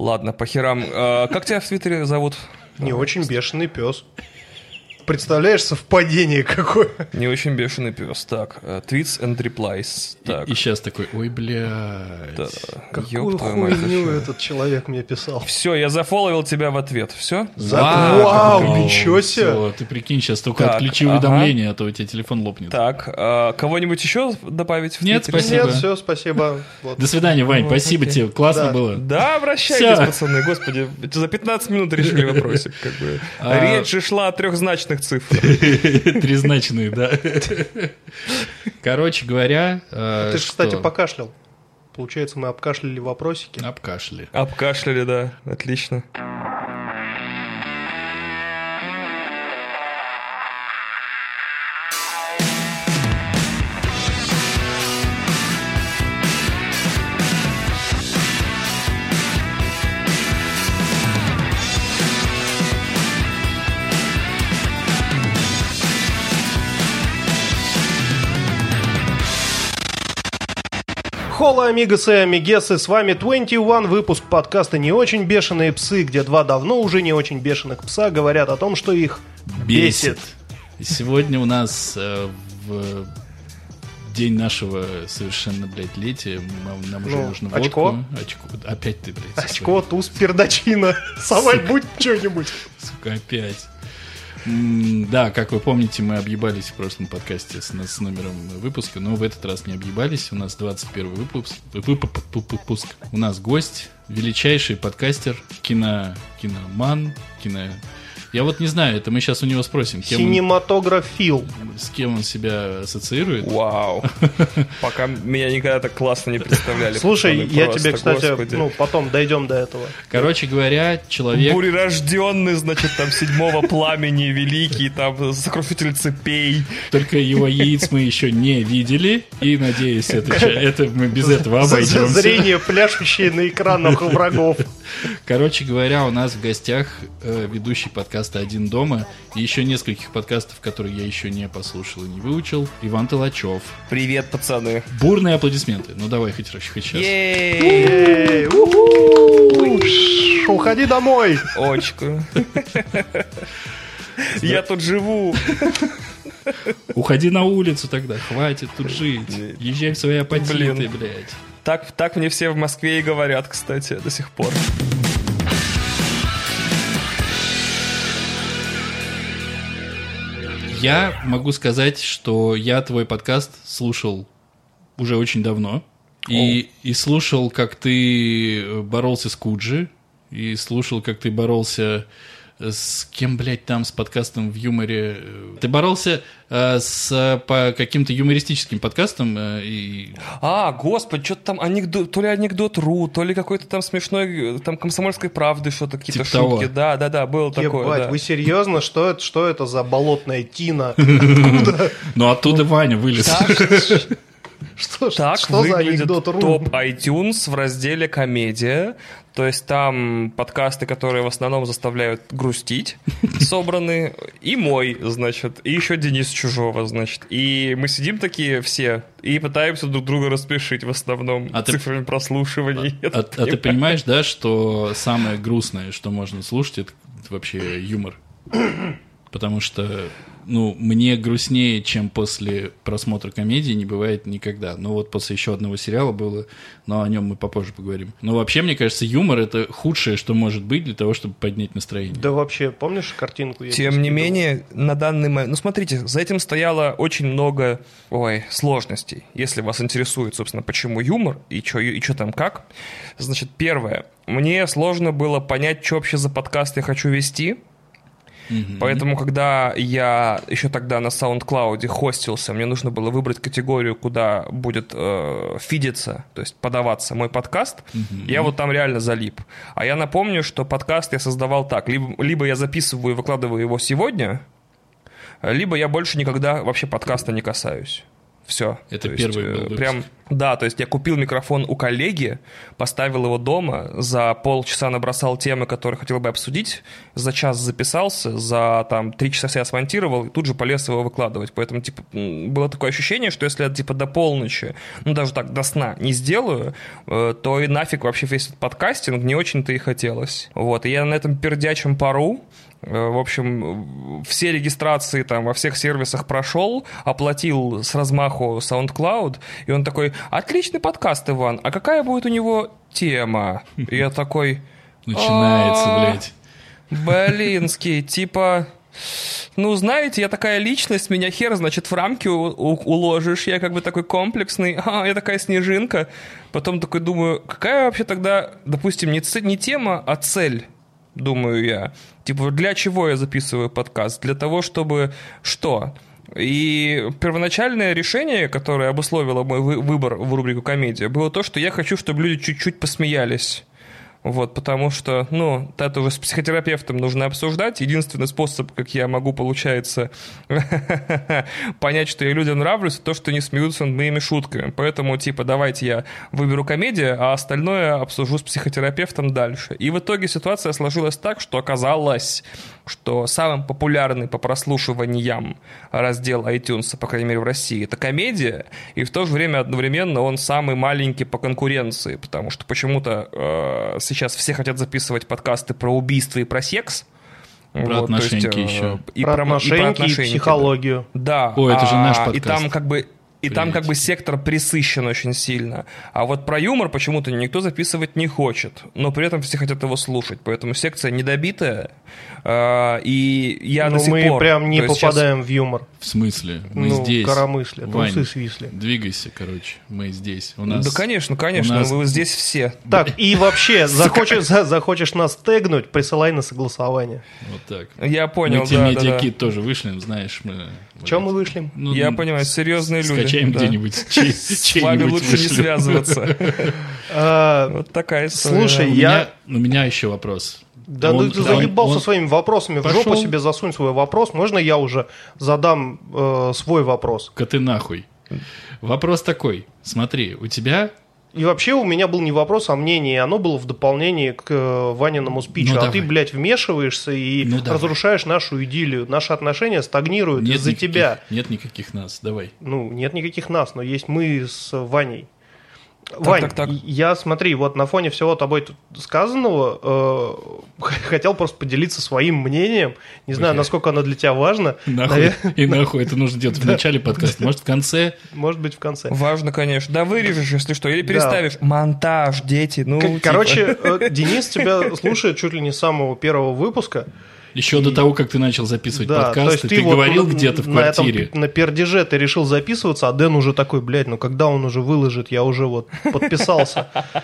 Ладно, по херам. Как тебя в Твиттере зовут? Не очень бешеный пес. Представляешь, совпадение какое? Не очень бешеный пес. Так, tweets and replies. Так. И сейчас такой, ой, блядь. Да. Какую хуйню этот человек мне писал? Все, я зафоловил тебя в ответ. Все? Вау, ничего себе. Всё, ты прикинь, сейчас только Так, отключи уведомления, а то у тебя телефон лопнет. Так, кого-нибудь еще добавить в Нет, Твиттере? спасибо. Нет, все, спасибо. Вот. До свидания, Вань, спасибо окей. тебе, классно Да. было. Да, обращайтесь, Всё. пацаны, господи. За 15 минут решили вопросик. Как бы. Речь же шла о трехзначных цифрах. Трезначные, да. Короче говоря... Ты же, кстати, покашлял. Получается, мы обкашляли вопросики. Обкашляли. Обкашляли, да, отлично. Холла, амигосы и амигесы, с вами 21 выпуск подкаста «Не очень бешеные псы», где два давно уже не очень бешеных пса говорят о том, что их бесит. Сегодня у нас в день нашего совершенно, блядь, летия нам уже нужно водку. очко. Опять ты, блядь. со Очко, туз, пердачина. Совать будь что-нибудь. своим, сука, опять. Да, как вы помните, мы объебались в прошлом подкасте с номером выпуска, но в этот раз не объебались. У нас 21 выпуск. У нас гость, величайший подкастер, киноман. Я вот не знаю, это мы сейчас у него спросим, Синематографил. с кем он себя ассоциирует. Вау. Пока меня никогда так классно не представляли. Слушай, пацаны, я просто, тебе, кстати, господи. потом дойдем до этого. Короче говоря, человек... Бурерожденный, значит, там седьмого пламени, великий, там сокрушитель цепей. Только его яиц мы еще не видели, и, надеюсь, это мы без этого обойдемся. Зрение, пляшущее на экранах у врагов. Короче говоря, у нас в гостях ведущий подкаста «Один дома» и еще нескольких подкастов, которые я еще не послушал и не выучил, Иван Толачев. Привет, пацаны. Бурные аплодисменты. Ну давай хоть сейчас. Ей! Эй, уху! Уходи домой. Очко. Я тут живу. Уходи на улицу тогда, хватит тут жить. Езжай в свои апатиты, Блин. блядь. Так мне все в Москве и говорят, кстати, до сих пор. Я могу сказать, что я твой подкаст слушал уже очень давно. И слушал, как ты боролся с Куджи. И слушал, как ты боролся с кем, блядь, там, с подкастом в юморе. Ты боролся по каким-то юмористическим подкастам. Господи, что-то там то ли анекдот.ру, то ли какой-то там смешной, там «Комсомольской правды» что-то, какие-то типа шутки. того. Да, было такое. Ебать, Да. вы серьезно? Что это за болотная тина? Ну, оттуда Ваня вылез. Что Так за выглядит анекдот.ру? топ iTunes в разделе «Комедия». То есть там подкасты, которые в основном заставляют грустить, собраны. И мой, значит. И еще Денис Чужого, значит. И мы сидим такие все и пытаемся друг друга рассмешить в основном цифрами прослушиваний. Ты понимаешь, да, что самое грустное, что можно слушать, это вообще юмор. Потому что, мне грустнее, чем после просмотра комедии, не бывает никогда. Но вот после еще одного сериала было, но о нем мы попозже поговорим. Но вообще, мне кажется, юмор — это худшее, что может быть для того, чтобы поднять настроение. Да вообще, помнишь картинку? Тем не менее, на данный момент... смотрите, за этим стояло очень много сложностей. Если вас интересует, собственно, почему юмор и что там как. Значит, первое. Мне сложно было понять, что вообще за подкаст я хочу вести. Поэтому, когда я еще тогда на SoundCloud хостился, мне нужно было выбрать категорию, куда будет фидиться, то есть подаваться мой подкаст. Я вот там реально залип. А я напомню, что подкаст я создавал так. Либо я записываю и выкладываю его сегодня, либо я больше никогда вообще подкаста не касаюсь. Все. Это первый был выпуск. Прям, да, то есть я купил микрофон у коллеги, поставил его дома, за полчаса набросал темы, которые хотел бы обсудить, за час записался, за там 3 часа себя смонтировал и тут же полез его выкладывать. Поэтому, типа, было такое ощущение, что если я, типа, до полночи, ну, даже так, до сна не сделаю, то и нафиг вообще весь этот подкастинг не очень-то и хотелось. Вот, и я на этом пердячем пару. В общем, все регистрации там во всех сервисах прошел, оплатил с размаху SoundCloud, и он такой: отличный подкаст, Иван, а какая будет у него тема? И я такой... Начинается, блядь. Блинский, типа... Ну, знаете, я такая личность, меня хер, значит, в рамки уложишь, я как бы такой комплексный, я такая снежинка. Потом такой думаю, какая вообще тогда, допустим, не тема, а цель? Думаю я. Типа, для чего я записываю подкаст? Для того, чтобы что? И первоначальное решение, которое обусловило мой выбор в рубрику «Комедия», было то, что я хочу, чтобы люди чуть-чуть посмеялись. Вот, потому что, ну, это уже с психотерапевтом нужно обсуждать. Единственный способ, как я могу, получается, понять, что я людям нравлюсь, то, что они смеются над моими шутками. Поэтому, типа, давайте я выберу комедию, а остальное обсужу с психотерапевтом дальше. И в итоге ситуация сложилась так, что оказалось, что самым популярный по прослушиваниям раздел iTunes, по крайней мере в России, это комедия, и в то же время одновременно он самый маленький по конкуренции, потому что почему-то сейчас все хотят записывать подкасты про убийство и про секс. Про отношеньки еще. И про отношеньки, и психологию. Да. Ой, это же наш подкаст. И там как бы... И там как бы сектор пресыщен очень сильно. А вот про юмор почему-то никто записывать не хочет. Но при этом все хотят его слушать. Поэтому секция недобитая. И я до сих пор... мы прям не попадаем в юмор. В смысле? Мы здесь. Коромыслие, трусы свисли. Двигайся, короче. Мы здесь. У нас... Да, конечно. Вы здесь все. Так, и вообще, захочешь нас тегнуть, присылай на согласование. Вот так. Я понял, да. Мы медиакит тоже вышлем, знаешь. Чем мы вышлем? Я понимаю, серьезные люди. Скачаем где-нибудь. С вами лучше не связываться. Вот такая история. Слушай, у меня еще вопрос. Да ну ты заебал со своими вопросами. В жопу себе засунь свой вопрос. Можно я уже задам свой вопрос? Ты нахуй. Вопрос такой. Смотри, у тебя... И вообще у меня был не вопрос, а мнение, и оно было в дополнении к Ваниному спичу. Ну, а ты, блядь, вмешиваешься и разрушаешь нашу идиллию. Наши отношения стагнируют из-за тебя. Нет никаких нас, давай. Ну, нет никаких нас, но есть мы с Ваней. Вань, я, смотри, вот на фоне всего тобой сказанного хотел просто поделиться своим мнением. Не знаю, насколько оно для тебя важно. Нахуй, и нахуй это нужно делать в начале подкаста. Может, в конце? Может быть, в конце. Важно, конечно. Да вырежешь, если что, или переставишь. Монтаж, дети, Короче, Денис тебя слушает чуть ли не с самого первого выпуска. Еще до того, как ты начал записывать подкасты, ты говорил где-то в квартире. На пердеже ты решил записываться, а Дэн уже такой, блядь, ну когда он уже выложит, я уже вот подписался.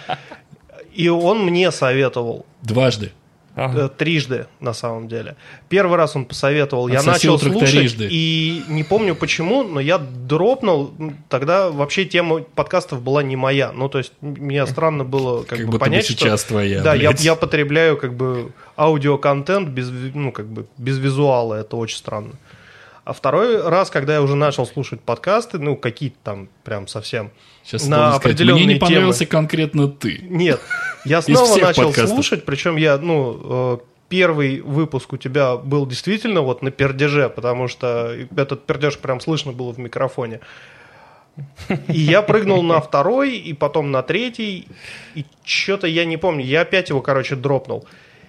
И он мне советовал. Дважды. Трижды, на самом деле. Первый раз он посоветовал, я начал слушать, и не помню почему, но я дропнул. Тогда вообще тема подкастов была не моя. Ну, то есть, мне странно было как бы понять, что... сейчас твоя, да, я потребляю как бы аудиоконтент без визуала, это очень странно. А второй раз, когда я уже начал слушать подкасты, ну, какие-то там прям совсем сейчас на определенные темы. Мне не понравился темы. Конкретно ты. Нет, я снова начал подкастов. слушать, причем я, первый выпуск у тебя был действительно вот на пердеже, потому что этот пердеж прям слышно было в микрофоне. И я прыгнул на второй, и потом на третий, и что-то я не помню, я опять его, короче, дропнул.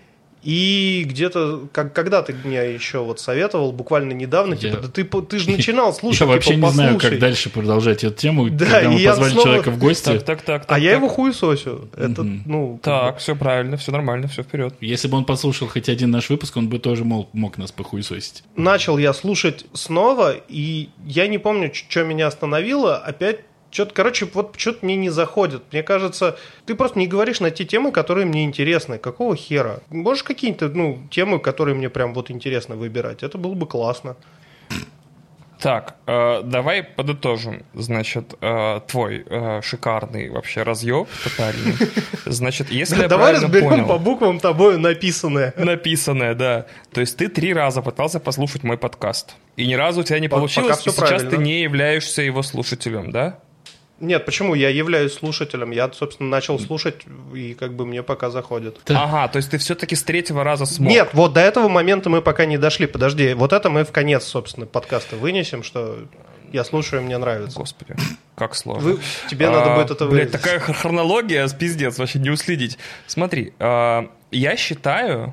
И где-то, когда ты мне еще вот советовал, буквально недавно, типа, да ты же начинал слушать, я вообще типа, не знаю, как дальше продолжать эту тему, да, когда мы позвали человека в гости. Я его хуесосю. Это, Так, все правильно, все нормально, все вперед. Если бы он послушал хоть один наш выпуск, он бы тоже мог нас похуесосить. Начал я слушать снова, и я не помню, что меня остановило, опять что-то, короче, вот что-то мне не заходит. Мне кажется, ты просто не говоришь на те темы, которые мне интересны. Какого хера? Можешь какие-то, темы, которые мне прям вот интересно выбирать? Это было бы классно. Так, давай подытожим. Значит, твой шикарный вообще разъеб тотальный. Значит, если я Давай правильно разберем понял... по буквам тобой написанное. Написанное, да. То есть ты 3 раза пытался послушать мой подкаст. И ни разу у тебя не Пока получилось, всё и сейчас правильно. ты не являешься его слушателем, да? Нет, почему? Я являюсь слушателем. Я, собственно, начал слушать, и как бы мне пока заходит. Да. Ага, то есть ты все-таки с 3-го раза смог. Нет, вот до этого момента мы пока не дошли. Подожди, вот это мы в конец, собственно, подкаста вынесем, что я слушаю, мне нравится. Господи, как сложно. Тебе надо будет это Блядь, вырезать. такая хронология, пиздец, вообще не уследить. Смотри, я считаю,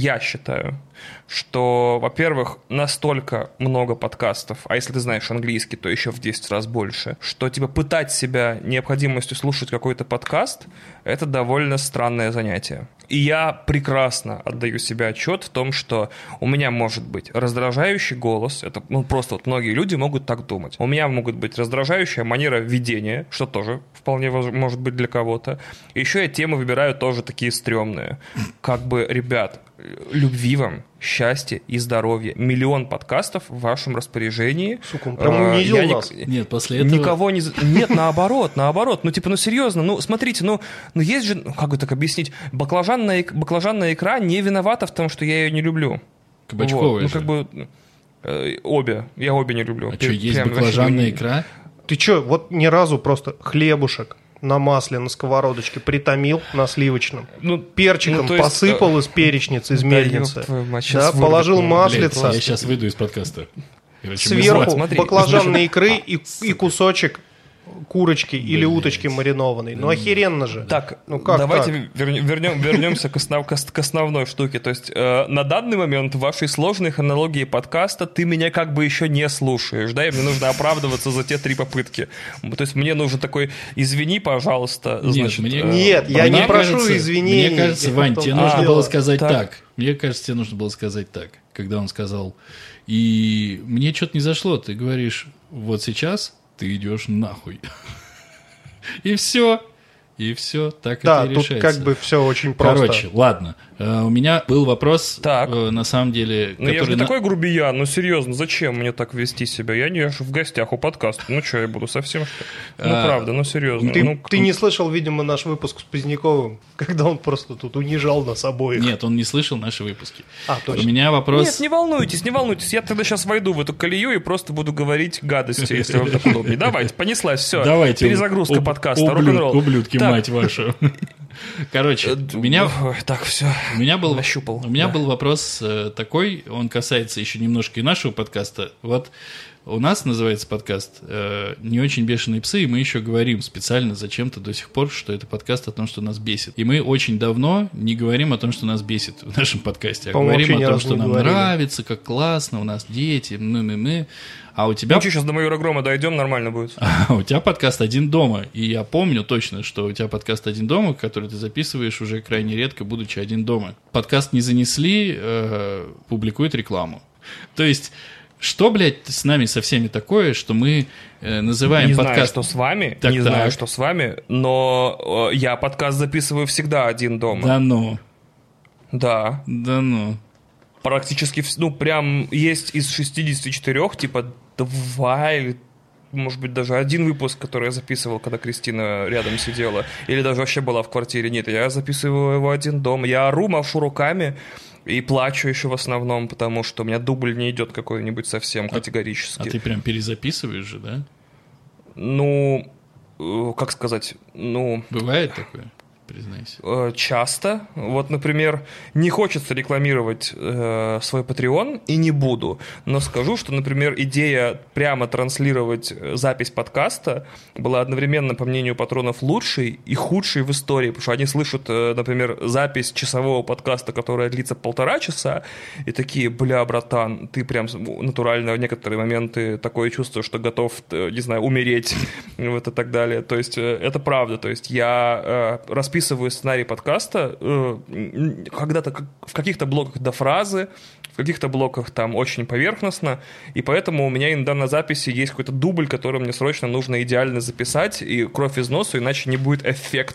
что, во-первых, настолько много подкастов, а если ты знаешь английский, то еще в 10 раз больше, что типа пытать себя необходимостью слушать какой-то подкаст — это довольно странное занятие. И я прекрасно отдаю себе отчет в том, что у меня может быть раздражающий голос, это просто вот многие люди могут так думать. У меня могут быть раздражающая манера ведения, что тоже вполне может быть для кого-то. И еще я темы выбираю тоже такие стрёмные. Как бы, ребят, любви вам, счастья и здоровья. Миллион подкастов в вашем распоряжении. Сука, он прям унизил Я нас. Нет, после этого... Никого не... Нет, наоборот. Ну, типа, ну, серьезно. Ну, смотрите, ну есть же... Как бы так объяснить? Баклажанная икра не виновата в том, что я ее не люблю. Кабачковая Вот. Ну, же. как бы... Обе. Я обе не люблю. А что, есть Прям баклажанная вообще- икра? Ты чё, вот ни разу просто хлебушек на масле, на сковородочке притомил на сливочном, Ну, перчиком ну, то есть, посыпал из перечницы, из да мельницы, ёб твою мать, да, щас положил вырвет меня, маслица, Блядь, я сейчас выйду из подкаста. Короче, мы сверху смотри, баклажанной икры и кусочек курочки или уточки маринованной. Ну охеренно же. Так, ну как давайте вернемся к основной штуке. То есть на данный момент в вашей сложной хронологии подкаста ты меня как бы еще не слушаешь, да, и мне нужно оправдываться за те 3 попытки. То есть мне нужно такой, извини, пожалуйста. Нет, Значит, мне- Нет, я не Мне прошу кажется- извинений. Мне кажется, Я Вань, в том тебе и нужно дело. было сказать Так. так. Мне кажется, тебе нужно было сказать так, когда он сказал, и мне что-то не зашло, ты говоришь, вот сейчас ты идешь нахуй. И все, так Да, это и тут решается. как бы все очень просто. Короче, ладно. У меня был вопрос, Так. на самом деле, Ну, я же который... не такой грубиян, ну, серьезно, зачем мне так вести себя? Я же в гостях у подкаста. Ну, что, я буду совсем, что ли? Ну, правда, ну, серьезно. Ты не слышал, видимо, наш выпуск с Поздняковым, когда он просто тут унижал нас обоих. Нет, он не слышал наши выпуски. А, точно. У меня вопрос... Нет, не волнуйтесь. Я тогда сейчас войду в эту колею и просто буду говорить гадости, если вам так удобнее. Давайте, понеслась, все. Давайте. Перезагрузка подкаста, рок-н-ролл. Ублюдки, Так. мать вашу. Короче, у меня Ой, так, все. У меня был, Нащупал. у меня Да. был вопрос такой, он касается еще немножко и нашего подкаста. Вот у нас называется подкаст «Не очень бешеные псы», и мы еще говорим специально зачем-то до сих пор, что это подкаст о том, что нас бесит. И мы очень давно не говорим о том, что нас бесит в нашем подкасте, а По-моему, говорим вообще ни о том, разу что не нам говорили. нравится, как классно, у нас дети, А у тебя... Ну, что, сейчас до майора Грома дойдем, нормально будет. У тебя подкаст «Один дома», и я помню точно, что у тебя подкаст «Один дома», который ты записываешь уже крайне редко, будучи один дома. Подкаст не занесли, публикует рекламу. То есть, что, блядь, с нами со всеми такое, что мы называем Не знаю, подкаст... что с вами, Так, не так. знаю, что с вами, но я подкаст записываю всегда один дома. Да ну, Да. да ну. Практически, ну, прям есть из 64, типа, 2 или, может быть, даже 1 выпуск, который я записывал, когда Кристина рядом сидела, или даже вообще была в квартире. Нет, я записываю его один дома. Я ору, машу руками и плачу еще в основном, потому что у меня дубль не идет какой-нибудь совсем категорически. А ты прям перезаписываешь же, да? Ну, как сказать, ну... Бывает такое? Признайся. Часто. Вот, например, не хочется рекламировать свой Patreon, и не буду. Но скажу, что, например, идея прямо транслировать запись подкаста была одновременно, по мнению патронов, лучшей и худшей в истории. Потому что они слышат, например, запись часового подкаста, которая длится 1,5 часа, и такие: бля, братан, ты прям натурально в некоторые моменты такое чувство, что готов, не знаю, умереть, вот и так далее. То есть это правда. То есть я расписываю сценарий подкаста когда-то в каких-то блоках до фразы, в каких-то блоках там очень поверхностно, и поэтому у меня иногда на записи есть какой-то дубль, который мне срочно нужно идеально записать, и кровь из носу, иначе не будет эффекта.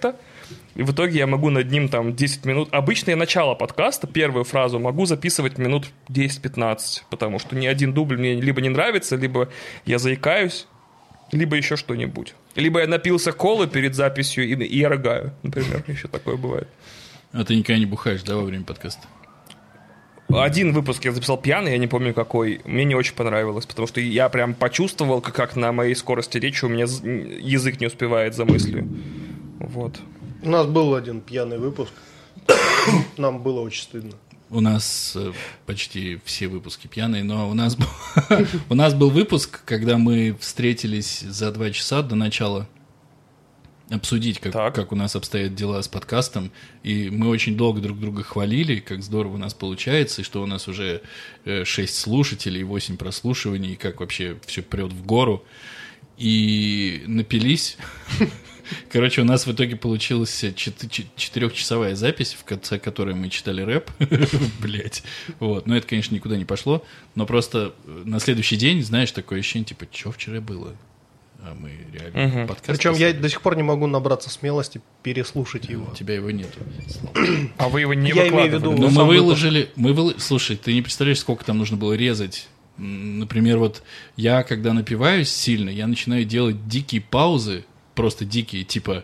и в итоге я могу над ним там 10 минут... Обычно я начало подкаста, первую фразу могу записывать минут 10-15, потому что ни один дубль мне либо не нравится, либо я заикаюсь, либо еще что-нибудь. Либо я напился колы перед записью и я рыгаю, например, еще такое бывает. А ты никогда не бухаешь, да, во время подкаста? Один выпуск я записал пьяный, я не помню какой. Мне не очень понравилось, потому что я прям почувствовал, как на моей скорости речи у меня язык не успевает за мыслью. Вот. У нас был один пьяный выпуск. Нам было очень стыдно. У нас почти все выпуски пьяные, но у нас был выпуск, когда мы встретились за 2 часа до начала обсудить, как у нас обстоят дела с подкастом, и мы очень долго друг друга хвалили, как здорово у нас получается, и что у нас уже 6 слушателей, 8 прослушиваний, и как вообще все прет в гору, и напились. Короче, у нас в итоге получилась 4-часовая запись, в конце которой мы читали рэп. Блять. Вот. Но это, конечно, никуда не пошло, но просто на следующий день, знаешь, такое ощущение, типа, что вчера было? А мы реально подкаст. Причем я до сих пор не могу набраться смелости переслушать его. У тебя его нету. А вы его не Я выкладывали? имею в виду... Но мы выложили... Слушай, ты не представляешь, сколько там нужно было резать. Например, вот я, когда напиваюсь сильно, я начинаю делать дикие паузы, просто дикие, типа,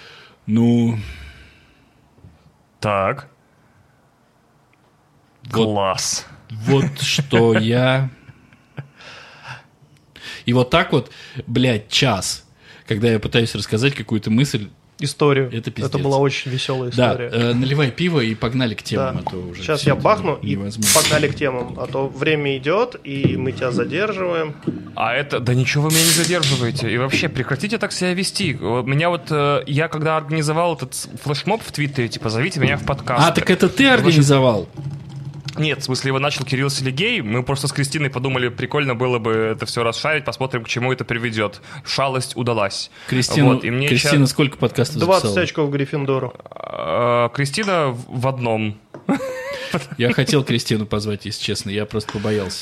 Так. Класс. Вот что я... И вот так вот, блядь, час, когда я пытаюсь рассказать какую-то мысль... Историю. Это пиздец. Это была очень веселая история. Да, наливай пиво и погнали к темам. Да. А то уже Сейчас я бахну и невозможно. погнали к темам. А то время идет, и мы тебя задерживаем. А это... Да ничего вы меня не задерживаете. И вообще, прекратите так себя вести. Меня вот... Я когда организовал этот флешмоб в Твиттере, типа, зовите меня в подкаст. А, так это ты организовал? Нет, в смысле, его начал Кирилл Селигей. Мы просто с Кристиной подумали, прикольно было бы это все расшарить, посмотрим, к чему это приведет. Шалость удалась. Кристина, сколько подкастов 20 записала? очков Гриффиндору. Кристина в одном. Я хотел Кристину позвать, если честно, я просто побоялся.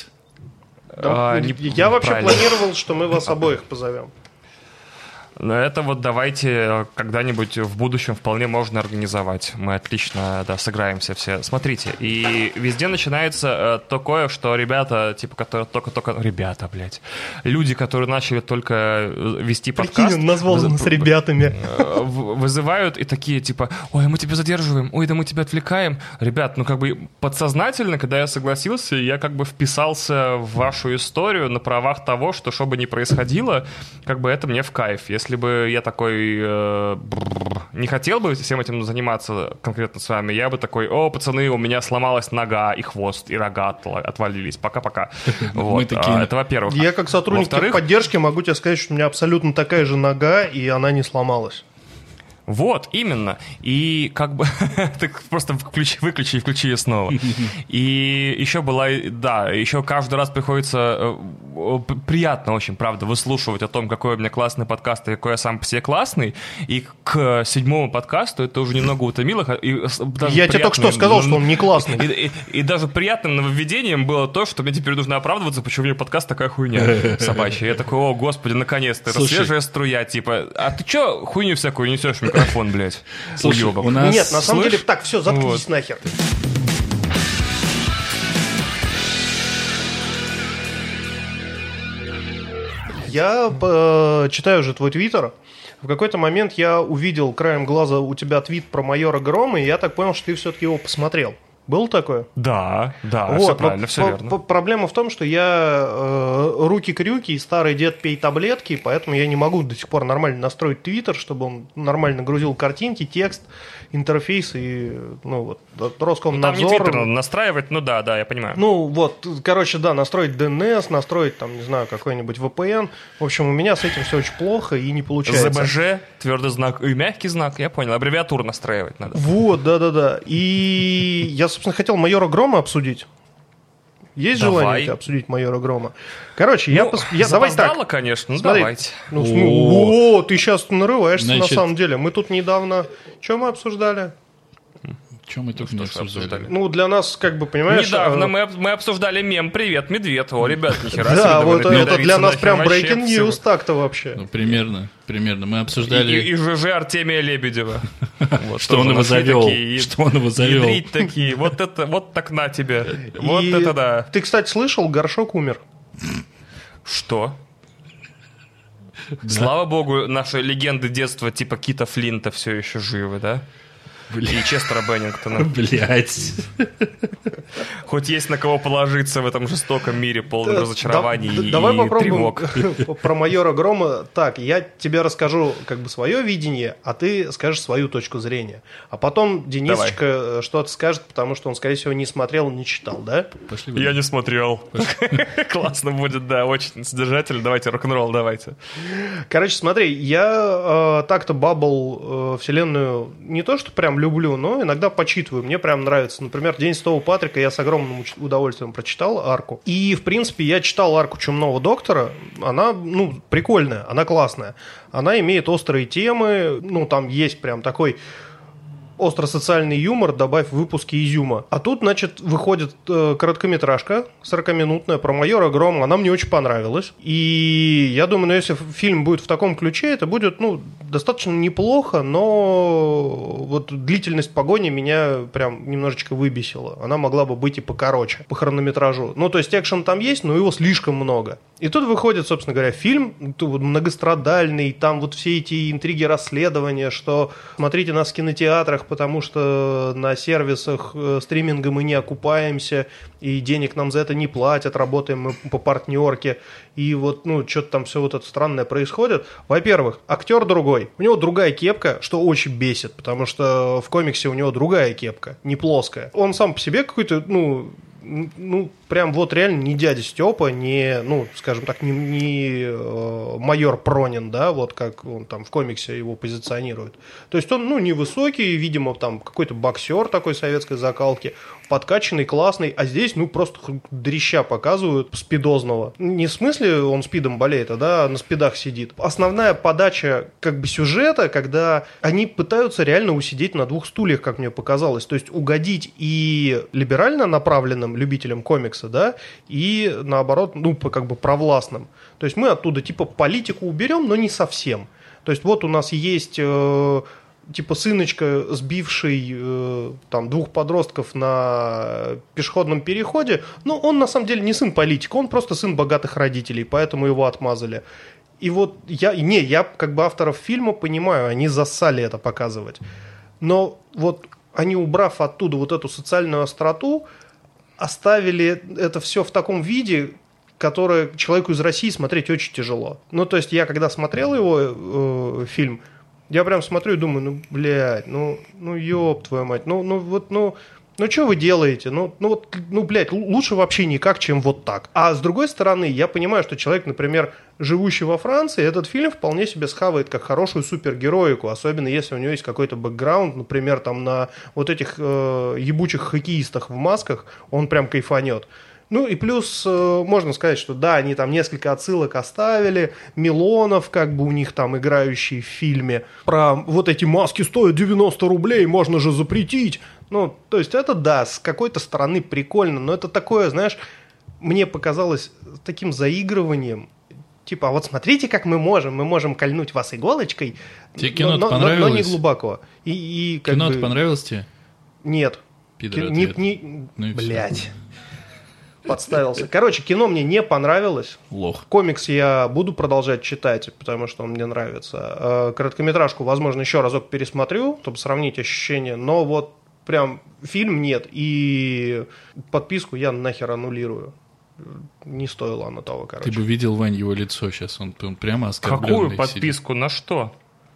Я вообще планировал, что мы вас обоих позовем. Это вот давайте когда-нибудь в будущем вполне можно организовать. Мы отлично, да, сыграемся все. Смотрите, и везде начинается такое, что ребята, типа, которые только... Ребята, блядь. Люди, которые начали только вести подкаст... Прикинь, он назвал нас ребятами. Вызывают и такие, типа, ой, мы тебя задерживаем, ой, да мы тебя отвлекаем. Ребят, ну как бы подсознательно, когда я согласился, я как бы вписался в вашу историю на правах того, что бы ни происходило, как бы это мне в кайф. Если бы я такой не хотел бы всем этим заниматься конкретно с вами, я бы такой, пацаны, у меня сломалась нога и хвост, и рога отвалились. Пока-пока. Вот. Это во-первых. Я как сотрудник техподдержки могу тебе сказать, что у меня абсолютно такая же нога, и она не сломалась. Вот, именно. И как бы ты просто выключи и включи ее снова. И еще была, да, еще каждый раз приходится приятно очень, правда, выслушивать о том, какой у меня классный подкаст и какой я сам по себе классный. И к 7-му подкасту это уже немного утомило. Я тебе только что сказал, что он не классный. И даже приятным нововведением было то, что мне теперь нужно оправдываться, почему у меня подкаст такая хуйня собачья. Я такой, о, господи, наконец-то, это свежая струя, типа, а ты че хуйню всякую несешь в микрофон, блядь? Слушай, у нас... Нет, на самом деле, так, все, заткнись нахер. Я читаю же твой твиттер. В какой-то момент я увидел краем глаза у тебя твит про майора Грома, и я так понял, что ты все-таки его посмотрел. Было такое? Да, вот, все правильно, все верно. Проблема в том, что я руки-крюки и старый дед пей таблетки, поэтому я не могу до сих пор нормально настроить твиттер, чтобы он нормально грузил картинки, текст, интерфейс и, ну, вот, Роскомнадзор. Там не твиттер надо настраивать, ну да, я понимаю. Ну, вот, короче, да, настроить DNS, настроить, там, не знаю, какой-нибудь VPN. В общем, у меня с этим все очень плохо и не получается. ЗБЖ, твердый знак и мягкий знак, я понял, аббревиатуру настраивать надо. Вот, да. И я, собственно, хотел майора Грома обсудить. Есть желание у тебя обсудить майора Грома? Короче, я давай так. Конечно, ну смотри, давайте. Ты сейчас нарываешься, значит, на самом деле. Мы тут недавно... Что мы обсуждали? Чем мы только не Что ж обсуждали. Ну, для нас, как бы, понимаешь... Недавно мы обсуждали мем «Привет, медведь». О, ребят, нихера себе. Да, вот давай это для нас нахер прям вообще breaking всего. news так-то вообще. Ну, примерно. Мы обсуждали... И ЖЖ Артемия Лебедева. Вот, Что он тоже его нашли завел. такие, Что он его завел. Ядрить такие. Вот так на тебе. Вот И это да. Ты, кстати, слышал, Горшок умер. Что? Слава богу, наши легенды детства типа Кита Флинта все еще живы, да? И Честера Беннингтона. Блять. Хоть есть на кого положиться в этом жестоком мире, полном разочарований и Давай попробуем тревог. про майора Грома. Так, я тебе расскажу как бы свое видение, а ты скажешь свою точку зрения. А потом Денисочка что-то скажет, потому что он, скорее всего, не смотрел, не читал, да? Пошли Я не смотрел. Классно будет, да, очень содержательно. Давайте, рок-н-ролл, давайте. Короче, смотри, я так-то Баббл вселенную не то, что прям люблю, но иногда почитываю, мне прям нравится. Например, «День Святого Патрика» я с огромным удовольствием прочитал арку. И, в принципе, я читал арку «Чумного доктора», она, ну, прикольная, она классная. Она имеет острые темы, ну, там есть прям такой... остро-социальный юмор, добавь в выпуски изюма. А тут, значит, выходит короткометражка 40-минутная про майора Грома. Она мне очень понравилась. И я думаю, ну, если фильм будет в таком ключе, это будет, ну, достаточно неплохо, но вот длительность погони меня прям немножечко выбесила. Она могла бы быть и покороче по хронометражу. Ну, то есть экшен там есть, но его слишком много. И тут выходит, собственно говоря, фильм многострадальный, там вот все эти интриги расследования, что смотрите нас в кинотеатрах, потому что на сервисах стриминга мы не окупаемся, и денег нам за это не платят, работаем мы по партнерке, и вот, ну, что-то там все вот это странное происходит. Во-первых, актер другой, у него другая кепка, что очень бесит, потому что в комиксе у него другая кепка, не плоская. Он сам по себе какой-то, ну, прям вот реально не дядя Степа, не, ну, скажем так, не майор Пронин, да, вот как он там в комиксе его позиционирует. То есть он, ну, невысокий, видимо, там какой-то боксер такой советской закалки, подкачанный, классный, а здесь, ну, просто дрища показывают спидозного. Не в смысле он спидом болеет, а да, на спидах сидит. Основная подача как бы сюжета, когда они пытаются реально усидеть на двух стульях, как мне показалось, то есть угодить и либерально направленным любителям комикса, да, и наоборот, ну, как бы провластным. То есть мы оттуда типа политику уберем, но не совсем. То есть вот у нас есть... типа сыночка, сбивший там двух подростков на пешеходном переходе, но он на самом деле не сын политика, он просто сын богатых родителей, поэтому его отмазали. И вот я как бы авторов фильма понимаю, они зассали это показывать. Но вот они, убрав оттуда вот эту социальную остроту, оставили это все в таком виде, которое человеку из России смотреть очень тяжело. Ну, то есть я когда смотрел его фильм, я прям смотрю и думаю, ну, блядь, ну, ёб твою мать, ну, что вы делаете? Блядь, лучше вообще никак, чем вот так. А с другой стороны, я понимаю, что человек, например, живущий во Франции, этот фильм вполне себе схавает как хорошую супергероику, особенно если у него есть какой-то бэкграунд, например, там на вот этих ебучих хоккеистах в масках, он прям кайфанет. Ну и плюс можно сказать, что да, они там несколько отсылок оставили, Милонов, как бы у них там играющий в фильме, про вот эти маски стоят 90 рублей, можно же запретить. Ну, то есть это, да, с какой-то стороны прикольно, но это такое, знаешь, мне показалось таким заигрыванием. Типа, а вот смотрите, как мы можем кольнуть вас иголочкой, тебе кино-то понравилось? Но не глубоко. Кино-то понравилось тебе? Нет. Пидор Блядь. Подставился. Короче, кино мне не понравилось. Лох. Комикс я буду продолжать читать, потому что он мне нравится. Короткометражку, возможно, еще разок пересмотрю, чтобы сравнить ощущения. Но вот прям фильм нет. И подписку я нахер аннулирую. Не стоило оно того, короче. Ты бы видел, Вань, его лицо сейчас. Он прямо оскорбленный. Какую подписку? Сидит. На что?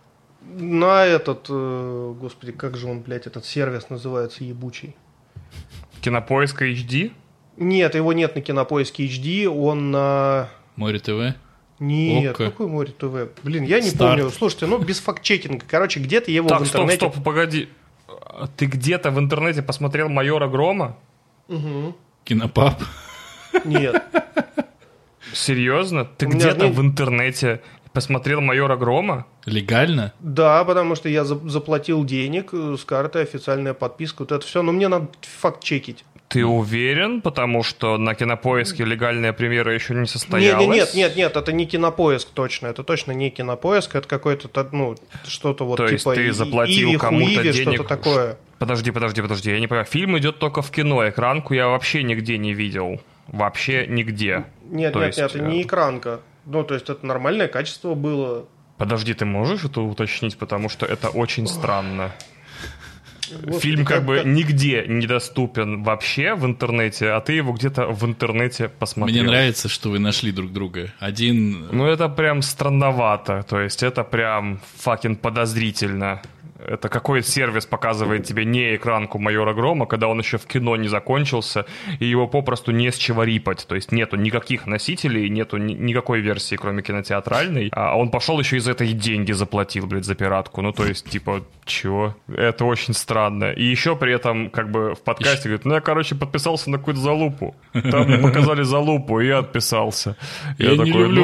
На этот... Господи, как же он, блядь, этот сервис называется ебучий? Кинопоиск HD? Нет, его нет на Кинопоиске HD, он на... Море ТВ? Нет, Окко. какой Море ТВ? Блин, я не Старт. помню. Слушайте, без факт-чекинга. Короче, где-то его так, в интернете... стоп, погоди. Ты где-то в интернете посмотрел «Майора Грома»? Угу. Кинопаб? Нет. Серьезно? Ты У меня где-то нет. в интернете Посмотрел «Майора Грома»? Легально? Да, потому что я заплатил денег с карты, официальная подписка, вот это все. Но мне надо факт-чекить. Ты уверен? Потому что на Кинопоиске легальная премьера еще не состоялась. Нет, это не Кинопоиск точно. Это точно не Кинопоиск, это какой-то, что-то вот то типа... есть ты заплатил Иви, кому-то Хуиви, денег? что-то такое. Подожди, я не понимаю. Фильм идет только в кино, экранку я вообще нигде не видел. Вообще нигде. Нет, это не экранка. Ну, то есть это нормальное качество было. Подожди, ты можешь это уточнить, потому что это очень странно. Господи, фильм как бы нигде недоступен вообще в интернете, а ты его где-то в интернете посмотрел. Мне нравится, что вы нашли друг друга. Один... Ну, это прям странновато, то есть это прям fucking подозрительно. Это какой сервис показывает тебе не экранку «Майора Грома», когда он еще в кино не закончился, и его попросту не с чего рипать. То есть нету никаких носителей, нету никакой версии, кроме кинотеатральной. А он пошел еще и за это и деньги заплатил, блядь, за пиратку. Ну, то есть, типа, чего? Это очень странно. И еще при этом, как бы, в подкасте говорит, я, подписался на какую-то залупу. Там показали залупу, и я отписался. Я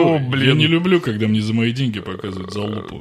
не люблю, когда мне за мои деньги показывают залупу.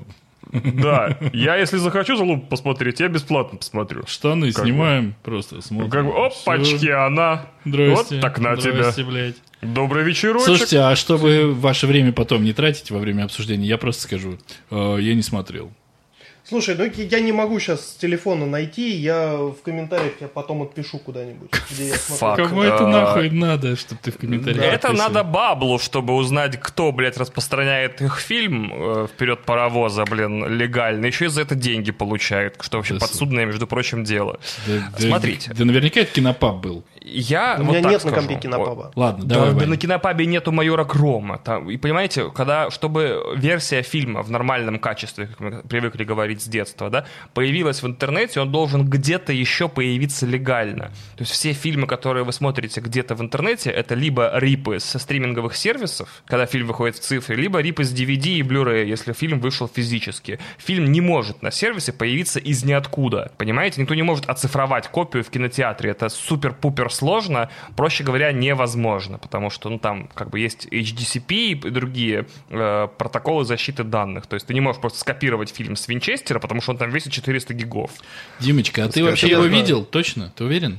Да, я если захочу залупу посмотреть, я бесплатно посмотрю. Штаны снимаем, просто смотрим. Как бы, опачки, она. Здрасте. Вот так на тебя. Блядь. Добрый вечерочек. Слушайте, а чтобы ваше время потом не тратить во время обсуждения, я просто скажу, я не смотрел. Слушай, я не могу сейчас с телефона найти, я в комментариях я потом отпишу куда-нибудь, где я смотрю. Кому это нахуй надо, чтобы ты в комментариях Это отписал? надо баблу, чтобы узнать, кто, блядь, распространяет их фильм «Вперед паровоза», блин, легально. Еще и за это деньги получает, что вообще подсудное, между прочим, дело. Смотрите. Да наверняка это Кинопаб был. У меня нет на компе Кинопаба. Ладно, давай, Да на Кинопабе нету «Майора Грома». И понимаете, чтобы версия фильма в нормальном качестве, как мы привыкли говорить с детства, да, появилась в интернете, он должен где-то еще появиться легально. То есть все фильмы, которые вы смотрите где-то в интернете, это либо рипы со стриминговых сервисов, когда фильм выходит в цифре, либо рипы с DVD и Blu-ray, если фильм вышел физически. Фильм не может на сервисе появиться из ниоткуда. Понимаете? Никто не может оцифровать копию в кинотеатре. Это супер-пупер сложно, проще говоря, невозможно, потому что там как бы есть HDCP и другие протоколы защиты данных. То есть ты не можешь просто скопировать фильм с Винчестера, потому что он там весит 400 гигов. Димочка, а ты вообще его видел? Точно? Ты уверен?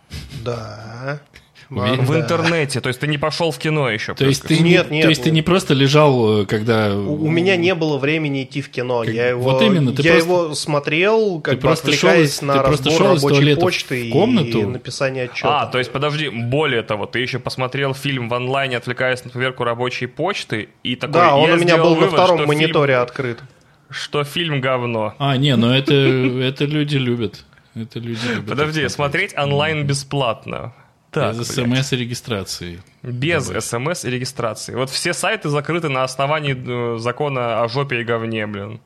Да. В интернете, то есть ты не пошел в кино еще. То есть ты не просто лежал, когда... У меня не было времени идти в кино. Я его смотрел, как бы отвлекаясь на разбор рабочей почты и написание отчета. То есть подожди, более того, ты еще посмотрел фильм в онлайне, отвлекаясь на проверку рабочей почты, и такой... Да, он у меня был на втором мониторе открыт. Что фильм говно. Это люди любят. Подожди, смотреть онлайн бесплатно. Без СМС и регистрации. Без СМС и регистрации. Вот все сайты закрыты на основании закона о жопе и говне, блин.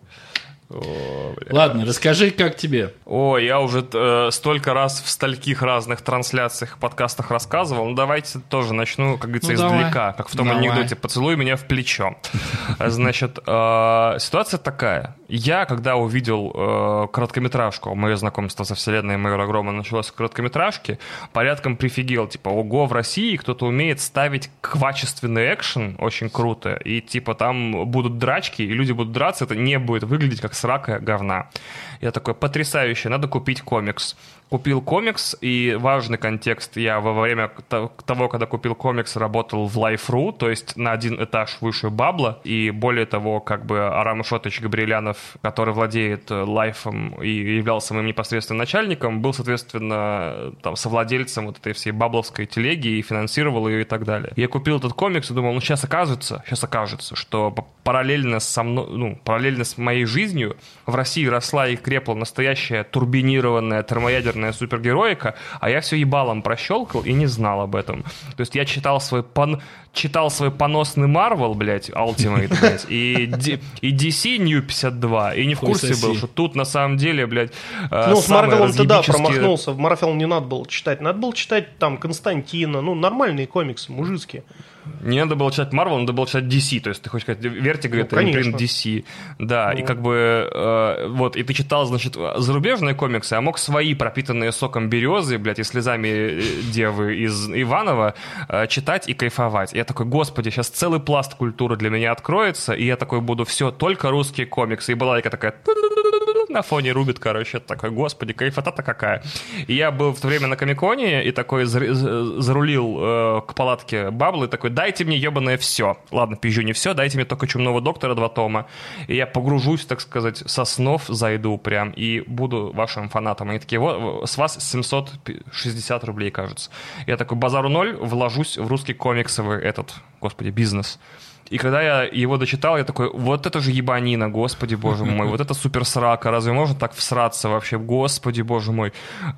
Ладно, расскажи, как тебе. Я уже столько раз в стольких разных трансляциях, подкастах рассказывал. Ну, давайте тоже начну, как говорится, издалека. Как в том анекдоте «Поцелуй меня в плечо». Значит, ситуация такая. Я, когда увидел короткометражку, мое знакомство со вселенной «Майора Грома» началось с короткометражки, порядком прифигел. Типа, ого, в России кто-то умеет ставить качественный экшен, очень круто. И типа там будут драчки, и люди будут драться, это не будет выглядеть как срака говна. Я такой, потрясающе, надо купить комикс. Купил комикс, и важный контекст, я во время того, когда купил комикс, работал в Life.ru, то есть на один этаж выше Бабла, и более того, как бы Арам Ишотович Габриэлянов, который владеет Лайфом и являлся моим непосредственным начальником, был, соответственно, там, совладельцем вот этой всей бабловской телеги и финансировал ее и так далее. Я купил этот комикс и думал, сейчас окажется, что параллельно со мной, параллельно с моей жизнью в России росла и крепла настоящая турбинированная термоядерная супергероика, а я все ебалом прощелкал и не знал об этом. То есть я читал свой поносный Marvel, блядь, Ultimate, блядь, и DC New 52, и не в курсе был, что тут на самом деле, блядь, с Marvel ты, да, промахнулся. В Marvel не надо было читать. Надо было читать там Константина, нормальные комиксы, мужицкие. Не надо было читать Marvel, надо было читать DC, то есть ты хочешь сказать, Vertigo это импринт DC. Да, и как бы, и ты читал, значит, зарубежные комиксы, а мог свои пропитанные пропитанные соком березы, блядь, и слезами девы из Иванова, читать и кайфовать. Я такой, господи, сейчас целый пласт культуры для меня откроется, и я такой буду, все, только русские комиксы. И балалайка такая на фоне рубит, короче, такой, господи, кайфота-то какая. И я был в то время на Комиконе и такой зарулил к палатке Баббл и такой, дайте мне ебаное все. Ладно, пизжу не все, дайте мне только Чумного доктора 2 тома. И я погружусь, так сказать, со снов зайду прям и буду вашим фанатом. Они такие, вот, с вас 760 рублей, кажется. Я такой, базару ноль, вложусь в русский комиксовый этот, господи, бизнес. И когда я его дочитал, я такой, вот это же ебанина, господи, боже мой, вот это суперсрака, разве можно так всраться вообще, господи, боже мой.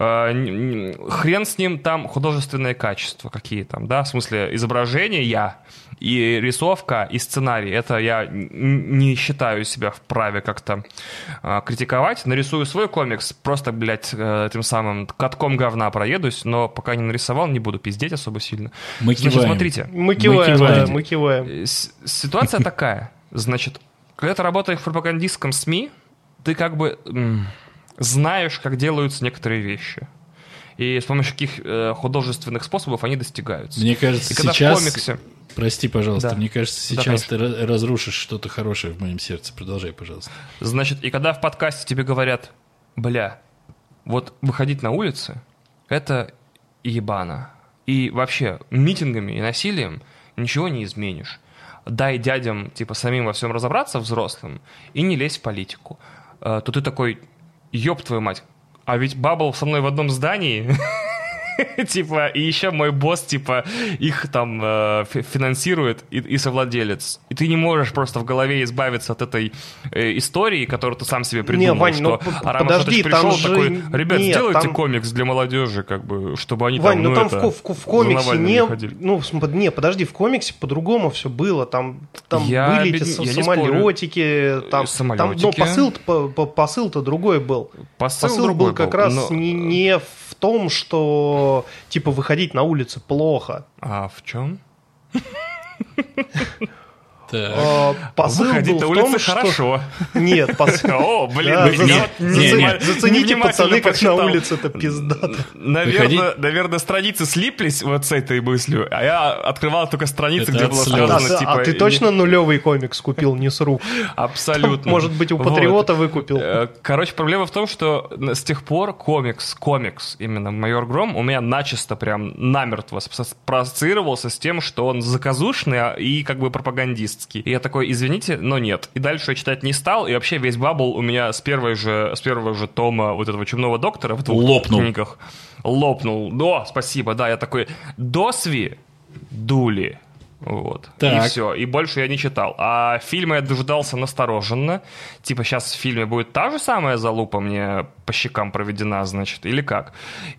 Хрен с ним, там художественные качества какие там, да, в смысле изображение и рисовка, и сценарий. Это я не считаю себя вправе как-то критиковать. Нарисую свой комикс, просто, блядь, тем самым катком говна проедусь, но пока не нарисовал, не буду пиздеть особо сильно. Мы Значит, киваем. смотрите. Мы киваем. Ситуация такая. Значит, когда ты работаешь в пропагандистском СМИ, ты как бы знаешь, как делаются некоторые вещи. И с помощью каких художественных способов они достигаются. Мне кажется, и когда сейчас... в комиксе... Прости, пожалуйста. Да. Мне кажется, сейчас ты разрушишь что-то хорошее в моем сердце. Продолжай, пожалуйста. Значит, и когда в подкасте тебе говорят, бля, вот выходить на улицы — это ебано. И вообще митингами и насилием ничего не изменишь. Дай дядям, типа, самим во всем разобраться, взрослым, и не лезь в политику. То ты такой, ёб твою мать, а ведь Баббл со мной в одном здании... Типа, и еще мой босс, типа, их там финансирует и совладелец. И ты не можешь просто в голове избавиться от этой истории, которую ты сам себе придумал. Не, Вань, что ну подожди, пришел там же... такой, ребят, нет, сделайте там... комикс для молодежи, как бы, чтобы они Вань, там, ну там в комиксе не... ходили. Ну, не, подожди, в комиксе по-другому все было. Там были эти самолетики, там, но посыл-то другой был. Посыл был как раз не в том, что типа выходить на улицы плохо. А в чем? Посыл выходить был на в том, улице что... хорошо. Нет, посыл... О, блин, зацените, пацаны, как на улице это пиздато. Наверное, страницы слиплись вот с этой мыслью, а я открывал только страницы, где было сказано, типа... А ты точно нулевый комикс купил не с рук? Абсолютно. Может быть, у Патриота выкупил? Короче, проблема в том, что с тех пор комикс, именно «Майор Гром», у меня начисто прям намертво проассоциировался с тем, что он заказушный и как бы пропагандист. И я такой, извините, но нет. И дальше я читать не стал, и вообще весь Баббл у меня с первого же тома вот этого Чумного доктора в двух книгах лопнул. Да, спасибо, да, я такой, досви дули. Вот. Так. И все. И больше я не читал. А фильмы я дожидался настороженно. Типа сейчас в фильме будет та же самая залупа мне по щекам проведена, значит, или как?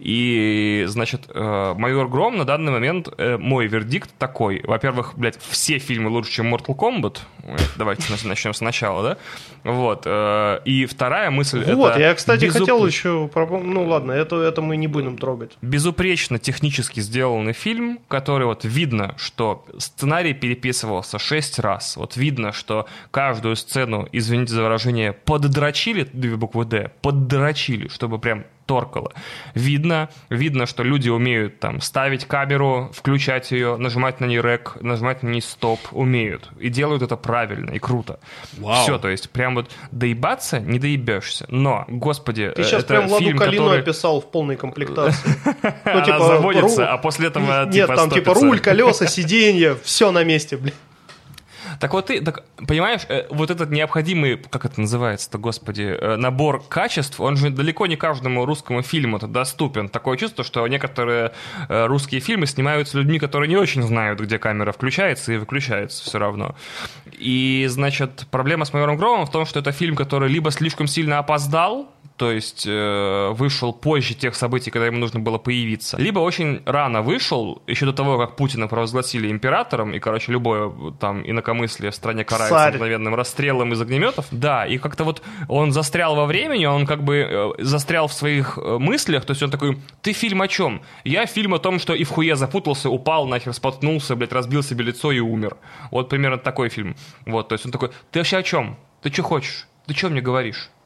И, значит, «Майор Гром» на данный момент мой вердикт такой. Во-первых, блядь, все фильмы лучше, чем Mortal Kombat. Давайте начнем сначала, да? Вот. И вторая мысль... Вот, я, кстати, хотел еще... Ну ладно, это мы не будем трогать. Безупречно технически сделанный фильм, который вот видно, что сценарий переписывался 6 раз. Вот видно, что каждую сцену, извините за выражение, поддрочили, 2 буквы «Д», поддрочили, чтобы прям торкало. Видно, что люди умеют там ставить камеру, включать ее, нажимать на ней рек, нажимать на ней стоп, умеют. И делают это правильно и круто. Вау. Все, то есть прям вот доебаться не доебешься. Но, господи, ты сейчас это прям Ладу фильм, Калину который... описал в полной комплектации. Она заводится, а после этого Нет, там типа руль, колеса, сиденье, все на месте, блин. Так вот ты, понимаешь, вот этот необходимый, как это называется-то, господи, набор качеств, он же далеко не каждому русскому фильму доступен. Такое чувство, что некоторые русские фильмы снимаются людьми, которые не очень знают, где камера включается и выключается все равно. И, значит, проблема с «Майором Громом» в том, что это фильм, который либо слишком сильно опоздал, то есть вышел позже тех событий, когда ему нужно было появиться, либо очень рано вышел, еще до того, как Путина провозгласили императором, и, короче, любое там инакомыслие в стране карается мгновенным расстрелом из огнеметов. Да, и как-то вот он застрял во времени, он как бы застрял в своих мыслях, то есть он такой, ты фильм о чем? Я фильм о том, что и в хуе запутался, упал, нахер споткнулся, блядь, разбил себе лицо и умер. Вот примерно такой фильм. Вот, то есть он такой, ты вообще о чем? Ты что хочешь? Ты что мне говоришь?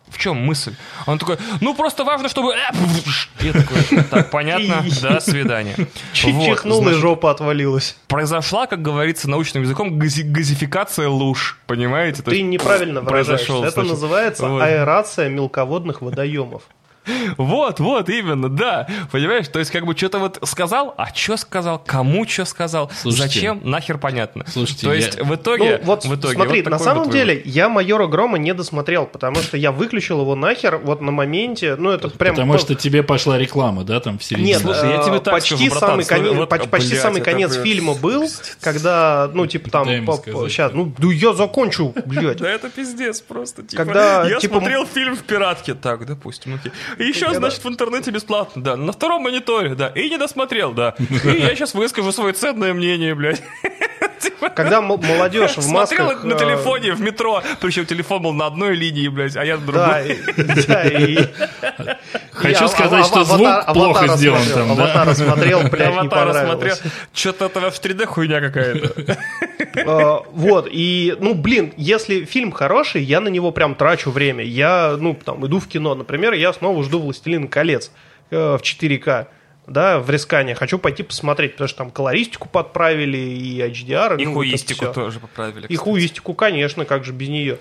В чем мысль? Он такой, ну просто важно, чтобы... Я такой, так, понятно, до свидания. Чихнул, и жопа отвалилась. Произошла, как говорится научным языком, газификация луж, понимаете? Ты неправильно выражаешься. Это называется аэрация мелководных водоемов. Вот, именно, да. Понимаешь, то есть как бы что-то вот сказал, а что сказал, кому что сказал, зачем, нахер понятно. Слушайте, то есть в итоге... Смотри, на самом деле я «Майора Грома» не досмотрел, потому что я выключил его нахер вот на моменте, ну это прям... Потому что тебе пошла реклама, да, там в середине? Нет, слушай, я тебе так почти скажу, братан, почти самый конец фильма был, когда, ну типа там... Сейчас, я закончу, блядь. Да это пиздец просто. Я смотрел фильм в пиратке, так, допустим, окей. И еще, значит, в интернете бесплатно, да. На втором мониторе, да. И не досмотрел, да. И я сейчас выскажу свое ценное мнение, блядь. Когда молодежь в масках... Смотрел на телефоне в метро, причем телефон был на одной линии, блядь, а я на другой. Да, хочу сказать, что звук плохо сделан там, да? Аватара смотрел, блядь, не понравилось. Что-то это в 3D хуйня какая-то. Вот, и, если фильм хороший, я на него прям трачу время. Я, иду в кино, например, я снова жду «Властелин колец» в 4К. Да, в Рискане. Хочу пойти посмотреть, потому что там колористику подправили, и HDR. И хуистику тоже поправили. Кстати. И хуистику, конечно, как же без нее.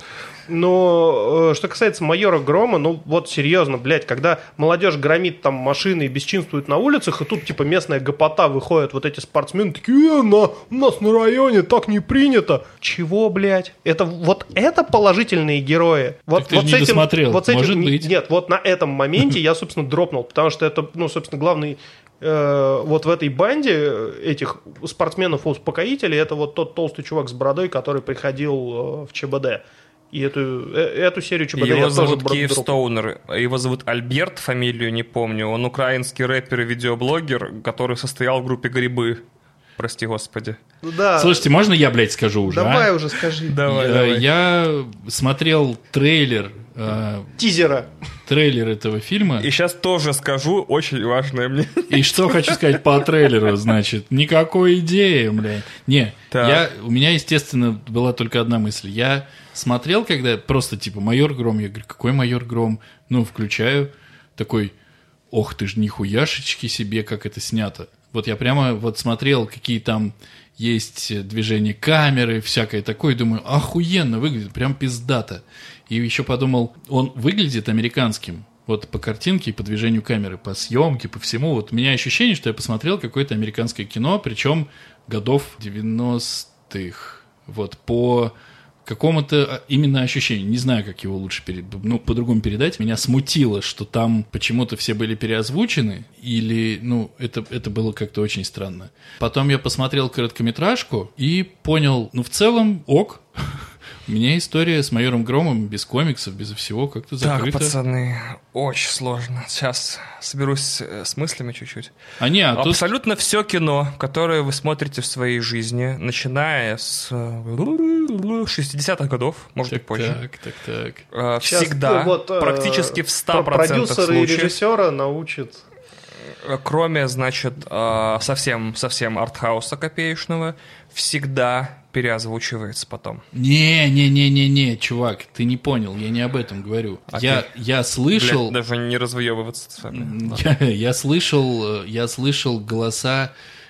Но что касается «Майора Грома», вот серьезно, блядь, когда молодежь громит там машины и бесчинствует на улицах, и тут типа местная гопота выходит, вот эти спортсмены такие, у нас на районе так не принято. Чего, блядь? Это положительные герои. Так ты же не досмотрел, может быть. Нет, вот на этом моменте я, собственно, дропнул, потому что это, собственно, главный вот в этой банде этих спортсменов-успокоителей, это вот тот толстый чувак с бородой, который приходил в ЧБД. И эту серию ЧБД его я зовут тоже Киев Стоунер, его зовут Альберт, фамилию не помню. Он украинский рэпер и видеоблогер, который состоял в группе «Грибы». Прости господи. Да. Слушайте, можно я, блядь, скажу уже? Давай уже скажи. Давай. Я смотрел трейлер. Тизера. Трейлер этого фильма. И сейчас тоже скажу очень важное мне. И что хочу сказать по трейлеру, значит. Никакой идеи, блядь. Не, у меня, естественно, была только одна мысль. Я смотрел, когда просто типа «Майор Гром», я говорю, какой «Майор Гром»? Включаю, такой, ох ты ж нихуяшечки себе, как это снято. Вот я прямо смотрел, какие там есть движения камеры, всякое такое, думаю, охуенно выглядит, прям пиздато. И еще подумал, он выглядит американским, вот по картинке и по движению камеры, по съемке, по всему. Вот у меня ощущение, что я посмотрел какое-то американское кино, причем годов 90-х, вот по какому-то именно ощущению. Не знаю, как его лучше по-другому передать. Меня смутило, что там почему-то все были переозвучены, или, это было как-то очень странно. Потом я посмотрел короткометражку и понял, в целом ок. У меня история с «Майором Громом» без комиксов, без всего как-то закрыта. Так, пацаны, очень сложно. Сейчас соберусь с мыслями чуть-чуть. Абсолютно все кино, которое вы смотрите в своей жизни, начиная с 60-х годов, может быть, позже. Так. Всегда, практически в 100% продюсеры случаев. И режиссера научат. Кроме, значит, совсем артхауса копеечного, всегда переозвучивается потом. Не, чувак, ты не понял, я не об этом говорю. Я слышал... Блядь, даже не развоевываться с вами. Я слышал голоса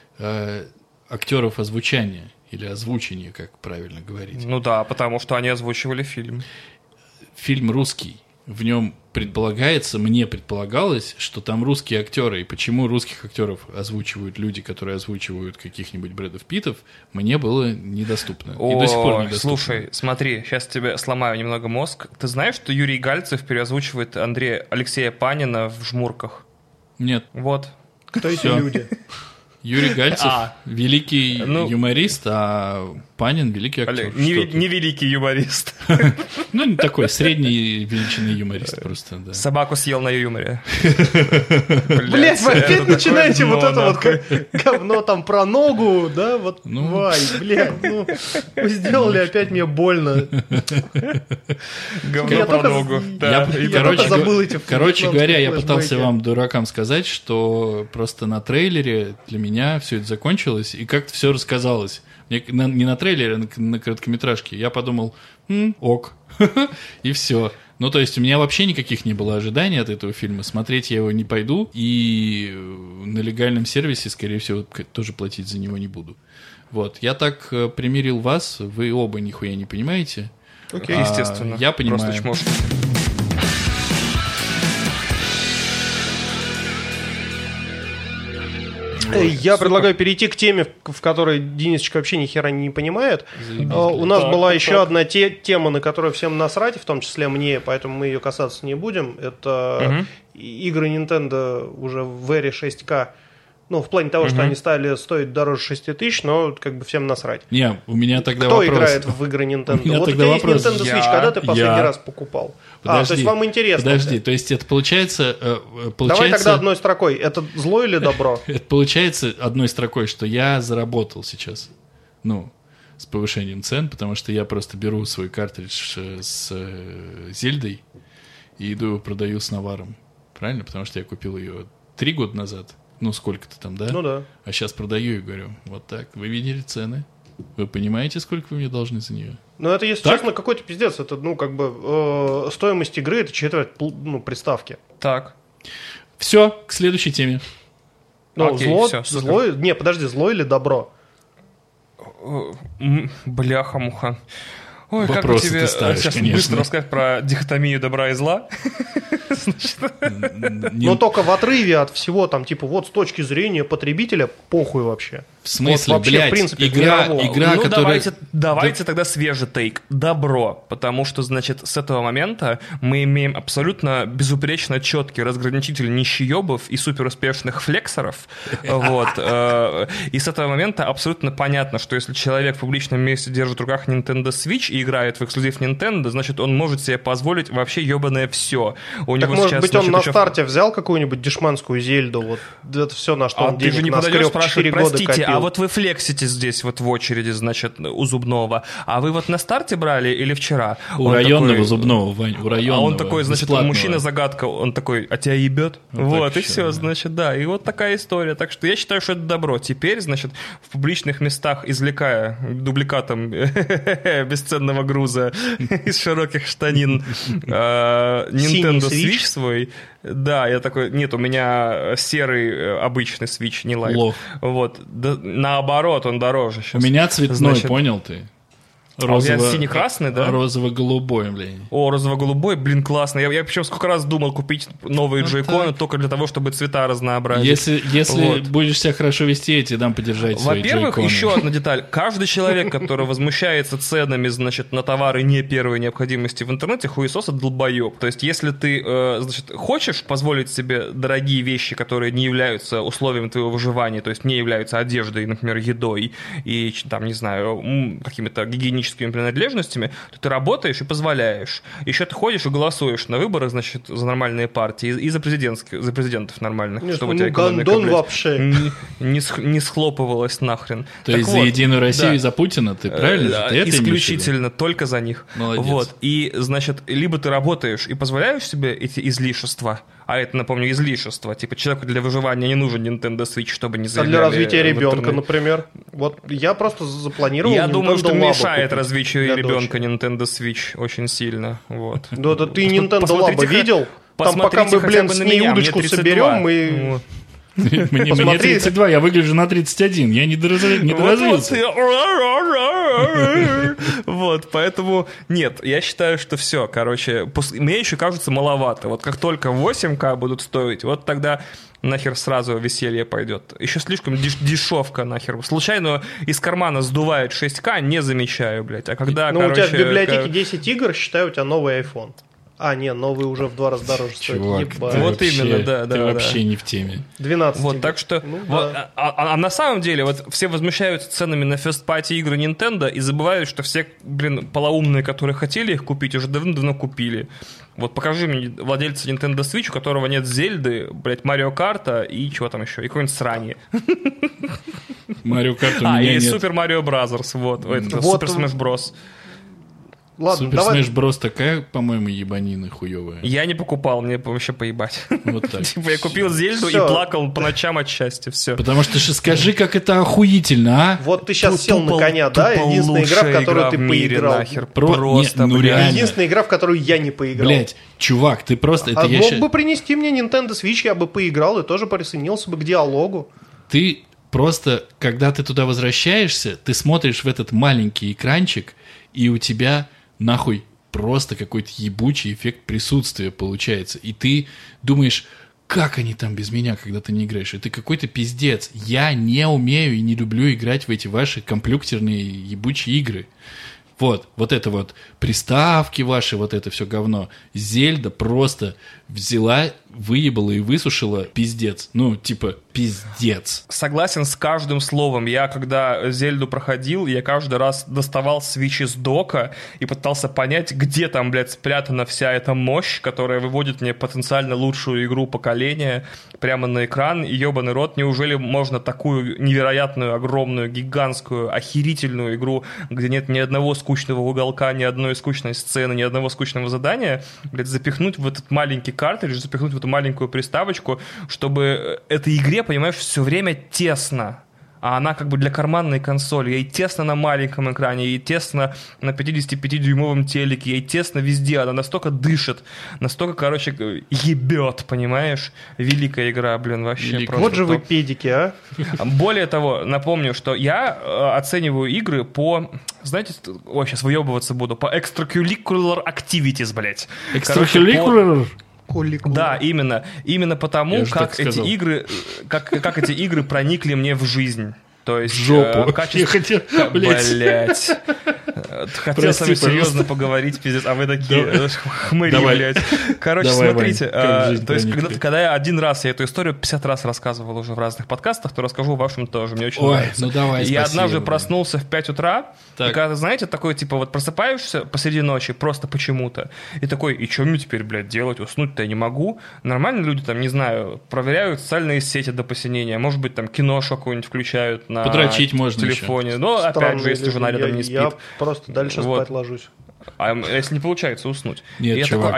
актеров озвучания, или озвучения, как правильно говорить. Ну да, потому что они озвучивали фильм. Фильм русский. В нем мне предполагалось, что там русские актеры. И почему русских актеров озвучивают люди, которые озвучивают каких-нибудь Брэдов Питтов, мне было недоступно. И до сих пор недоступно. Слушай, смотри, сейчас тебе сломаю немного мозг. Ты знаешь, что Юрий Гальцев переозвучивает Алексея Панина в «Жмурках»? Нет. Вот. Кто эти люди? Юрий Гальцев великий юморист, а Панин великий актер. Не великий юморист. Такой средней величины юморист просто, да. Собаку съел на юморе. Блять, вы опять начинаете вот это вот говно там про ногу, да? Вот, вай, блядь, вы сделали опять мне больно. Говно про ногу. Короче говоря, я пытался вам, дуракам, сказать, что просто на трейлере для меня все это закончилось, и как-то все рассказалось. Не на трейлере, а на короткометражке. Я подумал, ок, и все. Ну, то есть у меня вообще никаких не было ожиданий от этого фильма. Смотреть я его не пойду. И на легальном сервисе, скорее всего, тоже платить за него не буду. Вот. Я так примирил вас. Вы оба нихуя не понимаете. Окей, естественно. Я понимаю. Просто чмошник. Я предлагаю перейти к теме, в которой Денисочка вообще ни хера не понимает. У нас была еще одна тема, на которую всем насрать, в том числе мне, поэтому мы ее касаться не будем. Это игры Nintendo уже в эре 6К. Ну, в плане того, что они стали стоить дороже 6000, но как бы всем насрать. Не, у меня тогда Кто вопрос. играет в игры Nintendo? У меня Вот у тогда тебя есть вопрос. Nintendo Switch, когда ты последний раз покупал? Подожди, то есть вам интересно? Подожди, то есть это получается... Давай тогда одной строкой. Это зло или добро? Это получается одной строкой, что я заработал сейчас. Ну, с повышением цен, потому что я просто беру свой картридж с Зельдой и иду его продаю с наваром. Правильно? Потому что я купил ее 3 года назад. Ну, сколько-то там, да? Ну да. А сейчас продаю и говорю, вот так, вы видели цены? Вы понимаете, сколько вы мне должны за нее? Ну, это, если честно, какой-то пиздец. Это, ну, как бы, стоимость игры — это четверть, ну, приставки. Так. Все, к следующей теме. Ну, Окей, зло, всё, супер. зло... Не, подожди, зло или добро? Бляха-муха. Ой, как бы Вопросы тебе ты ставишь, сейчас конечно. быстро рассказать про дихотомию добра и зла? Но только в отрыве от всего, там, типа, вот с точки зрения потребителя, похуй вообще. В смысле, вот вообще, блядь, в принципе, игра, Ну, которая... давайте тогда свежий тейк. Добро. Потому что, значит, с этого момента мы имеем абсолютно безупречно четкий разграничитель нищеебов и суперуспешных флексоров. Вот. И с этого момента абсолютно понятно, что если человек в публичном месте держит в руках Nintendo Switch и играет в эксклюзив Nintendo, значит, он может себе позволить вообще ебаное все. У Так, него может сейчас, быть, он значит, на еще- старте взял какую-нибудь дешманскую Зельду, вот это все, на что А он ты денег же не наскреб подойдешь спрашивать, 4 года простите, копил. а вот вы флексите здесь вот в очереди, значит, у зубного. А вы вот на старте брали или вчера? У Он районного такой- зубного, Вань, у районного. А он такой, значит, бесплатного. мужчина-загадка, он такой, а тебя ебет? Ну, Вот, так и еще, все, да. значит, да. И вот такая история. Так что я считаю, что это добро. Теперь, значит, в публичных местах, извлекая дубликатом бесценного груза из широких штанин Nintendo Switch? Switch свой, да, я такой, нет, у меня серый обычный Switch, не лайт. Лох. Вот, да, наоборот, он дороже У сейчас. меня цветной, Значит, понял ты? у тебя сине-красный, да? Розово-голубой, блин. О, розово-голубой, блин, классно. Я причем сколько раз думал купить новые Ну джойконы так. только для того, чтобы цвета разнообразить. Если Вот. будешь себя хорошо вести, я тебе дам подержать свои Во-первых, джойконы. еще одна деталь. Каждый человек, который возмущается ценами, значит, на товары не первой необходимости в интернете, хуесос — это долбоеб. То есть, если ты, значит, хочешь позволить себе дорогие вещи, которые не являются условием твоего выживания, то есть не являются одеждой, например, едой и, там, не знаю, какими-то гигиеническими принадлежностями, то ты работаешь и позволяешь. Еще ты ходишь и голосуешь на выборах, значит, за нормальные партии и за президентов нормальных, Нет, чтобы у ну, тебя экономика, гандон блядь, вообще. не схлопывалась нахрен. То Так есть за вот, Единую Россию да. и за Путина, ты правильно? Да, Ты это имеешь в виду? исключительно только за них. Молодец. Вот. И, значит, либо ты работаешь и позволяешь себе эти излишества, а это, напомню, излишества. Типа, человеку для выживания не нужен Nintendo Switch, чтобы не А заявляли для развития в ребенка, интернете. например. Вот я просто запланировал Я думаю, Nintendo что Labo мешает купить развитию для ребенка дочери. Nintendo Switch очень сильно. Вот. Да, это ты Nintendo Посмотрите Labo видел? Там пока посмотрите мы, хотя блин, бы с на ней меня, мне удочку 32. соберем, мы... Вот. Мне Посмотри. 32, я выгляжу на 31, я не доразвился. Вот, поэтому нет, я считаю, что все, короче, мне еще кажется маловато. Вот как только 8К будут стоить, вот тогда нахер сразу веселье пойдет. Еще слишком дешевка нахер. Случайно из кармана сдувает 6К, не замечаю, блядь. А когда, Ну, у тебя в короче, библиотеке 10 игр, считай, у тебя новый iPhone. А, не, новый уже в 2 раза дороже стоит. Чувак, Ебать. ты Вот вообще- именно, да, Ты да, вообще да. не в теме. 12 Вот, игр. так что... Ну, вот, да. а на самом деле, вот все возмущаются ценами на first-party игры Nintendo и забывают, что все, блин, полоумные, которые хотели их купить, уже давно купили. Вот покажи мне владельца Nintendo Switch, у которого нет Зельды, блядь, Марио Карта и чего там еще, и какой-нибудь срани. Марио Карт у меня И нет. Супер Марио Бразерс, вот, Вот. Супер Смэш Брос. Ладно, Супер давай. Smash Bros. Такая, по-моему, ебанина хуевая. Я не покупал, мне вообще поебать. Вот так. Типа я купил Зельду и Всё. плакал по ночам от счастья, все. Потому что скажи, как это охуительно, а? Вот ты сейчас сел на коня, да? Единственная игра, в которую ты поиграл. Нахер. Просто, Просто, ну, блядь. реально. Единственная игра, в которую я не поиграл. Блять, чувак, ты просто... А Это я мог ща- бы принести мне Nintendo Switch, я бы поиграл и тоже присоединился бы к диалогу. Ты просто, когда ты туда возвращаешься, ты смотришь в этот маленький экранчик, и у тебя нахуй просто какой-то ебучий эффект присутствия получается. И ты думаешь, как они там без меня, когда ты не играешь? Это какой-то пиздец. Я не умею и не люблю играть в эти ваши компьютерные ебучие игры. Вот это вот приставки ваши, вот это все говно. Зельда просто взяла, выебала и высушила пиздец. Ну, типа, пиздец. Согласен с каждым словом. Я, когда Зельду проходил, я каждый раз доставал свич из дока и пытался понять, где там, блядь, спрятана вся эта мощь, которая выводит мне потенциально лучшую игру поколения прямо на экран. И ебаный рот, неужели можно такую невероятную, огромную, гигантскую, охерительную игру, где нет ни одного скучного уголка, ни одной скучной сцены, ни одного скучного задания, блядь, запихнуть в этот маленький картридж, запихнуть в эту маленькую приставочку, чтобы этой игре, понимаешь, все время тесно. А она как бы для карманной консоли. Ей тесно на маленьком экране, ей тесно на 55-дюймовом телеке, ей тесно везде. Она настолько дышит, настолько, короче, ебет, понимаешь? Великая игра, блин, вообще Великая. просто. Вот же вы топ. педики, а. Более того, напомню, что я оцениваю игры по... Знаете, ой, сейчас выебываться буду. По extracurricular activities, блядь. Короче, Extracurricular? Да, именно. Именно потому, Я же как так эти сказал. игры, как эти игры проникли мне в жизнь. То есть, В жопу. качество... Я хотел, блядь. Блять. Хотел с вами Прости, серьезно пожалуйста. поговорить, пиздец, а вы такие хмыри, Давай. блядь. Короче, Давай, смотрите, Вань, как в жизнь то есть, проникли. когда я один раз, я эту историю 50 раз рассказывал уже в разных подкастах, то расскажу вашим тоже, мне очень Ой, нравится. ну давай, Я спасибо, однажды блин. проснулся в 5 утра, Так. и когда, знаете, такой, типа, вот просыпаешься посреди ночи просто почему-то, и такой, и что мне теперь, блядь, делать? Уснуть-то я не могу. Нормально люди, там, не знаю, проверяют социальные сети до посинения, может быть, там, киношу какую-нибудь включают на Подрочить можно телефоне. Но, опять Странные же, если люди. жена рядом не спит. Я просто дальше Вот. спать ложусь. А если не получается уснуть? Нет, И я чувак. такой,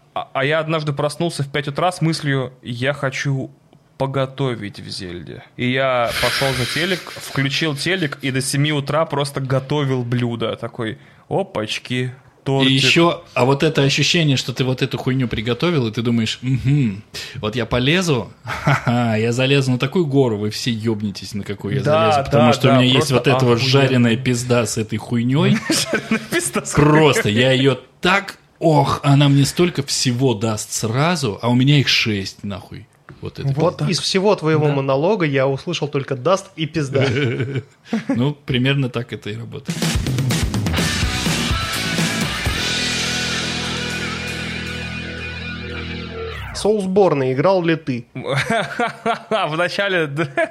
я однажды проснулся в 5 утра с мыслью, я хочу поготовить в Зельде. И я пошел за телек, включил телек и до 7 утра просто готовил блюдо. Такой, опачки, И тортик. еще, а вот это ощущение, что ты вот эту хуйню приготовил, и ты думаешь, угу, вот я полезу, ха-ха, я залезу на такую гору, вы все ебнетесь, на какую я Да, залезу, потому да, что у да, меня есть просто вот эта вот охуенно. жареная пизда с этой хуйней, Написано, просто я ее так, ох, она мне столько всего даст сразу, а у меня их 6, нахуй. Вот это Вот пизда. из всего твоего монолога я услышал только даст и пизда. Ну, примерно так это и работает. Soulsborne играл ли ты? В начале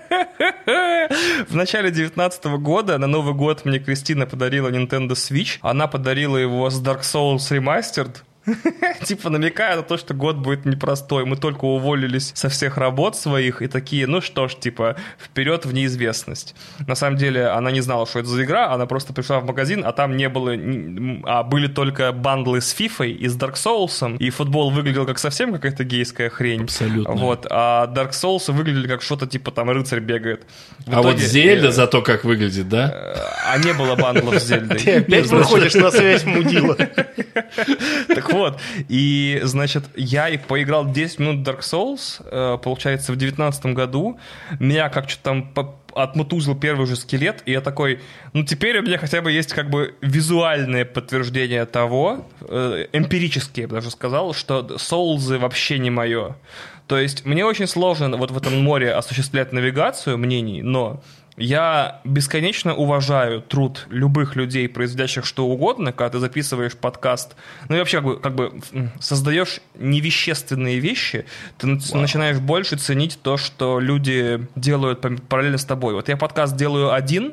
19 года на Новый год мне Кристина подарила Nintendo Switch. Она подарила его с Dark Souls Remastered. Типа намекая на то, что год будет непростой. Мы только уволились со всех работ своих и такие, ну что ж, типа, вперед в неизвестность. На самом деле она не знала, что это за игра, она просто пришла в магазин, а там не было, а были только бандлы с FIFA и с Dark Souls, и футбол выглядел как совсем какая-то гейская хрень. Абсолютно. Вот, а Dark Souls выглядели как что-то типа там рыцарь бегает. В А вот итоге, Зельда зато как выглядит, да? а не было бандлов с Зельдой. Ты опять выходишь на связь, мудила. Так вот, и, значит, я и поиграл 10 минут Dark Souls, получается, в 19 году. Меня как что-то там отмутузил первый же скелет, и я такой, ну, теперь у меня хотя бы есть как бы визуальное подтверждение того, эмпирические, я бы даже сказал, что Souls'ы вообще не мое. То есть мне очень сложно вот в этом море осуществлять навигацию мнений, но я бесконечно уважаю труд любых людей, производящих что угодно, когда ты записываешь подкаст. Ну и вообще как бы создаешь невещественные вещи, ты начинаешь больше ценить то, что люди делают параллельно с тобой. Вот я подкаст делаю один,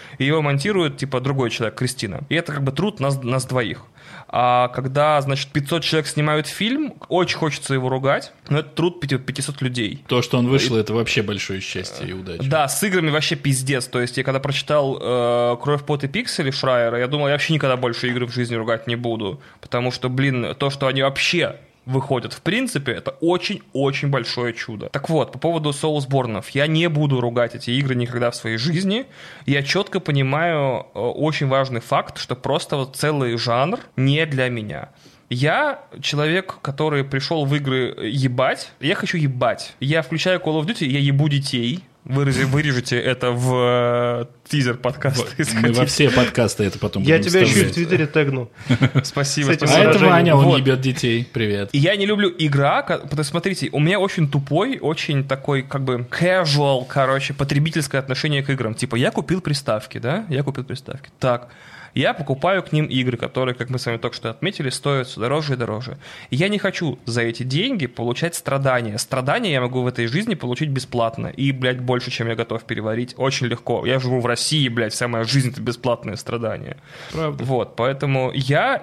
Ее монтирует, типа, другой человек, Кристина. И это как бы труд нас двоих. А когда, значит, 500 человек снимают фильм, очень хочется его ругать, но это труд 500 людей. То, что он вышел, это вообще большое счастье и удача. Да, с играми вообще пиздец. То есть я когда прочитал «Кровь, пот и пиксели» Шрайера, я думал, я вообще никогда больше игры в жизни ругать не буду. Потому что, блин, то, что они вообще выходят в принципе, это очень-очень большое чудо. Так вот, по поводу Soulsborne'ов, я не буду ругать эти игры никогда в своей жизни. Я четко понимаю очень важный факт, что просто вот целый жанр не для меня. Я человек, который пришел в игры ебать. Я хочу ебать. Я включаю Call of Duty, я ебу детей. Вырежете это в тизер подкаста. Мы во все подкасты это потом будем Я тебя еще и в вставлять. Твиттере тегну. Спасибо. А это Ваня, он Вот. ебет детей. Привет. И я не люблю игра, потому что, смотрите, у меня очень тупой, очень такой, как бы, casual, короче, потребительское отношение к играм. Типа, я купил приставки, да? Я купил приставки. Так, я покупаю к ним игры, которые, как мы с вами только что отметили, стоят все дороже и дороже. И я не хочу за эти деньги получать страдания. Страдания я могу в этой жизни получить бесплатно. И, блядь, больше, чем я готов переварить. Очень легко. Я живу в России, блядь, вся моя жизнь — это бесплатные страдания. Правда. Вот, поэтому я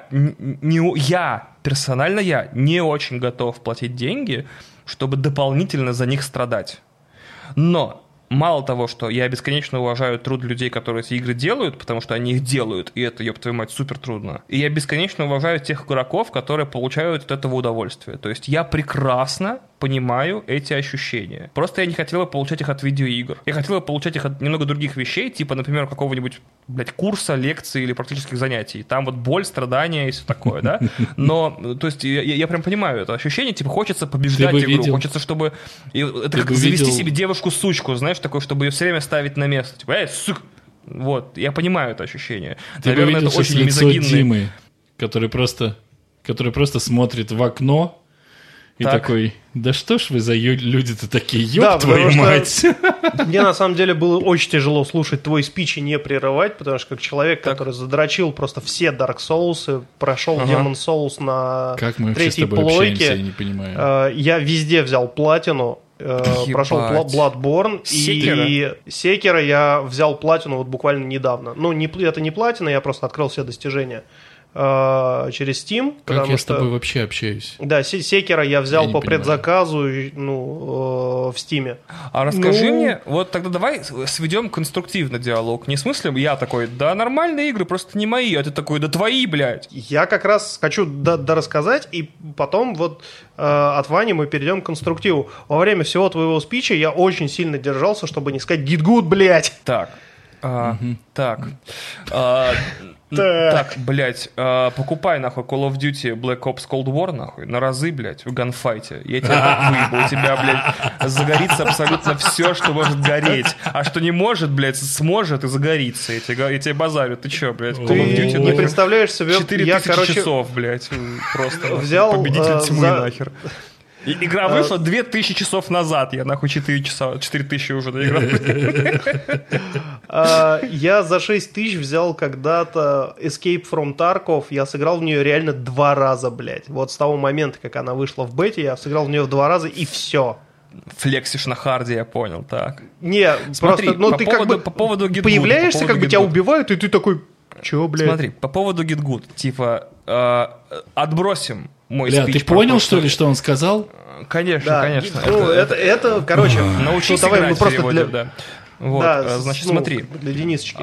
персонально не очень готов платить деньги, чтобы дополнительно за них страдать. Но мало того, что я бесконечно уважаю труд людей, которые эти игры делают, потому что они их делают, и это, ёб твою мать, супер трудно. И я бесконечно уважаю тех игроков, которые получают от этого удовольствие. То есть я прекрасно понимаю эти ощущения. Просто я не хотел бы получать их от видеоигр. Я хотел бы получать их от немного других вещей, типа, например, какого-нибудь, блядь, курса, лекции или практических занятий. Там вот боль, страдания и все такое, да? Но, то есть, я прям понимаю это ощущение, типа, хочется побеждать игру, хочется, чтобы... Это как завести себе девушку-сучку, знаешь, такое, чтобы ее все время ставить на место. Типа, сука! Вот, я понимаю это ощущение. Ты Наверное, бы видел это очень лицо мизогинный... Димы, который просто смотрит в окно и Так. такой, да что ж вы за люди-то такие, Да, ёб твою потому мать. что мне на самом деле было очень тяжело слушать твой спич и не прерывать, потому что как человек, который задрочил просто все Dark Souls, прошел Demon Souls на Как мы вообще с третьей тобой общаемся, я плойке, не понимаю. я везде взял платину, прошел Bloodborne, и Секера я взял платину вот буквально недавно. Ну, это не платина, я просто открыл все достижения через Steam. Как я с тобой вообще общаюсь? Да, Секера я взял по понимаю. предзаказу в Steam. А расскажи мне, вот тогда давай сведем конструктивно диалог. Не в смысле, я такой, да нормальные игры, просто не мои, а ты такой, да твои, блядь. Я как раз хочу дорассказать, и потом вот от Вани мы перейдем к конструктиву. Во время всего твоего спича я очень сильно держался, чтобы не сказать «Get good», блядь. Так, блядь, покупай, нахуй, Call of Duty Black Ops Cold War, нахуй, на разы, блядь, в ганфайте. Я тебя так выебал, у тебя, блядь, загорится абсолютно все, что может гореть. А что не может, блядь, сможет и загорится. Я тебе базарю, ты чё, блядь, Call of Duty, Ты не представляешь себе... 4000 часов, блядь, просто взял, победитель тьмы, нахер. Игра вышла 2000 часов назад, я нахуй 4000 уже доиграл. Я за 6000 взял когда-то Escape from Tarkov, я сыграл в нее реально 2 раза, блядь. Вот с того момента, как она вышла в бете, я сыграл в нее в 2 раза, и все. Флексишь на харде, я понял, так. Не, Смотри, просто, ну ты как бы по поводу Get Good, появляешься, по как поводу бы тебя Get Good. убивают, и ты такой, чё, блядь? Смотри, по поводу Get Good, типа, отбросим мой Бля, спич. ты понял, что ли, что он сказал? Конечно, Да, конечно. ну, это, короче, Научись давай играть мы просто переводим, для... да. Вот, Да, значит, ну, смотри. Для Денисочки.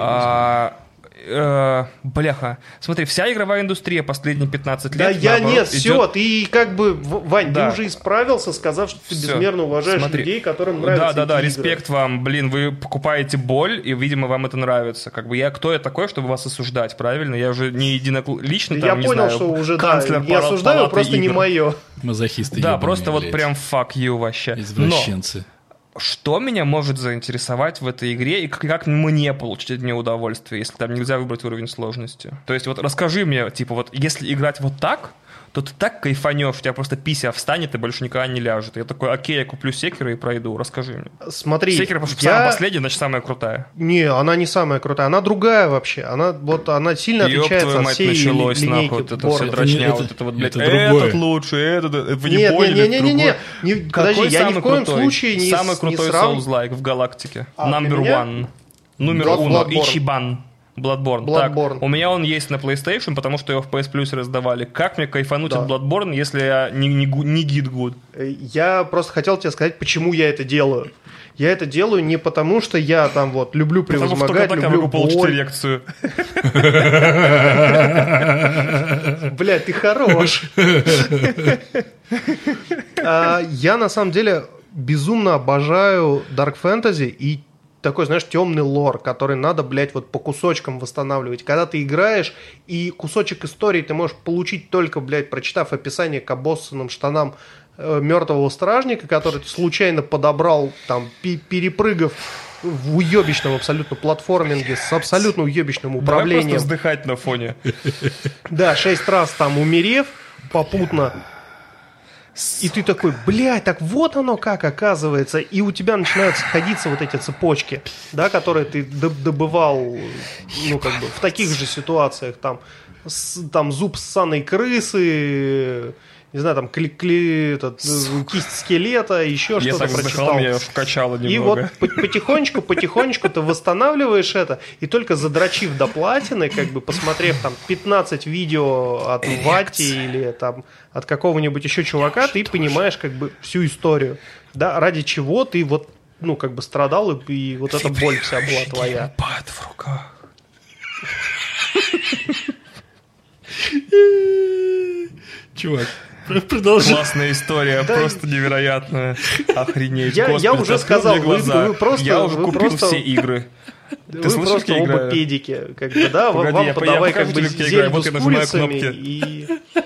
Бляха. Смотри, вся игровая индустрия последние 15 лет... Да я наоборот, нет, все, идет- ты как бы, Вань, Да. ты уже исправился, сказав, что ты Всё. безмерно уважаешь Смотри. людей, которым нравятся Да, эти игры. респект вам, блин, вы покупаете боль, и, видимо, вам это нравится. Как бы кто я такой, чтобы вас осуждать, правильно? Я уже не лично Я там, не понял, знаю, что уже, да, канцлер я осуждаю, палаты просто не игр. мое. Мазохисты Да, ебаные, просто вот блядь. прям fuck you вообще. Извращенцы. Что меня может заинтересовать в этой игре и как мне получить от нее удовольствие, если там нельзя выбрать уровень сложности? То есть вот расскажи мне, типа вот если играть вот так, то ты так кайфанешь, у тебя просто пися встанет и больше никогда не ляжет. Я такой, окей, я куплю Секера и пройду, расскажи мне. Смотри, Секера, потому что самая последняя, значит, самая крутая. Не, она не самая крутая, она другая вообще. Она сильно Ёб отличается твою от мать, всей началось, линейки нахуй, вот это Borderlands. все дрочня, Это- вот это вот, блядь, это другое. этот лучше, этот, вы не Нет, поняли, это не, другой. подожди, Какой я ни в самый коем крутой? случае не Самый крутой срав- Souls-like в галактике. А, для Number меня? one. Номер Bloodborne. 1. Ичибан. Bloodborne. Bloodborne. Так, у меня он есть на PlayStation, потому что его в PS Plus раздавали. Как мне кайфануть Да. от Bloodborne, если я не git good? Я просто хотел тебе сказать, почему я это делаю. Я это делаю не потому, что я там вот люблю Потому что превозмогать, только так я люблю могу получить боль. эрекцию. Блядь, ты хорош. Я на самом деле безумно обожаю Dark Fantasy и такой, знаешь, темный лор, который надо, блядь, вот по кусочкам восстанавливать. Когда ты играешь, и кусочек истории ты можешь получить только, блядь, прочитав описание к обоссанным штанам мертвого стражника, который ты случайно подобрал, там, перепрыгав в уебищном абсолютно платформинге с абсолютно уебищным Давай управлением. просто вздыхать на фоне. Да, 6 раз там умерев попутно. И ты такой, блядь, так вот оно как оказывается. И у тебя начинают сходиться вот эти цепочки, да, которые ты добывал, ну, как бы, в таких же ситуациях. Там зуб ссаной крысы, не знаю, там кисть скелета, еще Я что-то так вздыхал, прочитал. меня вкачало И вот немного. потихонечку ты восстанавливаешь это, и только задрочив до платины, как бы посмотрев там 15 видео от Вати или там от какого-нибудь еще чувака, ты понимаешь как бы всю историю, да, ради чего ты вот, ну, как бы страдал, и вот эта боль вся была твоя. Пад в руках. Чувак, продолжи. Классная история, Да. просто невероятная. Охренеть. Я Господи, уже ты открыл сказал, мне глаза. вы просто- Я уже вы купил просто- все игры. Вы Ты слышишь, просто как я оба играю? педики, как бы, да, Погоди, вам я подавай покажу как бы тебе, как я играю. зельду Вот с я нажимаю курицами кнопки. и...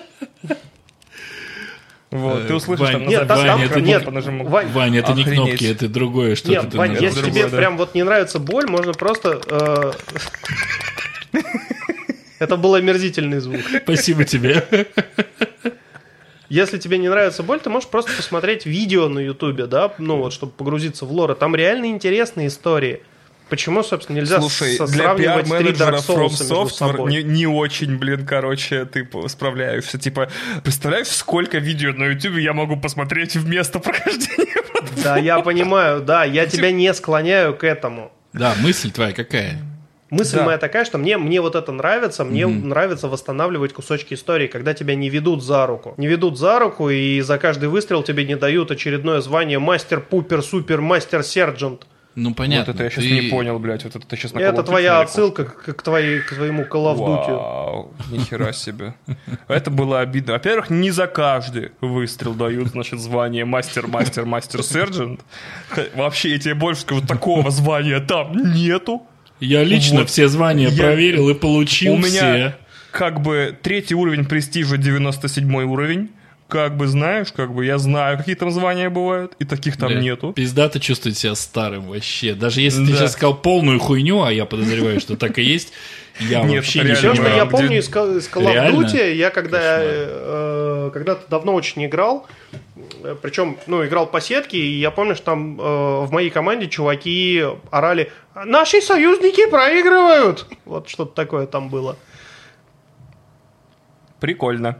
Вот, ты услышишь там Нет, назад. там, это нет, нажиму. Вань, Ваня, это не Охренеть. кнопки, это другое что-то. Нет, ты Вань, нажал. если другое, тебе да. прям вот не нравится боль, можно просто... Это был омерзительный звук. Спасибо тебе. Если тебе не нравится боль, ты можешь просто посмотреть видео на Ютубе, да, ну вот, чтобы погрузиться в лор. И там реально интересные истории. Почему, собственно, нельзя Слушай, для сравнивать три пиар-менеджера Dark Souls From между Software собой? не очень, блин, короче, ты справляешься. Типа, представляешь, сколько видео на YouTube я могу посмотреть вместо прохождения? Да, я понимаю, да, я тебя не склоняю к этому. Да, мысль твоя какая? Мысль Да. моя такая, что мне вот это нравится, мне нравится восстанавливать кусочки истории, когда тебя не ведут за руку. Не ведут за руку, и за каждый выстрел тебе не дают очередное звание мастер-пупер-супер-мастер-серджант. Ну, понятно. Вот это я сейчас ты- не понял, блядь. Вот это ты сейчас на Это кого твоя тыкнули, отсылка к твоему Call of Duty. Вау, нихера себе. Это было обидно. Во-первых, не за каждый выстрел дают, значит, звание мастер-сержант. Вообще, я тебе больше скажу, такого звания там нету. Я лично Вот. все звания Я- проверил и получил У меня все. как бы 3-й уровень престижа, 97-й уровень. Как бы знаешь, как бы я знаю, какие там звания бывают, и таких там Бля, нету. Пиздато чувствовать себя старым вообще. Даже если ты Да. сейчас сказал полную хуйню, а я подозреваю, что так и есть, я Нет, вообще это не реально Все, что понимаю, я где- помню из Call of Реально? Duty, я когда-то давно очень играл, причем, ну, играл по сетке, и я помню, что там в моей команде чуваки орали: «Наши союзники проигрывают!» Вот что-то такое там было. Прикольно.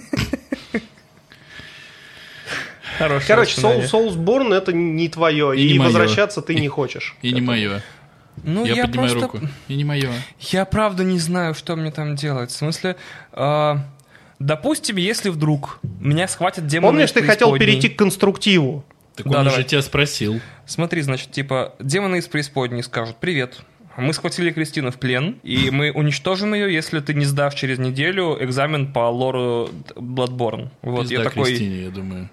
Хорошее Короче, воспоминание. Soulsborne — это не твое, И не и моё. возвращаться ты не хочешь. И не мое. Ну, Я поднимаю просто- руку. И не мое. Я правда не знаю, что мне там делать. В смысле, допустим, если вдруг меня схватят демоны Помнишь, из ты хотел преисподней. перейти к конструктиву? Так Да, он давай. уже тебя спросил. Смотри, значит, типа, демоны из преисподней скажут: «Привет, мы схватили Кристину в плен, и мы уничтожим ее, если ты не сдашь через неделю экзамен по лору Bloodborne». Вот, Пизда я такой... Кристине, я думаю.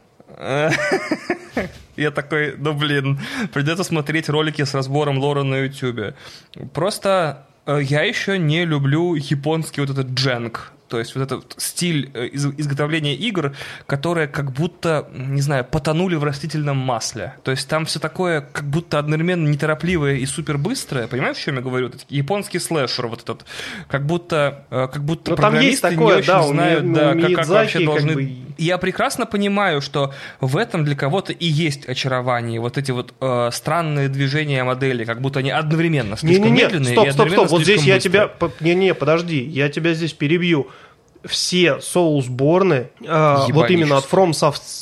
Я такой, ну блин, придется смотреть ролики с разбором лора на ютубе. Просто я еще не люблю японский вот этот дженк. То есть вот этот стиль изготовления игр, которые как будто, не знаю, потонули в растительном масле. То есть там все такое как будто одновременно неторопливое и супер быстрое. Понимаешь, о чем я говорю? Это японский слэшер вот этот. Как будто Ну, там есть программисты такое, не очень да, знают, у да, как Миядзаки вообще как должны... бы- Я прекрасно понимаю, что в этом для кого-то и есть очарование. Вот эти вот странные движения модели, как будто они одновременно слишком Не-не-не, медленные и стоп, одновременно вот здесь слишком я тебя... быстрые. Не-не, подожди, я тебя здесь перебью. все Soulsborne, вот именно от From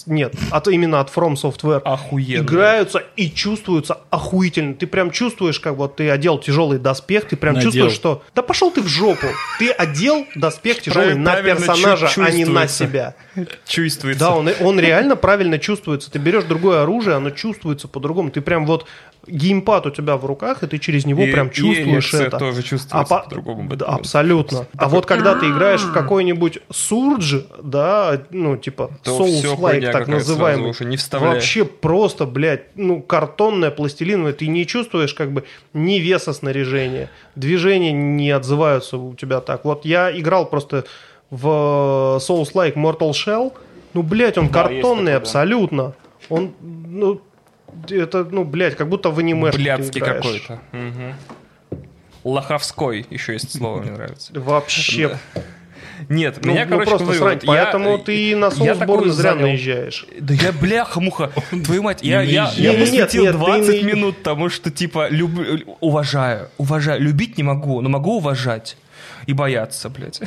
Software, охуенно играются и чувствуются охуительно. Ты прям чувствуешь, как вот ты одел тяжелый доспех, ты прям чувствуешь, что... Да пошел ты в жопу! Ты одел доспех тяжелый на персонажа, а не на себя. Чувствуется. Да, он реально правильно чувствуется. Ты берешь другое оружие, оно чувствуется по-другому. Ты прям вот... Геймпад у тебя в руках, и ты через него прям чувствуешь это. Тоже чувствуется по-другому. Да, абсолютно. А вот когда ты играешь в какой-нибудь Surge, да, ну, типа Souls-like, так называемый, вообще просто, блядь, ну, картонная, пластилиновая, ты не чувствуешь как бы ни веса снаряжения, движения не отзываются у тебя так. Вот я играл просто в Souls-like Mortal Shell, ну, блядь, он картонный такой, абсолютно. Он, ну, это, ну, блядь, как будто в анимешке блядский какой-то. Угу. Лоховской, еще есть слово, мне нравится. Вообще. Нет, меня, короче, просто срать, поэтому ты на Soulsborne зря наезжаешь. Да я, бляха-муха, твою мать, я посвятил 20 минут тому, что, типа, уважаю, любить не могу, но могу уважать и бояться, блядь.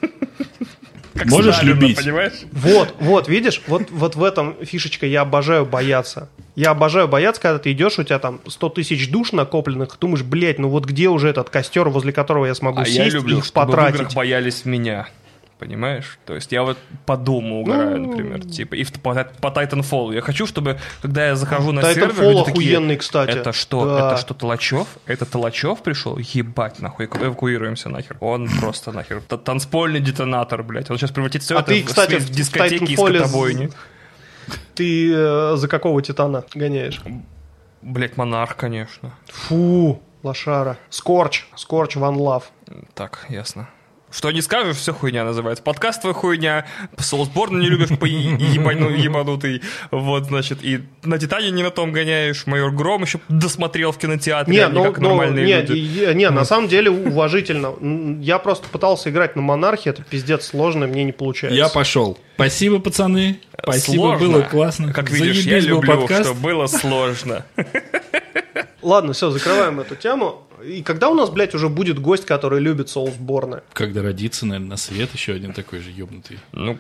Как можешь Сталина, любить. Понимаешь? Вот, видишь, вот в этом фишечка, я обожаю бояться. Я обожаю бояться, когда ты идешь, у тебя там 100 тысяч душ накопленных, думаешь, блядь, ну вот где уже этот костер, возле которого я смогу сесть я люблю, и их потратить. В играх боялись меня. Понимаешь? То есть я вот по Думу угораю, например, типа, и по Titanfall. Я хочу, чтобы, когда я захожу на сервер, Titanfall охуенный, кстати. Это что? Да. Это что, Толочев? Это Толочев пришел? Ебать, нахуй, эвакуируемся нахер. Он просто нахер. Танцпольный детонатор, блядь. Он сейчас превратит все это в дискотеки и скотобойни. Ты за какого титана гоняешь? Блядь, Монарх, конечно. Фу, лошара. Скорч, One Love. Так, ясно. Что не скажешь, все хуйня называется. Подкаст твоя хуйня, Soulsborne не любишь, ебанутый. Вот, значит, и на Титане не на том гоняешь. Майор Гром еще досмотрел в кинотеатре, а не как нормальные люди. Не, на самом деле уважительно. Я просто пытался играть на Монархе, это пиздец сложно, мне не получается. Я пошел. Спасибо, пацаны. Спасибо, сложно. Было классно. Как видишь, я люблю, что было сложно. Ладно, все, закрываем эту тему. И когда у нас, блядь, уже будет гость, который любит Soulsborne? Когда родится, наверное, на свет еще один такой же ёбнутый. Ну...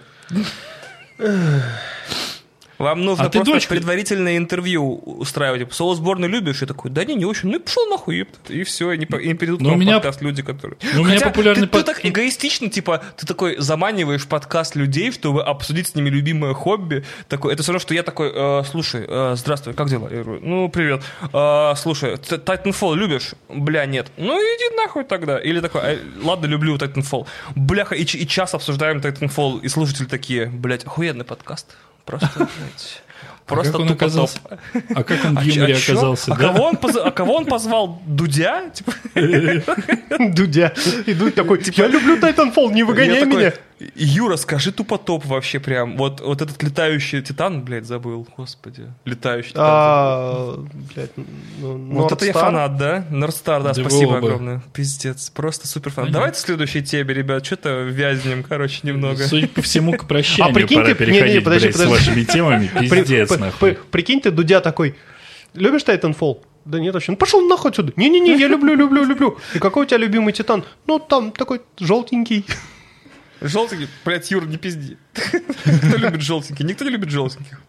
Вам нужно просто предварительное интервью устраивать. Типа, Soulsborne любишь? И такой, да не очень. Ну и пошел нахуй, ёпта. И все, и не придут к вам в подкаст люди, которые... Ну, у меня популярный ты так эгоистично, типа, ты такой заманиваешь в подкаст людей, чтобы обсудить с ними любимое хобби. Такой, это все равно, что я такой, слушай, здравствуй, как дела? Я говорю, ну, привет. Слушай, Titanfall любишь? Бля, нет. Ну, иди нахуй тогда. Или такой, ладно, люблю Titanfall. Бляха, и час обсуждаем Titanfall, и слушатели такие, блядь, охуенный подкаст. Просто, блядь, просто как он оказался? А как он в юморе оказался? А кого он позвал? Дудя? Дудя. И Дудь такой, я люблю Titanfall, не выгоняй меня. Юра, скажи тупо-топ вообще прям. Вот этот летающий титан, блядь, забыл, господи. Летающий титан. Блядь, вот это я фанат, да? Нордстар, да, спасибо огромное. Пиздец, просто супер фанат. Давайте в следующей теме, ребят, что-то вязнем, короче, немного. Судя по всему, к прощанию пора переходить, блядь, с вашими темами. Пиздец, нахуй. Прикинь, ты, Дудя, такой, любишь Titanfall? Да нет, вообще. Ну пошел нахуй отсюда. Не-не-не, я люблю. И какой у тебя любимый титан? Ну, там такой желтенький. Желтенький? Блядь, Юр, не пизди. Кто любит желтенький? Никто не любит желтеньких.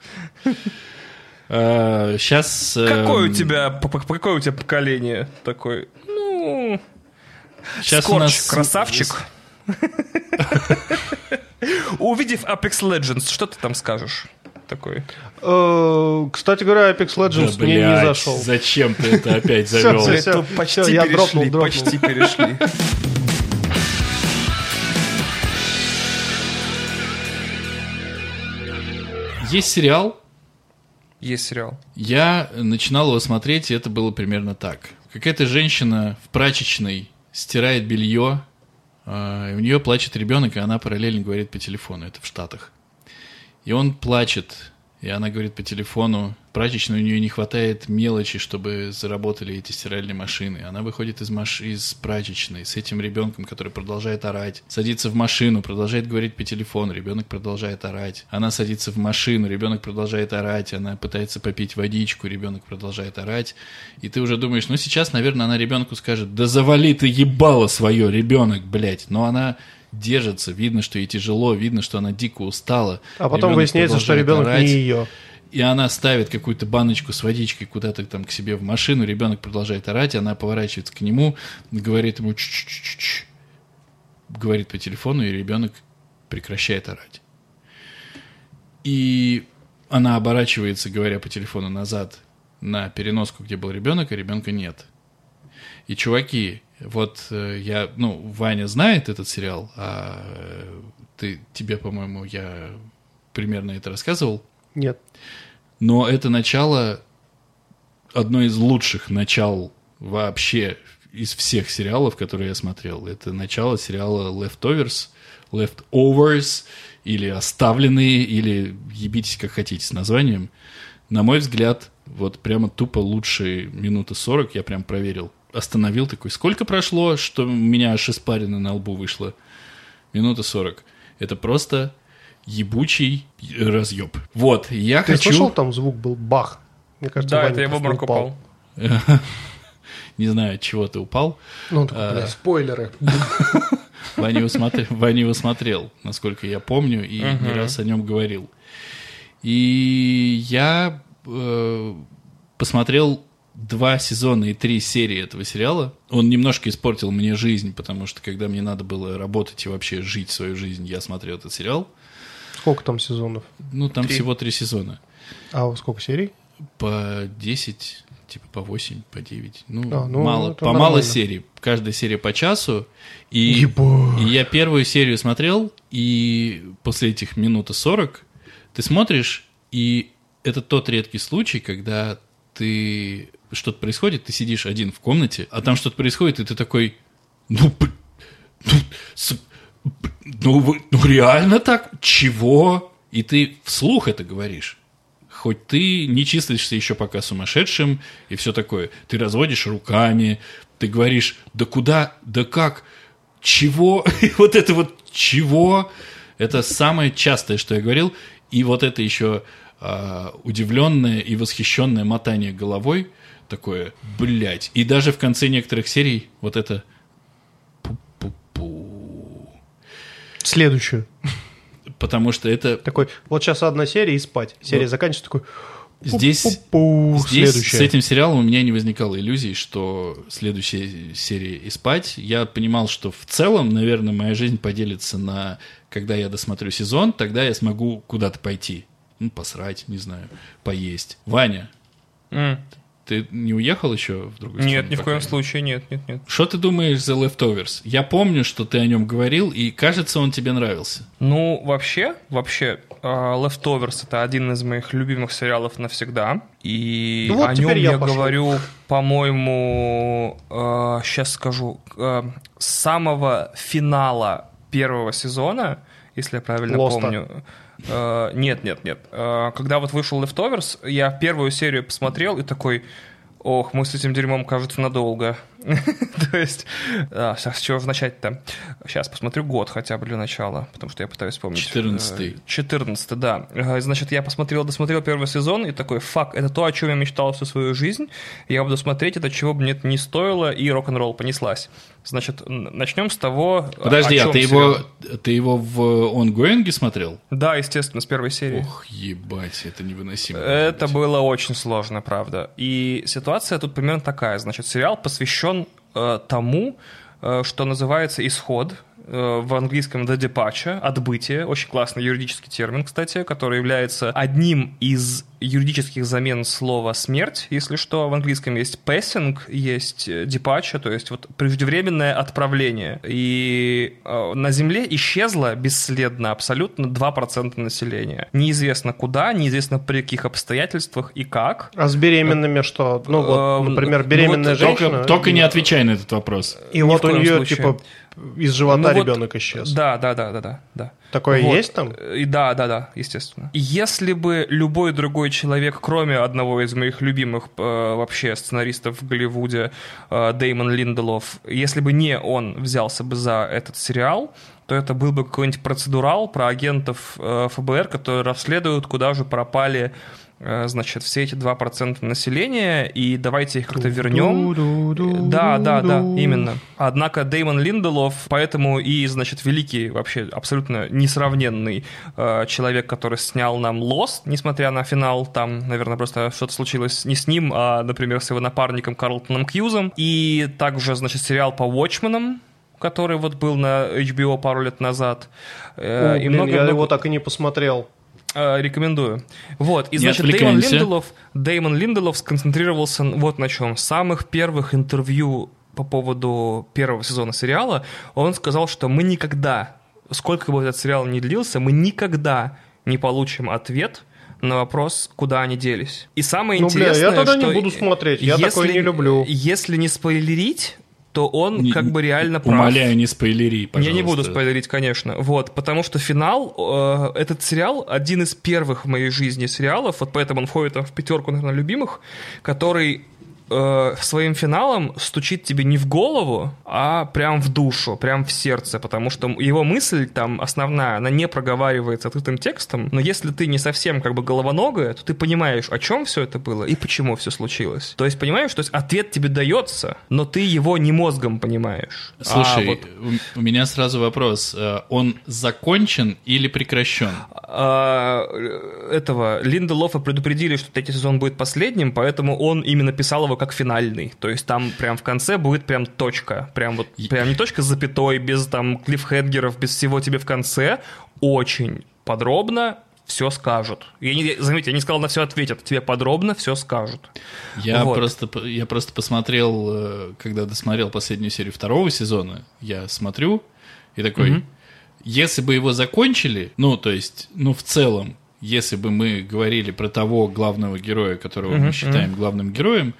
Сейчас... Какое у тебя поколение такое? Ну... Сейчас у нас... красавчик. Увидев Apex Legends, что ты там скажешь? Такой. Кстати говоря, Apex Legends мне не зашел. Зачем ты это опять завел? Почти перешли. Есть сериал. Я начинал его смотреть, и это было примерно так. Какая-то женщина в прачечной стирает белье, и у нее плачет ребенок, и она параллельно говорит по телефону. Это в Штатах. И он плачет, и она говорит по телефону. Прачечной у нее не хватает мелочи, чтобы заработали эти стиральные машины. Она выходит из прачечной с этим ребенком, который продолжает орать. Садится в машину, продолжает говорить по телефону. Ребенок продолжает орать. Она садится в машину, ребенок продолжает орать. Она пытается попить водичку, ребенок продолжает орать. И ты уже думаешь, ну сейчас, наверное, она ребенку скажет: да завали ты ебало свое, ребенок, блядь. Но она держится, видно, что ей тяжело, видно, что она дико устала. А потом выясняется, что ребенок не ее. И она ставит какую-то баночку с водичкой куда-то там к себе в машину, ребенок продолжает орать, она поворачивается к нему, говорит ему ч-ч-ч-ч, говорит по телефону, и ребенок прекращает орать. И она оборачивается, говоря по телефону, назад на переноску, где был ребенок, а ребенка нет. И, чуваки, вот Ваня знает этот сериал, а тебе, по-моему, я примерно это рассказывал. Нет. Но это начало, одно из лучших начал вообще из всех сериалов, которые я смотрел. Это начало сериала Leftovers, или Оставленные, или ебитесь как хотите с названием. На мой взгляд, вот прямо тупо лучшие минуты 40, я прям проверил. Остановил такой, сколько прошло, что у меня аж испарина на лбу вышло? Минута 40. Это просто ебучий разъеб. Вот, я Ты хочу... слышал, там звук был бах? Мне кажется, Да, Ваня это я в просто обморок упал. Не знаю, от чего ты упал. Ну, спойлеры. Ваня его смотрел, насколько я помню, и не раз о нем говорил. И я посмотрел 2 сезона и 3 серии этого сериала. Он немножко испортил мне жизнь, потому что когда мне надо было работать и вообще жить свою жизнь, я смотрел этот сериал. Сколько там сезонов? Ну, там всего 3 сезона. А сколько серий? По 10, типа по 8, по 9. Мало мало серий. Каждая серия по часу. И я первую серию смотрел, и после этих минуты 40 ты смотришь, и это тот редкий случай, когда что-то происходит, ты сидишь один в комнате, а там что-то происходит, и ты такой, реально так? Чего? И ты вслух это говоришь. Хоть ты не числишься еще пока сумасшедшим и все такое. Ты разводишь руками, ты говоришь, да куда, да как, чего? И вот это вот чего? Это самое частое, что я говорил. И вот это еще удивленное и восхищенное мотание головой, такое, блядь. И даже в конце некоторых серий вот это пу-пу-пу. Следующую. Потому что это... Такой, вот сейчас одна серия и спать. Серия заканчивается, такой... Здесь с этим сериалом у меня не возникало иллюзий, что следующая серия и спать. Я понимал, что в целом, наверное, моя жизнь поделится на... Когда я досмотрю сезон, тогда я смогу куда-то пойти. Посрать, не знаю, поесть. Ваня, ты не уехал еще в другую страну? Нет, ни в коем случае, нет. Что ты думаешь за Leftovers? Я помню, что ты о нем говорил, и кажется, он тебе нравился. Ну, вообще, Leftovers — это один из моих любимых сериалов навсегда. И о нем я говорю, по-моему, сейчас скажу, с самого финала первого сезона, если я правильно помню. Нет. Когда вот вышел Leftovers, я первую серию посмотрел и такой, ох, мы с этим дерьмом, кажется, надолго. То есть, с чего начать-то? Сейчас посмотрю год хотя бы для начала, потому что я пытаюсь вспомнить. 14-й, да. Значит, я досмотрел первый сезон и такой, это то, о чем я мечтал всю свою жизнь. Я буду смотреть это, чего бы мне это не стоило, и рок-н-ролл понеслась. Значит, начнем с того, подожди, а ты его в онгоинге смотрел? Да, естественно, с первой серии. Ох, ебать, это невыносимо. Это было очень сложно, правда. И ситуация тут примерно такая. Значит, сериал посвящен тому, что называется «исход», в английском «the departure», «отбытие», очень классный юридический термин, кстати, который является одним из юридических замен слова «смерть», если что. В английском есть passing, есть departure, то есть вот преждевременное отправление. И на Земле исчезло бесследно абсолютно 2% населения. Неизвестно куда, неизвестно при каких обстоятельствах и как. А с беременными что? Ну вот, например, беременная женщина... Только не отвечай на этот вопрос. И вот у нее, типа, из живота ребенок исчез. Да. Такое есть там? Да, естественно. Если бы любой другой человек, кроме одного из моих любимых вообще сценаристов в Голливуде, Дэймон Линделов, если бы не он взялся бы за этот сериал, то это был бы какой-нибудь процедурал про агентов ФБР, которые расследуют, куда же пропали значит, все эти 2% населения, и давайте их как-то вернем. Да, именно. Однако Дэймон Линделов, поэтому и, значит, великий, вообще абсолютно несравненный человек, который снял нам Lost, несмотря на финал, там, наверное, просто что-то случилось не с ним, а, например, с его напарником Карлтоном Кьюзом, и также, значит, сериал по Watchmen'ам, который вот был на HBO пару лет назад. Я его так и не посмотрел. Рекомендую. Вот, и, значит, Дэймон Линделов сконцентрировался вот на чем. В самых первых интервью по поводу первого сезона сериала он сказал, что мы никогда, сколько бы этот сериал ни длился, мы никогда не получим ответ на вопрос, куда они делись. И самое интересное, я тогда что не буду смотреть, я такое не люблю. Если не спойлерить, то он как бы реально прав. Умоляю, не спойлери, пожалуйста. Я не буду спойлерить, конечно. Вот, потому что финал, этот сериал один из первых в моей жизни сериалов, вот поэтому он входит в 5, наверное, любимых, который своим финалом стучит тебе не в голову, а прям в душу, прям в сердце, потому что его мысль там основная, она не проговаривается открытым текстом, но если ты не совсем как бы головоногая, то ты понимаешь, о чем все это было и почему все случилось. То есть понимаешь, то есть ответ тебе дается, но ты его не мозгом понимаешь. Слушай, у меня сразу вопрос. Он закончен или прекращен? Линделофа предупредили, что третий сезон будет последним, поэтому он именно писал его как финальный. То есть там прям в конце будет прям точка. Прям не точка с запятой, без там клиффхенгеров, без всего тебе в конце. Очень подробно все скажут. Заметьте, я не сказал, на все ответят. Тебе подробно все скажут. Я просто посмотрел, когда досмотрел последнюю серию 2 сезона, я смотрю и такой, если бы его закончили, в целом, если бы мы говорили про того главного героя, которого мы считаем главным героем,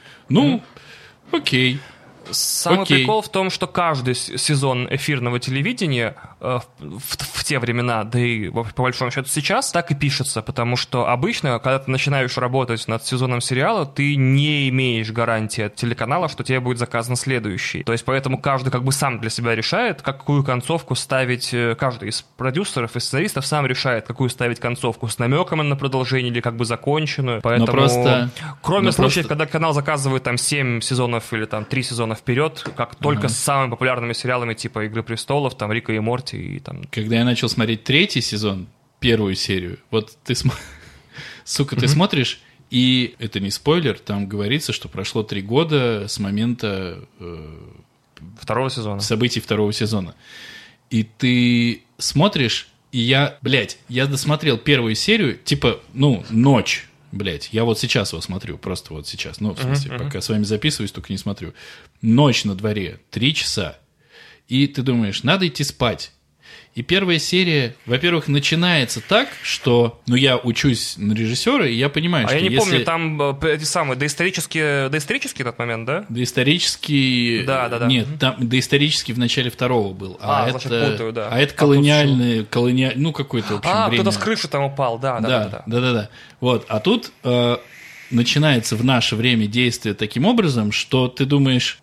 окей. Самый прикол в том, что каждый сезон эфирного телевидения в те времена, да и по большому счету сейчас, так и пишется, потому что обычно, когда ты начинаешь работать над сезоном сериала, ты не имеешь гарантии от телеканала, что тебе будет заказан следующий. То есть поэтому каждый как бы сам для себя решает, какую концовку ставить. Каждый из продюсеров и сценаристов сам решает, какую ставить концовку, с намеком на продолжение или как бы законченную. Поэтому, кроме случаев, когда канал заказывает там 7 сезонов или там 3 сезона вперед, как только с самыми популярными сериалами типа «Игры престолов», там «Рика и Морти» и там... Когда я начал смотреть 3 сезон, 1 серию, вот ты ты смотришь, и это не спойлер, там говорится, что прошло 3 года с момента 2 сезона. Событий 2 сезона. И ты смотришь, и я досмотрел 1 серию, ночь. Блять, я вот сейчас его смотрю, просто вот сейчас. В смысле, пока с вами записываюсь, только не смотрю. Ночь на дворе, 3 часа. И ты думаешь, надо идти спать. И 1 серия, во-первых, начинается так, что... я учусь на режиссера, и я понимаю, что я не помню, там эти самые доисторический этот момент, да? Доисторический... Да. Нет, там доисторический в начале 2 был. Значит, путаю, да. А это колониальный, какой-то, в общем, время. Кто-то с крыши там упал, да. Вот, а тут начинается в наше время действие таким образом, что ты думаешь,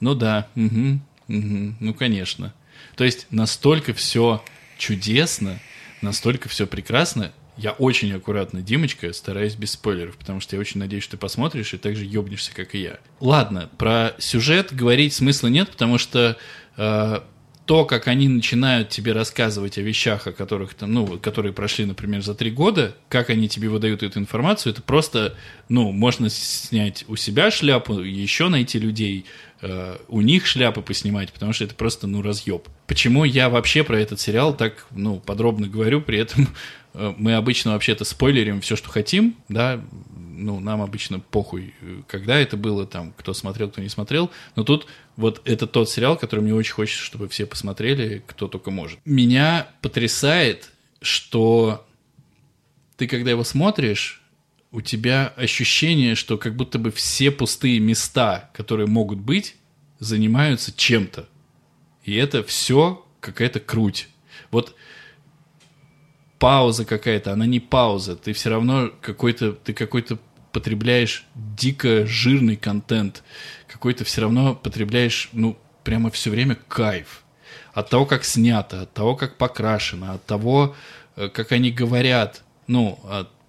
конечно. То есть настолько все чудесно, настолько все прекрасно. Я очень аккуратно, Димочка, стараюсь без спойлеров, потому что я очень надеюсь, что ты посмотришь и так же ёбнешься, как и я. Ладно, про сюжет говорить смысла нет, потому что то, как они начинают тебе рассказывать о вещах, о которых которые прошли, например, за 3 года, как они тебе выдают эту информацию, это просто, можно снять у себя шляпу, еще найти людей, у них шляпы поснимать, потому что это просто, разъеб. Почему я вообще про этот сериал так, подробно говорю, при этом мы обычно вообще-то спойлерим все, что хотим, да, нам обычно похуй, когда это было, там, кто смотрел, кто не смотрел, но тут вот это тот сериал, который мне очень хочется, чтобы все посмотрели, кто только может. Меня потрясает, что ты, когда его смотришь, у тебя ощущение, что как будто бы все пустые места, которые могут быть, занимаются чем-то. И это все какая-то круть. Вот пауза какая-то, она не пауза. Ты все равно какой-то потребляешь дико жирный контент. Какой-то все равно потребляешь, прямо все время кайф. От того, как снято, от того, как покрашено, от того, как они говорят,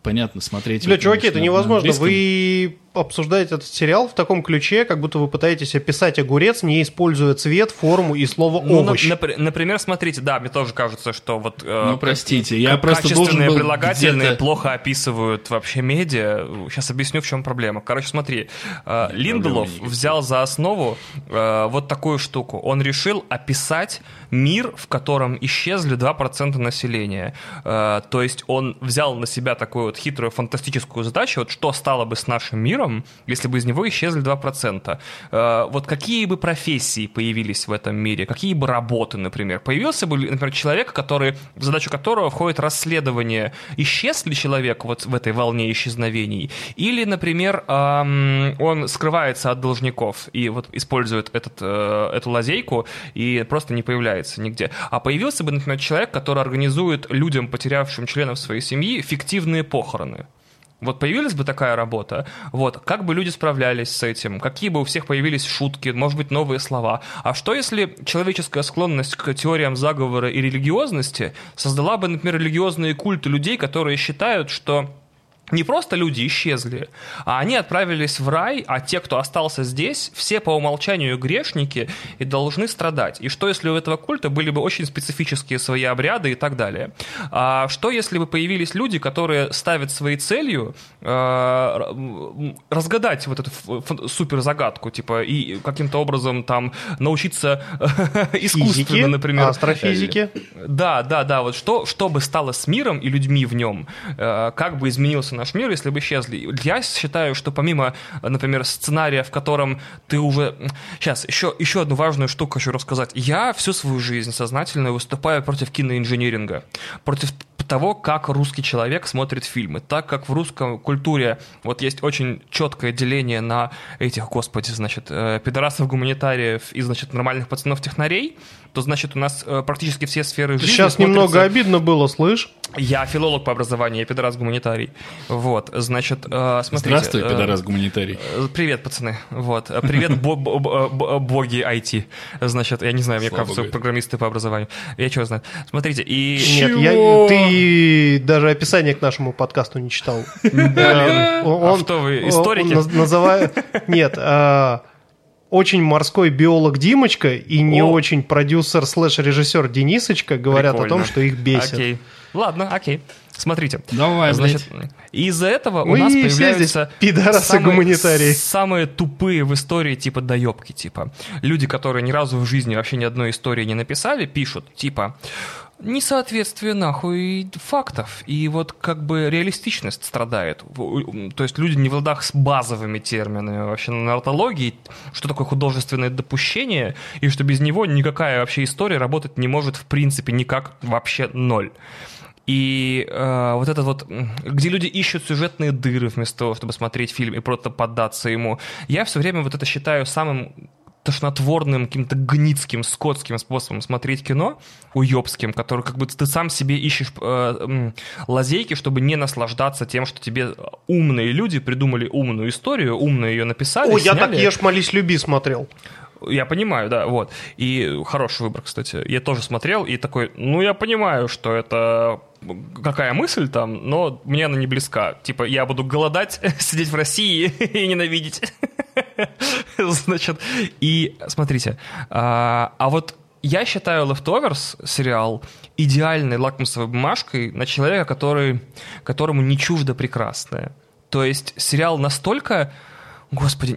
понятно, смотреть... Бля, его, чуваки, конечно, это невозможно. на английском. Вы обсуждаете этот сериал в таком ключе, как будто вы пытаетесь описать огурец, не используя цвет, форму и слово овощ. Например, смотрите, да, мне тоже кажется, что вот... Ну, простите, я просто должен качественные был прилагательные где-то... плохо описывают вообще медиа. Сейчас объясню, в чем проблема. Короче, смотри, Линделов взял за основу вот такую штуку. Он решил описать мир, в котором исчезли 2% населения. То есть он взял на себя такую вот хитрую фантастическую задачу, вот что стало бы с нашим миром, если бы из него исчезли 2%. Вот какие бы профессии появились в этом мире, какие бы работы, например. Появился бы, например, человек, в задачу которого входит расследование, исчез ли человек вот в этой волне исчезновений, или, например, он скрывается от должников и вот использует эту лазейку и просто не появляется нигде. А появился бы, например, человек, который организует людям, потерявшим членов своей семьи, фиктивные похороны. Вот появилась бы такая работа, вот, как бы люди справлялись с этим, какие бы у всех появились шутки, может быть, новые слова. А что если человеческая склонность к теориям заговора и религиозности создала бы, например, религиозные культы людей, которые считают, что не просто люди исчезли, а они отправились в рай, а те, кто остался здесь, все по умолчанию грешники и должны страдать. И что, если у этого культа были бы очень специфические свои обряды и так далее? А что, если бы появились люди, которые ставят своей целью разгадать вот эту суперзагадку, типа, и каким-то образом там научиться искусственно, например. Астрофизики. Да, вот что бы стало с миром и людьми в нем, как бы изменился наш мир, если бы исчезли. Я считаю, что помимо, например, сценария, в котором ты уже... Сейчас, еще одну важную штуку хочу рассказать. Я всю свою жизнь сознательно выступаю против киноинжиниринга, против того, как русский человек смотрит фильмы. Так как в русской культуре вот есть очень четкое деление на этих, господи, значит, пидорасов-гуманитариев и, значит, нормальных пацанов-технарей, то, значит, у нас практически все сферы жизни Сейчас немного обидно было, слышь? Я филолог по образованию, я пидорас-гуманитарий. Вот, значит, смотрите. Здравствуй, пидорас-гуманитарий. Привет, пацаны. Вот, привет, боги IT. Значит, я не знаю, мне кажется, программисты по образованию. Я чего знаю. Смотрите, и... Нет, ты даже описание к нашему подкасту не читал. А что вы, историки? Нет, очень морской биолог Димочка и не очень продюсер/режиссер Денисочка говорят о том, что их бесит. Окей. Ладно, окей. Смотрите. Давай, значит, из-за этого у нас появляются пидорасы-гуманитарии. Самые тупые в истории типа доебки, типа. Люди, которые ни разу в жизни вообще ни одной истории не написали, пишут, типа... Несоответствие нахуй фактов. И вот как бы реалистичность страдает. То есть люди не в ладах с базовыми терминами вообще нартологии, что такое художественное допущение, и что без него никакая вообще история работать не может в принципе никак, вообще ноль. И вот это вот, где люди ищут сюжетные дыры вместо того, чтобы смотреть фильм и просто поддаться ему, я все время вот это считаю самым тошнотворным, каким-то гницким, скотским способом смотреть кино, уёбским, который как бы ты сам себе ищешь лазейки, чтобы не наслаждаться тем, что тебе умные люди придумали умную историю, умно ее написали, Ой, сняли. Я так «Ешь, молись, люби» смотрел. Я понимаю, да, вот. И хороший выбор, кстати. Я тоже смотрел и такой, я понимаю, что это... Какая мысль там, но мне она не близка. Типа, я буду голодать, сидеть в России и ненавидеть. Значит, и смотрите, а вот я считаю Leftovers сериал идеальной лакмусовой бумажкой на человека, которому не чуждо прекрасное. То есть сериал настолько, господи,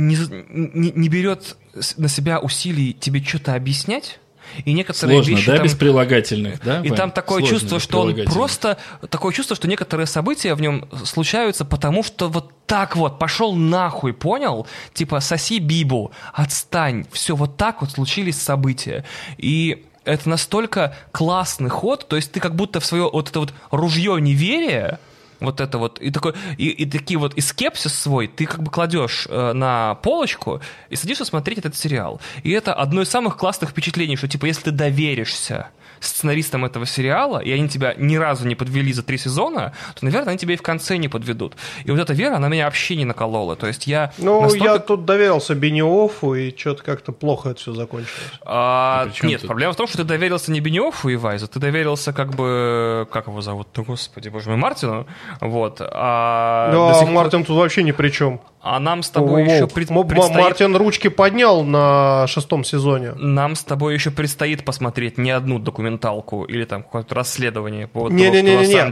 не берет на себя усилий тебе что-то объяснять. И некоторые сложно, вещи да, там, без прилагательных, да? И там такое сложно, чувство, что он просто... Такое чувство, что некоторые события в нем случаются, потому что вот так вот, пошел нахуй, понял? Типа, соси Бибу, отстань. Все, вот так вот случились события. И это настолько классный ход, то есть ты как будто в свое вот это вот ружье неверия, вот это вот, и такой, и такие вот, и скепсис свой ты как бы кладешь на полочку и садишься смотреть этот сериал. И это одно из самых классных впечатлений, что типа, если ты доверишься сценаристам этого сериала, и они тебя ни разу не подвели за 3 сезона, то, наверное, они тебя и в конце не подведут. И вот эта вера, она меня вообще не наколола. То есть я... я тут доверился Бениоффу, и что-то как-то плохо это все закончилось. Нет, проблема в том, что ты доверился не Бениоффу и Вайзу, ты доверился как бы... Как его зовут? Да, господи, боже мой, Мартину. Вот. Ну, а Мартин тут вообще ни при чем. А нам с тобой еще предстоит... Мартин ручки поднял на 6-м сезоне. Нам с тобой еще предстоит посмотреть не одну документалку или там какое-то расследование по поводу Не-не-не,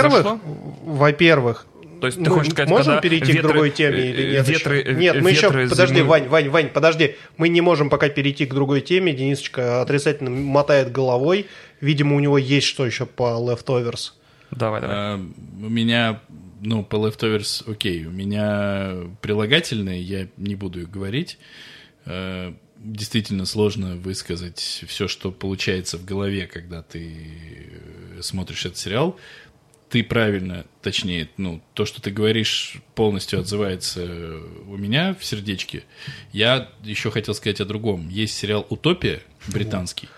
во-первых, то есть ты хочешь сказать, можем перейти к другой теме или нет? Нет, мы еще... Подожди, Вань, подожди. Мы не можем пока перейти к другой теме. Денисочка отрицательно мотает головой. Видимо, у него есть что еще по Leftovers. Давай. У меня, по Leftovers, окей. У меня прилагательные, я не буду их говорить. Действительно сложно высказать все, что получается в голове, когда ты смотришь этот сериал. Ты правильно, точнее, то, что ты говоришь, полностью отзывается у меня в сердечке. Я еще хотел сказать о другом. Есть сериал «Утопия» британский,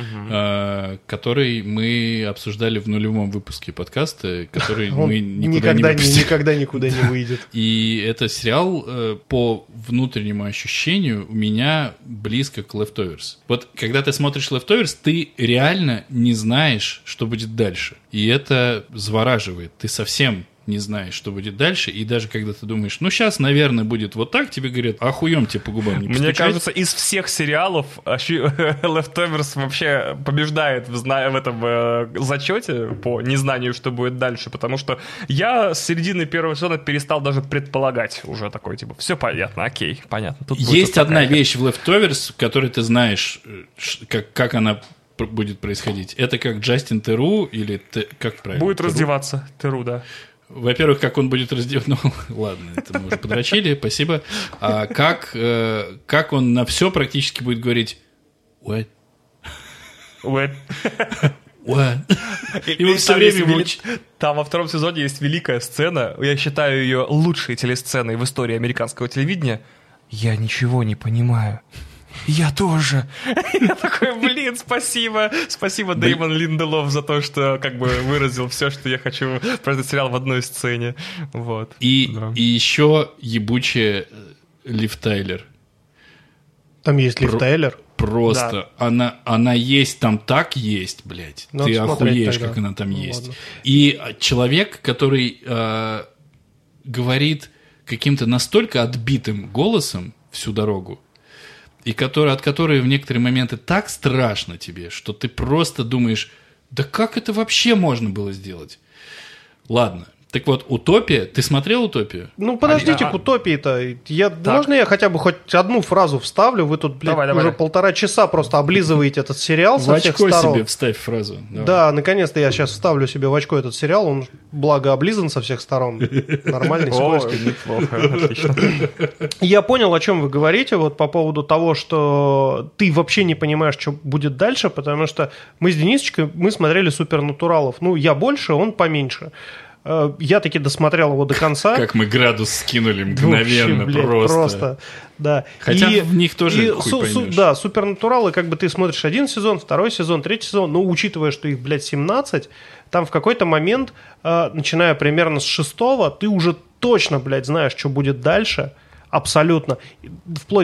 который мы обсуждали в нулевом выпуске подкаста, который мы никогда никуда не выйдет. И это сериал по внутреннему ощущению у меня близко к Leftovers. Вот когда ты смотришь Leftovers, ты реально не знаешь, что будет дальше. И это завораживает. Ты совсем не знаешь, что будет дальше, и даже когда ты думаешь, сейчас, наверное, будет вот так, тебе говорят, охуем тебе по губам не постучать. Мне кажется, из всех сериалов Leftovers вообще побеждает в этом зачете по незнанию, что будет дальше, потому что я с середины первого сезона перестал даже предполагать уже такой, все понятно, окей, понятно. Тут есть одна вещь в Leftovers, которую ты знаешь, как она будет происходить. Это как Джастин Теру или как правильно? Будет раздеваться Теру, да. Во-первых, как он будет раздеваться... ладно, это мы уже подрочили, спасибо. А как он на все практически будет говорить «What?» What? What? И все время... Там во втором сезоне есть великая сцена, я считаю ее лучшей телесценой в истории американского телевидения. «Я ничего не понимаю». Я тоже. Я такой, спасибо. Спасибо, Дэймон Линделов, за то, что выразил все, что я хочу про этот сериал в одной сцене. Вот. И еще ебучая Лив Тайлер. Там есть Лив Тайлер? Просто. Да. Она есть, там так есть, блядь. Ты охуеешь, тогда. Как она там есть. Ладно. И человек, который говорит каким-то настолько отбитым голосом всю дорогу, и от которой в некоторые моменты так страшно тебе, что ты просто думаешь, да как это вообще можно было сделать? Ладно. Так вот, «Утопия». Ты смотрел «Утопию»? Подождите к «Утопии»-то. Можно я хотя бы хоть одну фразу вставлю? Вы тут, блядь, давай. уже 1,5 часа просто облизываете этот сериал со всех сторон. В очко себе вставь фразу. Давай. Да, наконец-то я сейчас вставлю себе в очко этот сериал. Он, благо, облизан со всех сторон. Нормальный, скользкий. Неплохо, отлично. Я понял, о чем вы говорите, вот по поводу того, что ты вообще не понимаешь, что будет дальше, потому что мы с Денисочкой, мы смотрели «Супернатуралов». Я больше, он поменьше. Я таки досмотрел его до конца. Как мы градус скинули мгновенно, вообще, блядь, просто. Да. Хотя в них тоже хуй поймешь. Да, «Супернатуралы», ты смотришь один сезон, второй сезон, третий сезон, учитывая, что их, блядь, 17, там в какой-то момент, начиная примерно с 6-го, ты уже точно, блядь, знаешь, что будет дальше. Абсолютно. Вплоть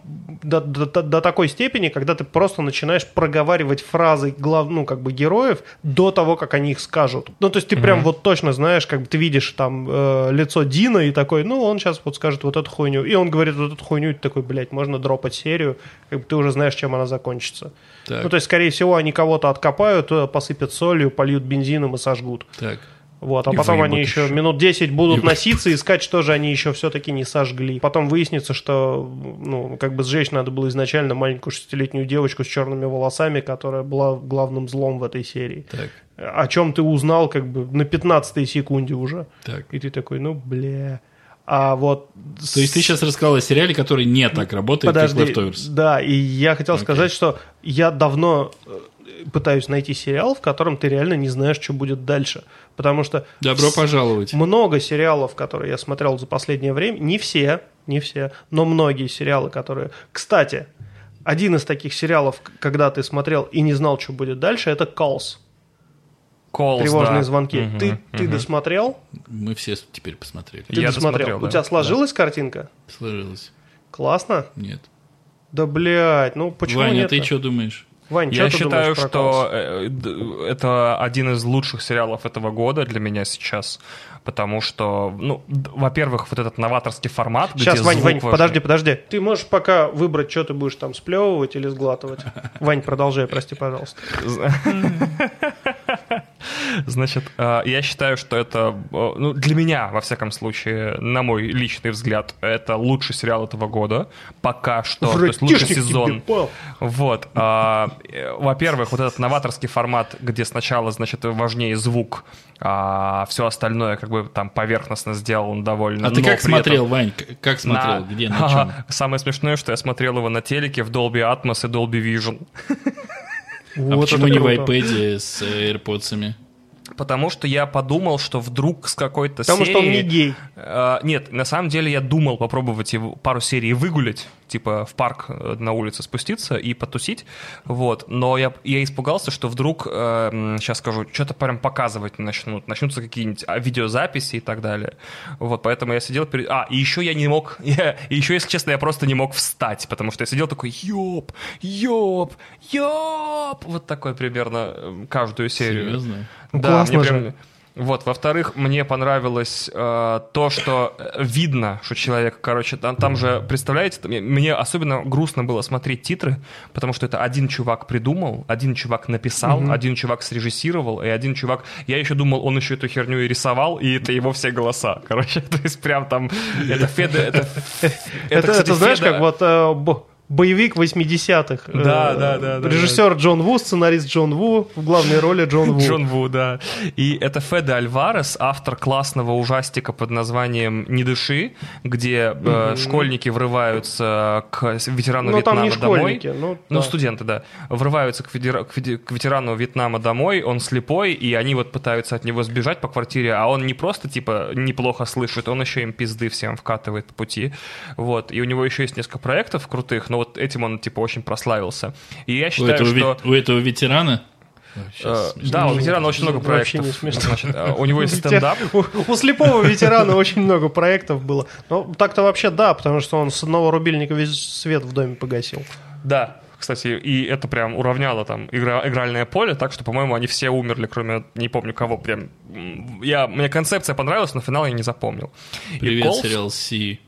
до такой степени, когда ты просто начинаешь проговаривать фразы героев до того, как они их скажут. То есть ты прям вот точно знаешь, ты видишь там лицо Дина и такой, он сейчас вот скажет вот эту хуйню. И он говорит вот эту хуйню, и ты такой, блядь, можно дропать серию, ты уже знаешь, чем она закончится. Так. То есть, скорее всего, они кого-то откопают, посыпят солью, польют бензином и сожгут. Так. Вот, а потом они еще минут 10 будут носиться и искать, что же они еще все-таки не сожгли. Потом выяснится, что сжечь надо было изначально маленькую 6-летнюю девочку с черными волосами, которая была главным злом в этой серии. Так. О чем ты узнал на 15-й секунде уже. Так. И ты такой, бля... А вот... То есть ты сейчас рассказал о сериале, который не так работает, как Leftovers. Да, и я хотел сказать, что я давно пытаюсь найти сериал, в котором ты реально не знаешь, что будет дальше. Потому что... Добро пожаловать. Много сериалов, которые я смотрел за последнее время, не все, но многие сериалы, которые... Кстати, один из таких сериалов, когда ты смотрел и не знал, что будет дальше, это Calls. Тревожные звонки. Ты досмотрел? Мы все теперь посмотрели. Ты досмотрел. У тебя сложилась картинка? Сложилась. Классно? Нет. Да, блядь, почему Ваня, нет? ты что думаешь? Вань, Я что ты считаю, думаешь про что «Класс»? это один из лучших сериалов этого года для меня сейчас, потому что, ну, во-первых, вот этот новаторский формат, Сейчас, где Вань, звук Вань, важен. подожди. Ты можешь пока выбрать, что ты будешь там сплевывать или сглатывать. Вань, продолжай, прости, пожалуйста. Значит, я считаю, что это, ну, для меня, во всяком случае, на мой личный взгляд, это лучший сериал этого года. Пока что, то есть лучший Братишник сезон. тебе пал. Вот. Во-первых, вот этот новаторский формат, где сначала, значит, важнее звук, а все остальное как бы там поверхностно сделано довольно. А ты но как при смотрел, этом Вань? Как смотрел? Где, на чем? Самое смешное, что я смотрел его на телеке в Dolby Atmos и Dolby Vision. А Вот почему это не в круто. iPad с AirPods'ами? Потому что я подумал, что вдруг с какой-то Потому серии... что он не гей. Нет, на самом деле я думал попробовать его пару серий выгулять, типа в парк на улице спуститься и потусить, вот. Но я испугался, что вдруг, сейчас скажу, что-то прям показывать начнутся какие-нибудь видеозаписи и так далее. Вот, поэтому я сидел перед... и еще я не мог... И еще, если честно, я просто не мог встать, потому что я сидел такой, ёп! Вот такой примерно каждую серию. Серьезно? Да, Классно мне же. прям... Вот, во-вторых, мне понравилось то, что видно, что человек, короче, там же, представляете, мне особенно грустно было смотреть титры, потому что это один чувак придумал, один чувак написал, один чувак срежиссировал, и один чувак, я еще думал, он еще эту херню и рисовал, и это его все голоса, короче, то есть прям там, это Феда, Это знаешь, как вот боевик 80-х. Да. Режиссер Джон Ву, сценарист Джон Ву, в главной роли Джон Ву. Джон Ву, да. И это Феде Альварес, автор классного ужастика под названием «Не дыши», где школьники врываются к ветерану Ну, там Вьетнама не домой. школьники, Ну, да. студенты, да. Врываются к ветерану Вьетнама домой, он слепой, и они вот пытаются от него сбежать по квартире, а он не просто, типа, неплохо слышит, он еще им пизды всем вкатывает по пути. Вот. И у него еще есть несколько проектов крутых, но вот этим он, типа, очень прославился. И я считаю, что... У этого ветерана? Да, у ветерана очень много Вообще проектов. не смешно. Значит, у него есть стендап. У слепого ветерана очень много проектов было. Но так-то вообще да, потому что он с одного рубильника весь свет в доме погасил. Да, кстати, и это прям уравняло там игральное поле, так что, по-моему, они все умерли, кроме, не помню кого, прям. Мне концепция понравилась, но финал я не запомнил. Привет, сериал «Си».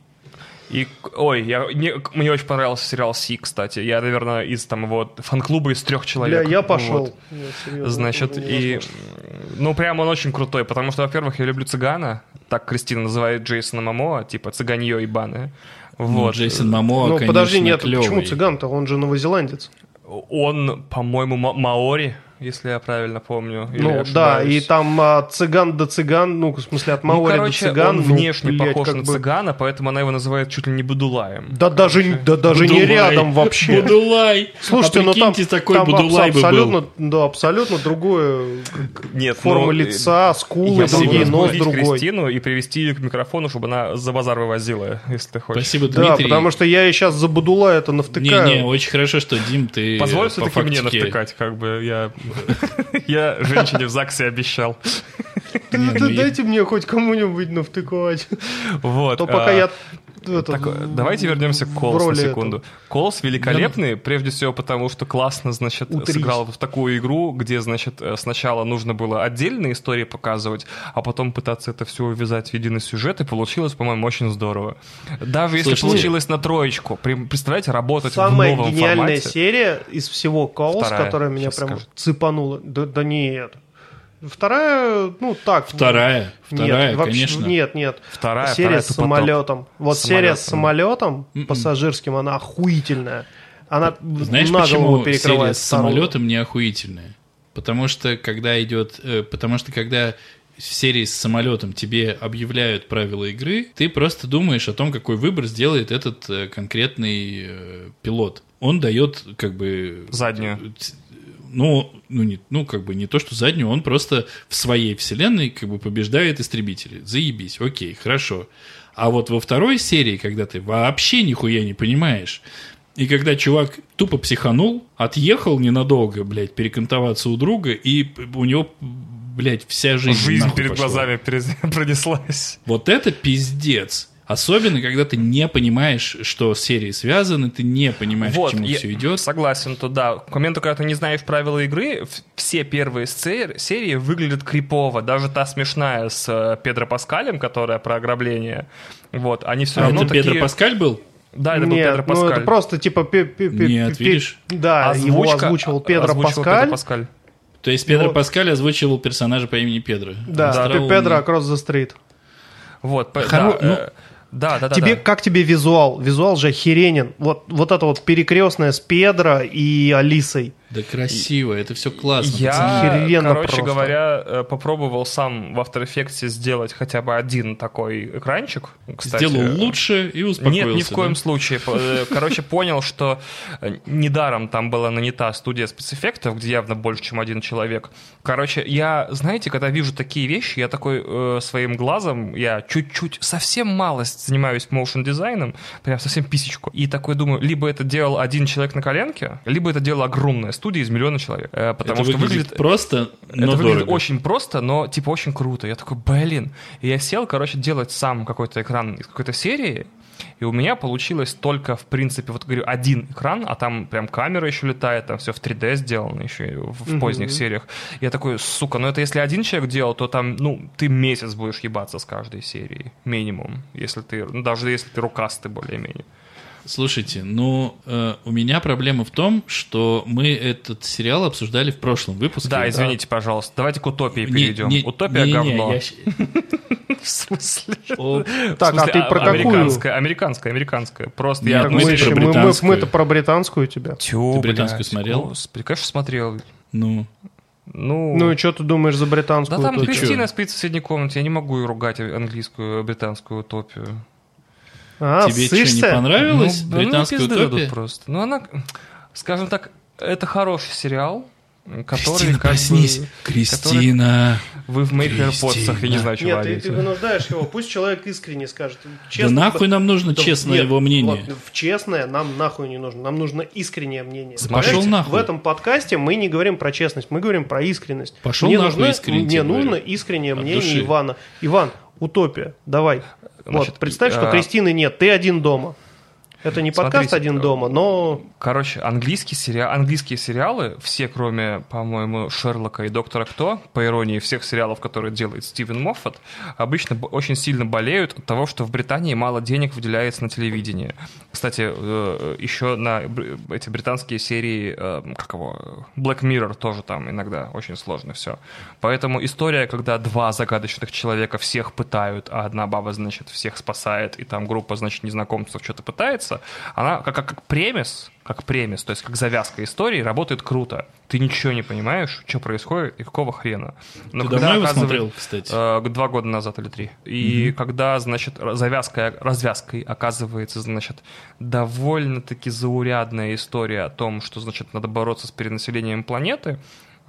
Мне очень понравился сериал «Си», кстати. Я, наверное, из там его фан-клуба из 3 человек. Бля, я пошел. Вот. Значит, ну, прям он очень крутой, потому что, во-первых, я люблю цыгана, так Кристина называет Джейсона Момоа, типа цыганье ебаное. Вот. Джейсон Момоа, Ну, конечно, подожди, нет, клёвый. почему цыган-то? Он же новозеландец. Он, по-моему, маори, если я правильно помню. Или Ну, да, ошибаюсь. и там цыган до цыган, ну, в смысле, от маори до цыган. он внешне блядь, похож как на бы- цыгана, поэтому она его называет чуть ли не Будулаем. Да даже не Будулай. рядом вообще. Будулай! Слушайте, ну там, прикиньте, такой там Будулай бы абсолютно, был. да, абсолютно другое. Нет, Форма ну, лица, скулы я могу другие, нос разбудить другой. Кристину и привести ее к микрофону, чтобы она за базар вывозила, если ты хочешь. Спасибо, Да, Дмитрий. потому что я ей сейчас за Будула это навтыкаю. Не, очень хорошо, что, Дим, ты Позволь по все-таки мне фактике- навтыкать, как бы я женщине в ЗАГСе обещал. Дайте мне хоть кому-нибудь навтыкать. Вот. То пока я... Давайте вернемся к Колс на роли секунду. Колс великолепный, прежде всего потому, что классно, значит, Утрись. сыграл в такую игру, где, значит, сначала нужно было отдельные истории показывать, а потом пытаться это все увязать в единый сюжет, и получилось, по-моему, очень здорово. Даже если Слушайте, получилось на 3, представляете, работать Самая в новом гениальная формате. серия из всего Calls, Вторая, которая меня сейчас прям скажет. цепанула. Да нет. Вторая, ну так. Вторая, Нет, вообще, конечно. нет. Вторая серия с тупо топ. самолетом. Вот С серия с самолетом. самолетом пассажирским, она охуительная. Она Знаешь, на голову почему серия перекрывает с вторую. самолетом не охуительная? Потому что когда в серии с самолетом тебе объявляют правила игры, ты просто думаешь о том, какой выбор сделает этот конкретный пилот. Он дает как бы... Заднюю. Не то, что заднюю, он просто в своей вселенной как бы побеждает истребителей. Заебись, окей, хорошо. А вот во второй серии, когда ты вообще нихуя не понимаешь, и когда чувак тупо психанул, отъехал ненадолго, блядь, перекантоваться у друга, и у него, блядь, вся жизнь Жизнь нахуй перед пошла. глазами пронеслась. Вот это пиздец. Особенно, когда ты не понимаешь, что серии связаны, ты не понимаешь, к чему все идет. Согласен, то да. К моменту, когда ты не знаешь правила игры, все первые серии выглядят крипово. Даже та смешная с Педро Паскалем, которая про ограбление. Вот, они все равно это Педро Паскаль был? Да, это был Педро Паскаль. Ну это просто типа... Нет, видишь? Да, его озвучивал Педро Паскаль. То есть Педро Паскаль озвучивал персонажа по имени Педро. Да, Педро Across the Street. Вот, да. Тебе, как тебе визуал? Визуал же охеренен. Вот это вот перекрестное с Педро и Алисой. Да красиво, это все классно. Я, короче говоря, попробовал сам в After Effects сделать хотя бы один такой экранчик. Кстати, сделал лучше и успокоился. Нет, ни в коем случае. Короче, понял, что недаром там была нанята студия спецэффектов, где явно больше, чем один человек. Короче, я, знаете, когда вижу такие вещи, я такой своим глазом, я чуть-чуть, совсем малость занимаюсь моушн-дизайном, прям совсем писечку. И такой думаю, либо это делал один человек на коленке, либо это делала огромная студия из миллиона человек. Потому это что выглядит просто, но это выглядит дорого. очень просто, но типа очень круто. Я такой, блин. И я сел, короче, делать сам какой-то экран из какой-то серии, и у меня получилось только, в принципе, вот говорю, один экран, а там прям камера еще летает, там все в 3D сделано еще в поздних сериях. Я такой, сука, ну это если один человек делал, то там, ну, ты месяц будешь ебаться с каждой серией, минимум, если ты, ну, даже если ты рукастый более-менее. Слушайте, ну, у меня проблема в том, что мы этот сериал обсуждали в прошлом выпуске. Да, извините, пожалуйста. Давайте к «Утопии» перейдем. «Утопия» говно. В смысле? Так, а ты про какую? Американская. Просто я... Мы-то про британскую тебя. Ты британскую смотрел? Господи, конечно, смотрел. Ну, и что ты думаешь за британскую? Да там Кристина спит в соседней комнате. Я не могу ругать английскую, британскую «Утопию». Тебе что, не понравилось? Британская «Утопия»? Просто. Ну, она, скажем так, это хороший сериал, который... Кристина, проснись! Кристина! Вы в моих AirPods'ах, я не знаю, чего Нет, ты вынуждаешь его. Пусть человек искренне скажет. Да нахуй нам нужно честное его мнение. В честное нам нахуй не нужно. Нам нужно искреннее мнение. Пошел нахуй. В этом подкасте мы не говорим про честность, мы говорим про искренность. Пошел нахуй искренне. Мне нужно искреннее мнение Ивана. Иван, «Утопия», давай. Значит, вот, представь, что Кристины нет, ты один дома. Это не подкаст «Один дома», но... Короче, английские сериалы, все, кроме, по-моему, «Шерлока» и «Доктора Кто», по иронии всех сериалов, которые делает Стивен Моффат, обычно очень сильно болеют от того, что в Британии мало денег выделяется на телевидение. Кстати, еще на эти британские серии, Black Mirror тоже там иногда очень сложно все. Поэтому история, когда два загадочных человека всех пытают, а одна баба, значит, всех спасает, и там группа, значит, незнакомцев что-то пытается, она как премис, то есть как завязка истории, работает круто. Ты ничего не понимаешь, что происходит и какого хрена. Но ты давно его смотрел, кстати? 2 года назад или 3. И когда, значит, развязкой оказывается, значит, довольно-таки заурядная история о том, что, значит, надо бороться с перенаселением планеты,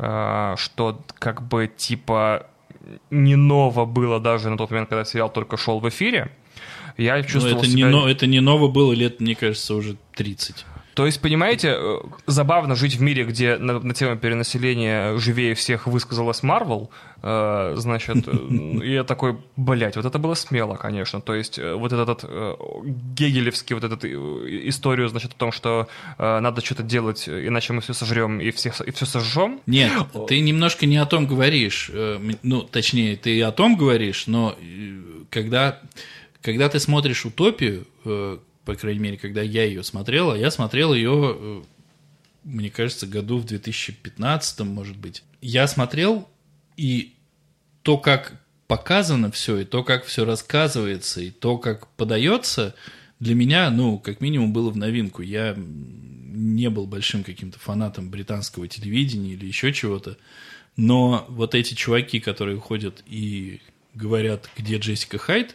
что как бы типа не ново было даже на тот момент, когда сериал только шел в эфире. Я чувствовал это не ново было лет, мне кажется, уже 30. То есть, понимаете, забавно жить в мире, где на тему перенаселения живее всех высказалась Марвел, значит, и я такой, блядь, вот это было смело, конечно. То есть, вот этот гегелевский, вот эту историю, значит, о том, что надо что-то делать, иначе мы все сожрем и все сожжем. Нет, ты немножко не о том говоришь. Ну, точнее, ты о том говоришь, но когда ты смотришь «Утопию», по крайней мере, когда я ее смотрел, а я смотрел ее, мне кажется, году в 2015, может быть. Я смотрел, и то, как показано все, и то, как все рассказывается, и то, как подается, для меня, ну, как минимум, было в новинку. Я не был большим каким-то фанатом британского телевидения или еще чего-то, но вот эти чуваки, которые ходят и говорят, где Джессика Хайд,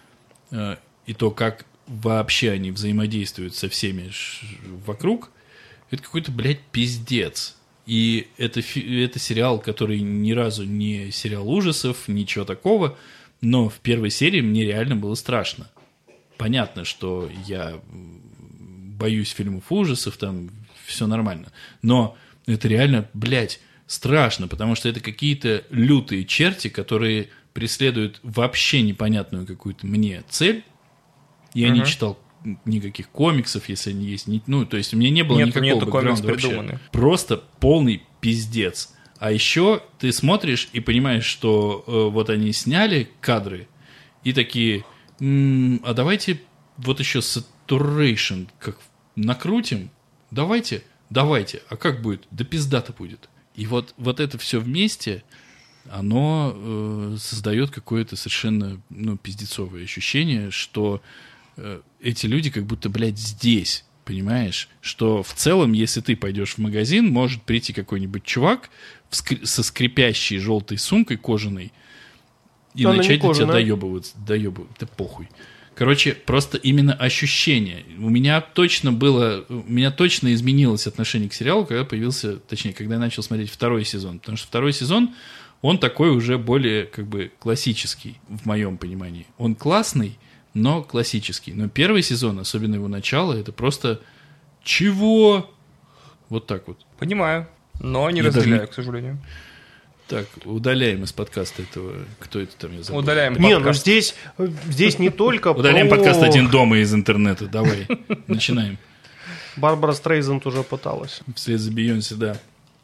и то, как вообще они взаимодействуют со всеми вокруг, это какой-то, блядь, пиздец. И это сериал, который ни разу не сериал ужасов, ничего такого, но в первой серии мне реально было страшно. Понятно, что я боюсь фильмов ужасов, там все нормально, но это реально, блядь, страшно, потому что это какие-то лютые черти, которые преследуют вообще непонятную какую-то мне цель, Я не читал никаких комиксов, если они есть. Ну, то есть у меня не было никакого бэкграунда вообще. Придуманы. Просто полный пиздец. А еще ты смотришь и понимаешь, что вот они сняли кадры и такие, а давайте вот еще saturation как накрутим. Давайте. А как будет? Да пизда-то будет. И вот это все вместе, оно создает какое-то совершенно пиздецовое ощущение, что эти люди как будто, блядь, здесь, понимаешь? Что в целом, если ты пойдешь в магазин, может прийти какой-нибудь чувак со скрипящей желтой сумкой кожаной и начать на тебя доебываться. Да похуй. Короче, просто именно ощущение. У меня точно изменилось отношение к сериалу, когда появился, точнее, когда я начал смотреть второй сезон. Потому что второй сезон, он такой уже более, как бы, классический, в моем понимании. Он классный, но классический. Но первый сезон, особенно его начало, это просто чего? Вот так вот. Понимаю, но не разделяю, к сожалению. Так, удаляем из подкаста этого. Кто это там, я забыл. Удаляем подкаст. Не, ну здесь не только удаляем подкаст «Один дома» из интернета. Давай, начинаем. Барбара Стрейзанд уже пыталась. Вслед за Бейонсе, да.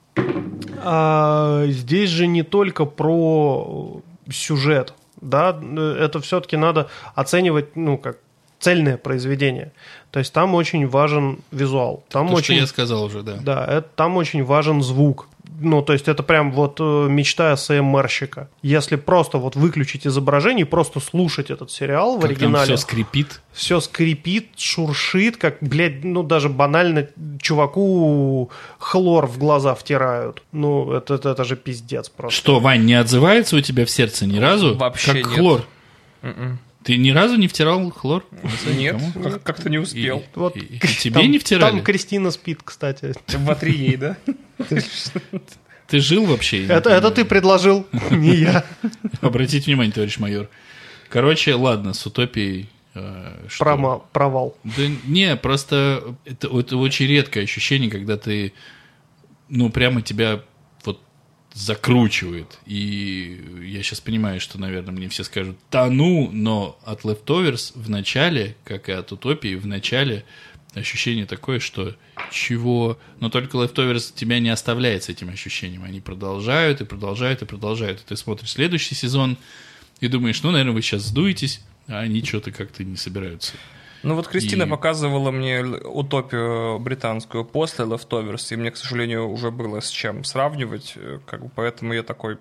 Здесь же не только про сюжет. Да, это все-таки надо оценивать, как цельное произведение. То есть там очень важен визуал. Там то, очень, что я сказал уже, да. Да, там очень важен звук. То есть это прям вот мечта АСМРщика. Если просто вот выключить изображение и просто слушать этот сериал в оригинале. Там все скрипит. Все скрипит, шуршит, как, блядь, даже банально чуваку хлор в глаза втирают. Это же пиздец просто. Что, Вань, не отзывается у тебя в сердце ни разу? Вообще как нет. Хлор? Ты ни разу не втирал хлор? Нет, как-то не успел. И тебе не втирали? Там Кристина спит, кстати. В ей, да? Ты жил вообще? Это ты предложил, не я. Обратите внимание, товарищ майор. Короче, ладно, с утопией... Провал. Да не, просто это очень редкое ощущение, когда ты, прямо тебя закручивает. И я сейчас понимаю, что, наверное, мне все скажут, но от Leftovers в начале, как и от Утопии, в начале ощущение такое, что чего? Но только Leftovers тебя не оставляет с этим ощущением. Они продолжают и продолжают и продолжают. И ты смотришь следующий сезон и думаешь, наверное, вы сейчас сдуетесь, а они что-то как-то не собираются. Кристина показывала мне утопию британскую после Leftovers, и мне, к сожалению, уже было с чем сравнивать, поэтому я такой...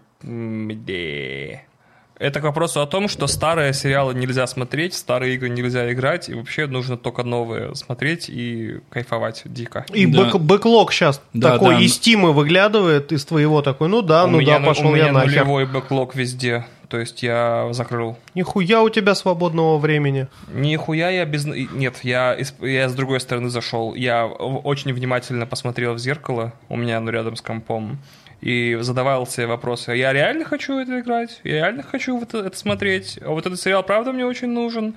Это к вопросу о том, что старые сериалы нельзя смотреть, старые игры нельзя играть, и вообще нужно только новые смотреть и кайфовать дико. И бэклог сейчас такой из Стима выглядывает, из твоего такой, пошел я нахер. У меня нулевой бэклог везде. То есть я закрыл. Нихуя у тебя свободного времени. Нихуя я без... Нет, я с другой стороны зашел. Я очень внимательно посмотрел в зеркало, у меня рядом с компом, и задавал себе вопросы. Я реально хочу это играть? Я реально хочу это смотреть? А вот этот сериал, правда, мне очень нужен?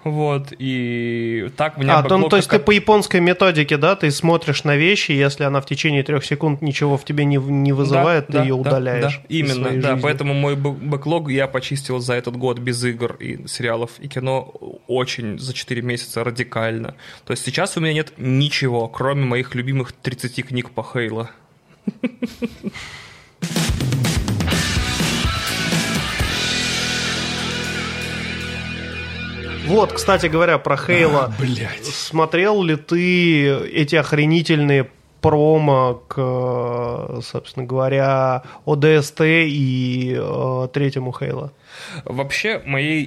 И так у меня... то есть ты по японской методике, да, ты смотришь на вещи, если она в течение 3 секунд ничего в тебе не вызывает, ты ее удаляешь. Да, именно, да, поэтому мой бэклог я почистил за этот год без игр и сериалов и кино очень за 4 месяца радикально. То есть сейчас у меня нет ничего, кроме моих любимых 30 книг по Хейло. Вот, кстати говоря, про Хейла. Смотрел ли ты эти охренительные промо к, собственно говоря, ОДСТ и третьему Хейла? Вообще, моей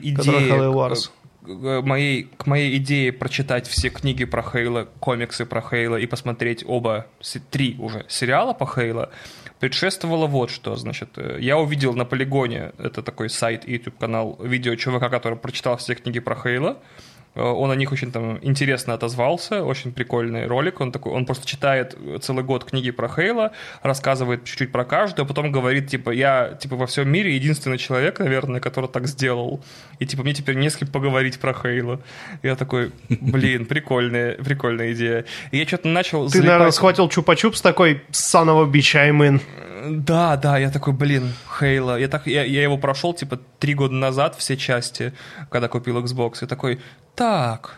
идее прочитать все книги про Хейла, комиксы про Хейла и посмотреть 3 уже сериала по Хейла предшествовало вот что. Значит, я увидел на Полигоне, это такой сайт, YouTube-канал, видео чувака, который прочитал все книги про Хейла. Он о них очень интересно отозвался, очень прикольный ролик. Он просто читает целый год книги про Хейла, рассказывает чуть-чуть про каждую, а потом говорит, я во всем мире единственный человек, наверное, который так сделал. И мне теперь не с кем поговорить про Хейла. Я такой, прикольная идея. И я что-то начал... Ты, наверное, схватил чупа-чупс такой, son of a bitch, I'm in. Да, я такой, Хейла. Я его прошел 3 года назад, все части, когда купил Xbox. И такой, Так.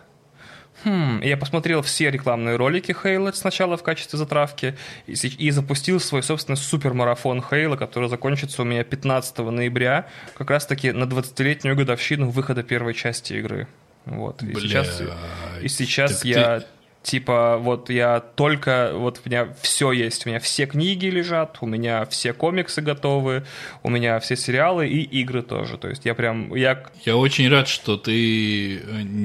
Я посмотрел все рекламные ролики Halo сначала в качестве затравки и запустил свой собственный супермарафон Halo, который закончится у меня 15 ноября, как раз-таки на 20-летнюю годовщину выхода первой части игры. Вот. И сейчас я... Типа, вот я только, вот у меня все есть, у меня все книги лежат, у меня все комиксы готовы, у меня все сериалы и игры тоже. То есть я прям... Я очень рад, что ты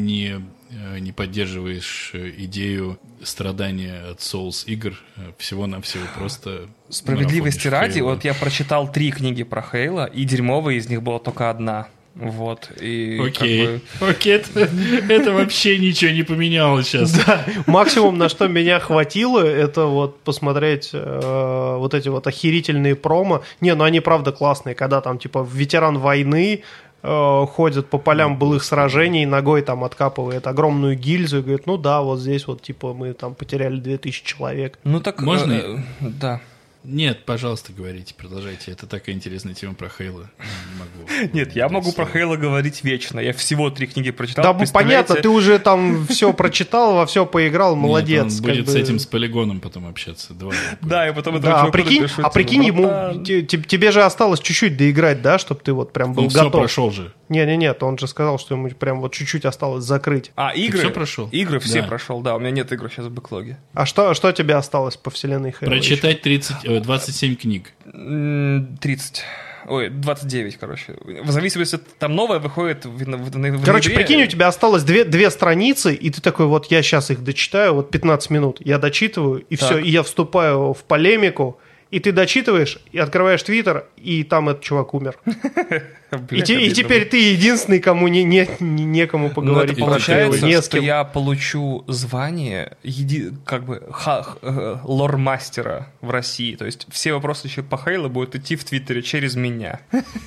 не поддерживаешь идею страдания от Souls игр, всего-навсего просто... Справедливости ради, вот я прочитал 3 книги про Хейла, и дерьмовой из них была только одна. Вот, и Окей, это вообще ничего не поменяло сейчас. Да, максимум, на что меня хватило, это вот посмотреть вот эти вот охерительные промо. Не, ну они правда классные, когда там типа ветеран войны ходит по полям былых сражений, ногой там откапывает огромную гильзу и говорит, ну да, вот здесь вот типа мы там потеряли 2000 человек. Ну так... Можно? Да. Нет, пожалуйста, говорите, продолжайте. Это такая интересная тема про Хейла. Не могу. Нет, я могу про Хейла говорить вечно. Я всего 3 книги прочитал. Да, понятно, ты уже там все прочитал, во все поиграл, молодец. Нет, он будет с этим, с Полигоном потом общаться. Да, и потом это да, прикинь, ему, тебе же осталось чуть-чуть доиграть, да, чтобы ты вот прям был готов. Он все прошел же. Нет, он же сказал, что ему прям вот чуть-чуть осталось закрыть. А, игры? Ты все прошел? Игры все прошел, да, у меня нет игр сейчас в бэклоге. А что тебе осталось по вселенной Хейла? Прочитать 27 книг. 30. Ой, 29, короче. В зависимости, там новое выходит в короче, ноябре. прикинь, у тебя осталось 2 страницы, и ты такой, вот я сейчас их дочитаю, вот 15 минут, я дочитываю, и все, и я вступаю в полемику, и ты дочитываешь, и открываешь Твиттер, и там этот чувак умер. И теперь ты единственный, кому некому поговорить. Но это получается, что я получу звание как бы лор-мастера в России. То есть все вопросы еще по Хейлу будут идти в Твиттере через меня.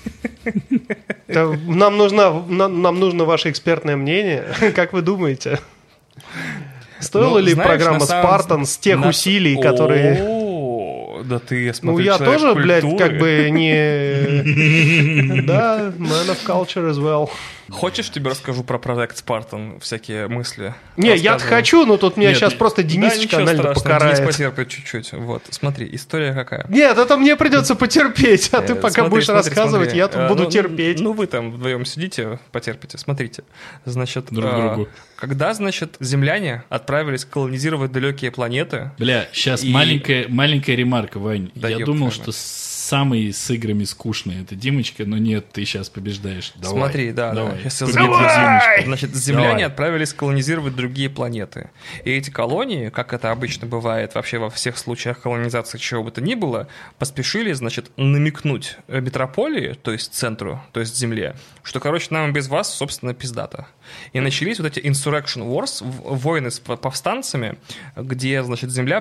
Нам нужно ваше экспертное мнение. Как вы думаете? Стоила ли программа «Спартан» с тех усилий, которые... Да ты, я смотрю, ну, я тоже, культуры. Блядь, как бы не... Да, man of culture as well. Хочешь, тебе расскажу про проект «Спартан», всякие мысли? Не, я хочу, но тут меня сейчас просто Денис канально покарает. Денис потерпит чуть-чуть. Вот, смотри, история какая. Нет, это мне придется потерпеть, а ты пока будешь рассказывать, я тут буду терпеть. Ну, вы там вдвоем сидите, потерпите. Смотрите, значит... Друг другу. Когда, значит, земляне отправились колонизировать далекие планеты... Бля, сейчас маленькая ремарка, Вань. Да, я думал, что самый с играми скучный это Димочка, но нет, ты сейчас побеждаешь. Давай, смотри, давай. Давай! Значит, земляне отправились колонизировать другие планеты. И эти колонии, как это обычно бывает вообще во всех случаях колонизации чего бы то ни было, поспешили, значит, намекнуть метрополии, то есть центру, то есть земле, что, короче, нам без вас, собственно, пиздата. И начались вот эти Insurrection Wars, войны с повстанцами, где, значит, земля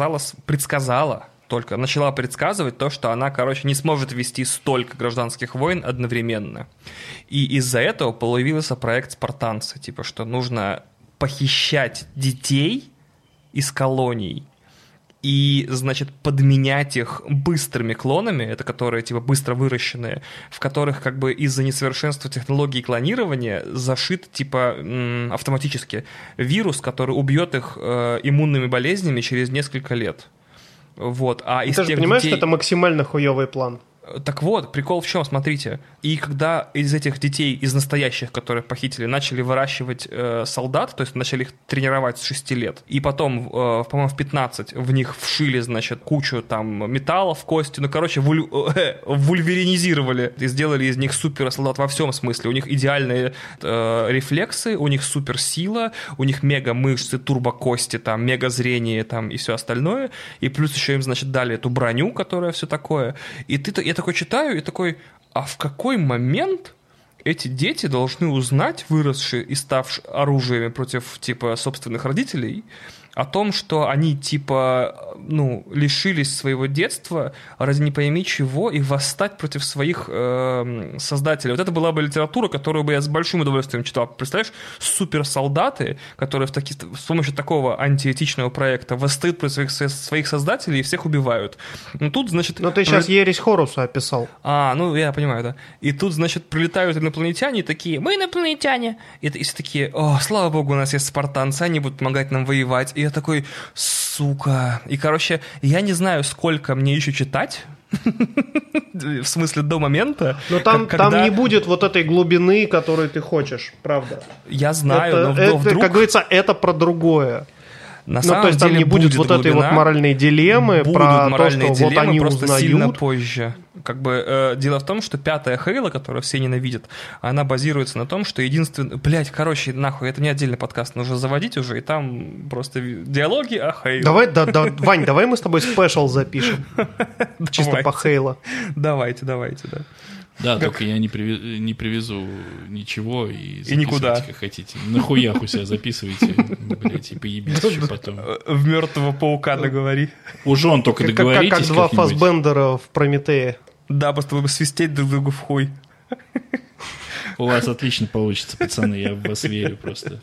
начала предсказывать то, что она, короче, не сможет вести столько гражданских войн одновременно. И из-за этого появился проект «Спартанцы», типа, что нужно похищать детей из колоний и, значит, подменять их быстрыми клонами, это которые, типа, быстро выращенные, в которых, как бы, из-за несовершенства технологии клонирования зашит, типа, автоматически вирус, который убьет их иммунными болезнями через несколько лет. Вот. А из ты же понимаешь, что это максимально хуёвый план? Так вот, прикол в чем, смотрите. И когда из этих детей, из настоящих, которые похитили, начали выращивать солдат, то есть начали их тренировать с 6 лет, и потом, по-моему, в 15 в них вшили, значит, кучу там металлов, кости, ну, короче, вульверинизировали и сделали из них суперсолдат во всем смысле. У них идеальные рефлексы, у них суперсила, у них мега-мышцы, турбокости, там, мега-зрение там, и все остальное. И плюс еще им, значит, дали эту броню, которая все такое. И я такой читаю, и такой, а в какой момент эти дети должны узнать, выросшие и ставшие оружиями против, типа, собственных родителей, о том, что они, типа, ну, лишились своего детства ради не пойми чего и восстать против своих создателей. Вот это была бы литература, которую бы я с большим удовольствием читал. Представляешь, суперсолдаты, которые с помощью такого антиэтичного проекта восстают против своих создателей и всех убивают. Ну, тут, значит... Но ты сейчас ересь Хоруса описал. Ну, я понимаю, да. И тут, значит, прилетают инопланетяне и такие: мы инопланетяне. И все такие: о, слава богу, у нас есть спартанцы, они будут помогать нам воевать. И я такой: сука. И, короче, я не знаю, сколько мне еще читать. В смысле, до момента. Но там не будет вот этой глубины, которую ты хочешь, правда. Я знаю, но вдруг... Как говорится, это про другое. На самом то есть деле там не будет вот этой вот моральной дилеммы про то, что вот они просто узнают. сильно позже. Как бы дело в том, что 5-я Хейла, которую все ненавидят, она базируется на том, что единственное... Блять, короче, нахуй, это не отдельный подкаст, нужно заводить уже, и там просто диалоги о Хейле. Давай, Вань, давай мы с тобой спешл запишем. Чисто по Хейла. Давайте, да. Да, только я не привезу ничего и никуда. Как хотите. Нахуя у себя записывайте, блядь, и поебись еще потом. В мертвого паука договори. Уже он только договоритесь как два Фассбендера в Прометее. Да, просто вы свистеть друг другу в хуй. У вас отлично получится, пацаны, я в вас верю просто.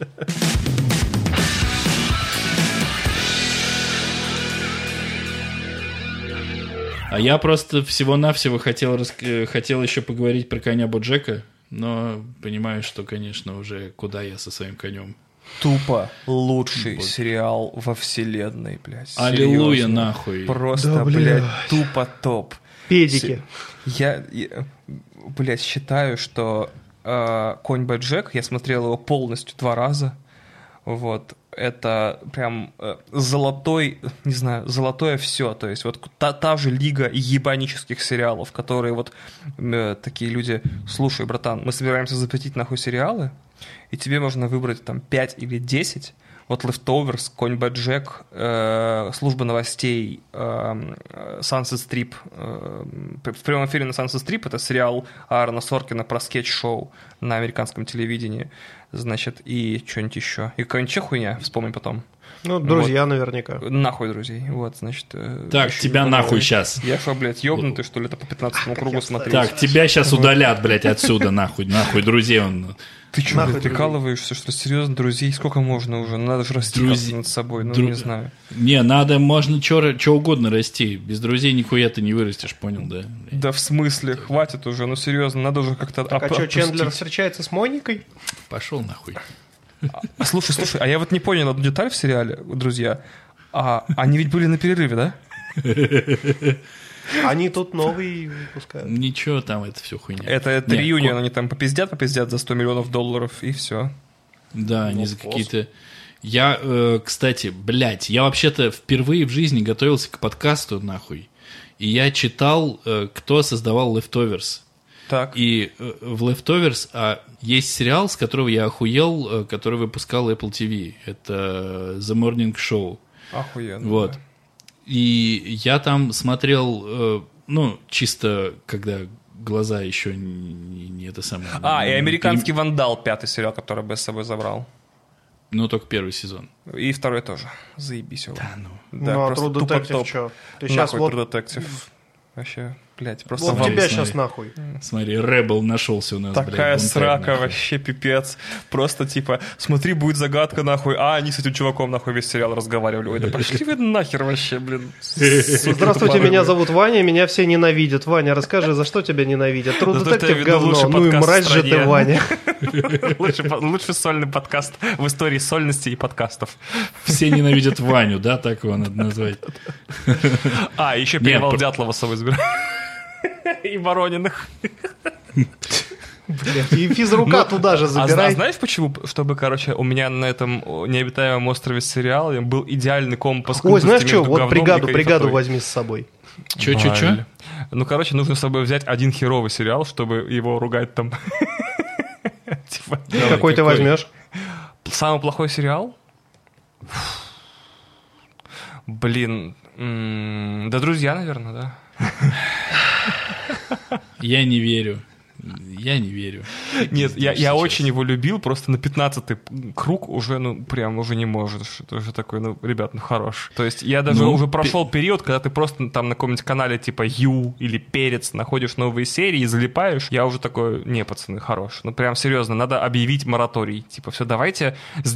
А я просто всего-навсего хотел еще поговорить про коня Боджека, но понимаю, что, конечно, уже куда я со своим конем. Тупо лучший сериал во вселенной, блядь. Аллилуйя, нахуй. Просто, да, блядь, тупо топ. Педики. Я, блядь, считаю, что «Конь Боджек», я смотрел его полностью 2 раза, вот, это прям золотое все, то есть вот та же лига ебанических сериалов, которые вот такие люди: слушай, братан, мы собираемся запретить нахуй сериалы, и тебе можно выбрать там 5 или 10, вот Leftovers, Конь Боджек, Служба новостей, Sunset Strip. В прямом эфире на Sunset Strip это сериал Аарона Соркина про скетч-шоу на американском телевидении. Значит, и что-нибудь еще. И какая-нибудь еще хуйня, вспомни потом. Ну, друзья, вот. Наверняка. Нахуй друзей. Вот, значит. Так, тебя нахуй сейчас. Я что, блядь, ёбнутый, что ли, это по 15-му кругу смотреть? Так, тебя сейчас удалят, блядь, отсюда, нахуй, друзей он... Ты что, блядь, прикалываешься, что серьезно, друзей? Сколько можно уже? Надо же расти над собой, не знаю. Не, можно что угодно расти. Без друзей нихуя ты не вырастешь, понял, да? Да в смысле, хватит уже, серьезно, надо уже как-то так, а что, Чендлер встречается с Моникой? Пошел нахуй. Слушай, а я вот не понял одну деталь в сериале, друзья. Они ведь были на перерыве, да? Они тут новый выпускают. Ничего, там это все хуйня. Это реюнион, они там попиздят за $100 миллионов, и все. Да, они за какие-то... Я, кстати, блядь, я вообще-то впервые в жизни готовился к подкасту, нахуй. И я читал, кто создавал Leftovers. Так. И в Leftovers есть сериал, с которого я охуел, который выпускал Apple TV. Это The Morning Show. Охуенно. Вот. Да. И я там смотрел, чисто когда глаза еще не это самое. И «Американский вандал», 5-й сериал, который бы с собой забрал. Ну, только 1 сезон. И 2 тоже. Заебись его. Да, Да, просто True Detective что? Ты сейчас вот... True Detective. Вообще, блядь, просто... Вот тебя сейчас нахуй. Смотри, Rebel нашелся у нас, такая блядь. срака, вообще пипец. Просто типа, смотри, будет загадка, нахуй. Они с этим чуваком, нахуй, весь сериал разговаривали. Ой, да пошли вы нахер вообще, блин. Здравствуйте, меня зовут Ваня, меня все ненавидят. Ваня, расскажи, за что тебя ненавидят? True Detective говно. Ну и мразь же ты, Ваня. Лучший сольный подкаст в истории сольности и подкастов. Все ненавидят Ваню, да, так его надо назвать. Еще Перевал Дятлова с собой забираю. И Ворониных. Блядь, и физрука туда же забирай. А знаешь почему? Чтобы, короче, у меня на этом необитаемом острове с сериалом был идеальный компас. Ой, знаешь что, вот бригаду возьми с собой. Че? Ну, короче, нужно с собой взять один херовый сериал, чтобы его ругать там. Какой ты возьмешь? Самый плохой сериал? Блин, да «Друзья», наверное, да. Я не верю. Я не верю. Нет, я очень его любил, просто на 15-й круг уже, ну, прям уже не можешь. Это уже такой, ну, ребят, ну, хорош. То есть я даже уже прошел период, когда ты просто там на каком-нибудь канале типа Ю или Перец находишь новые серии и залипаешь. Я уже такой, не, пацаны, хорош. Ну, прям серьезно, надо объявить мораторий. Типа, все, давайте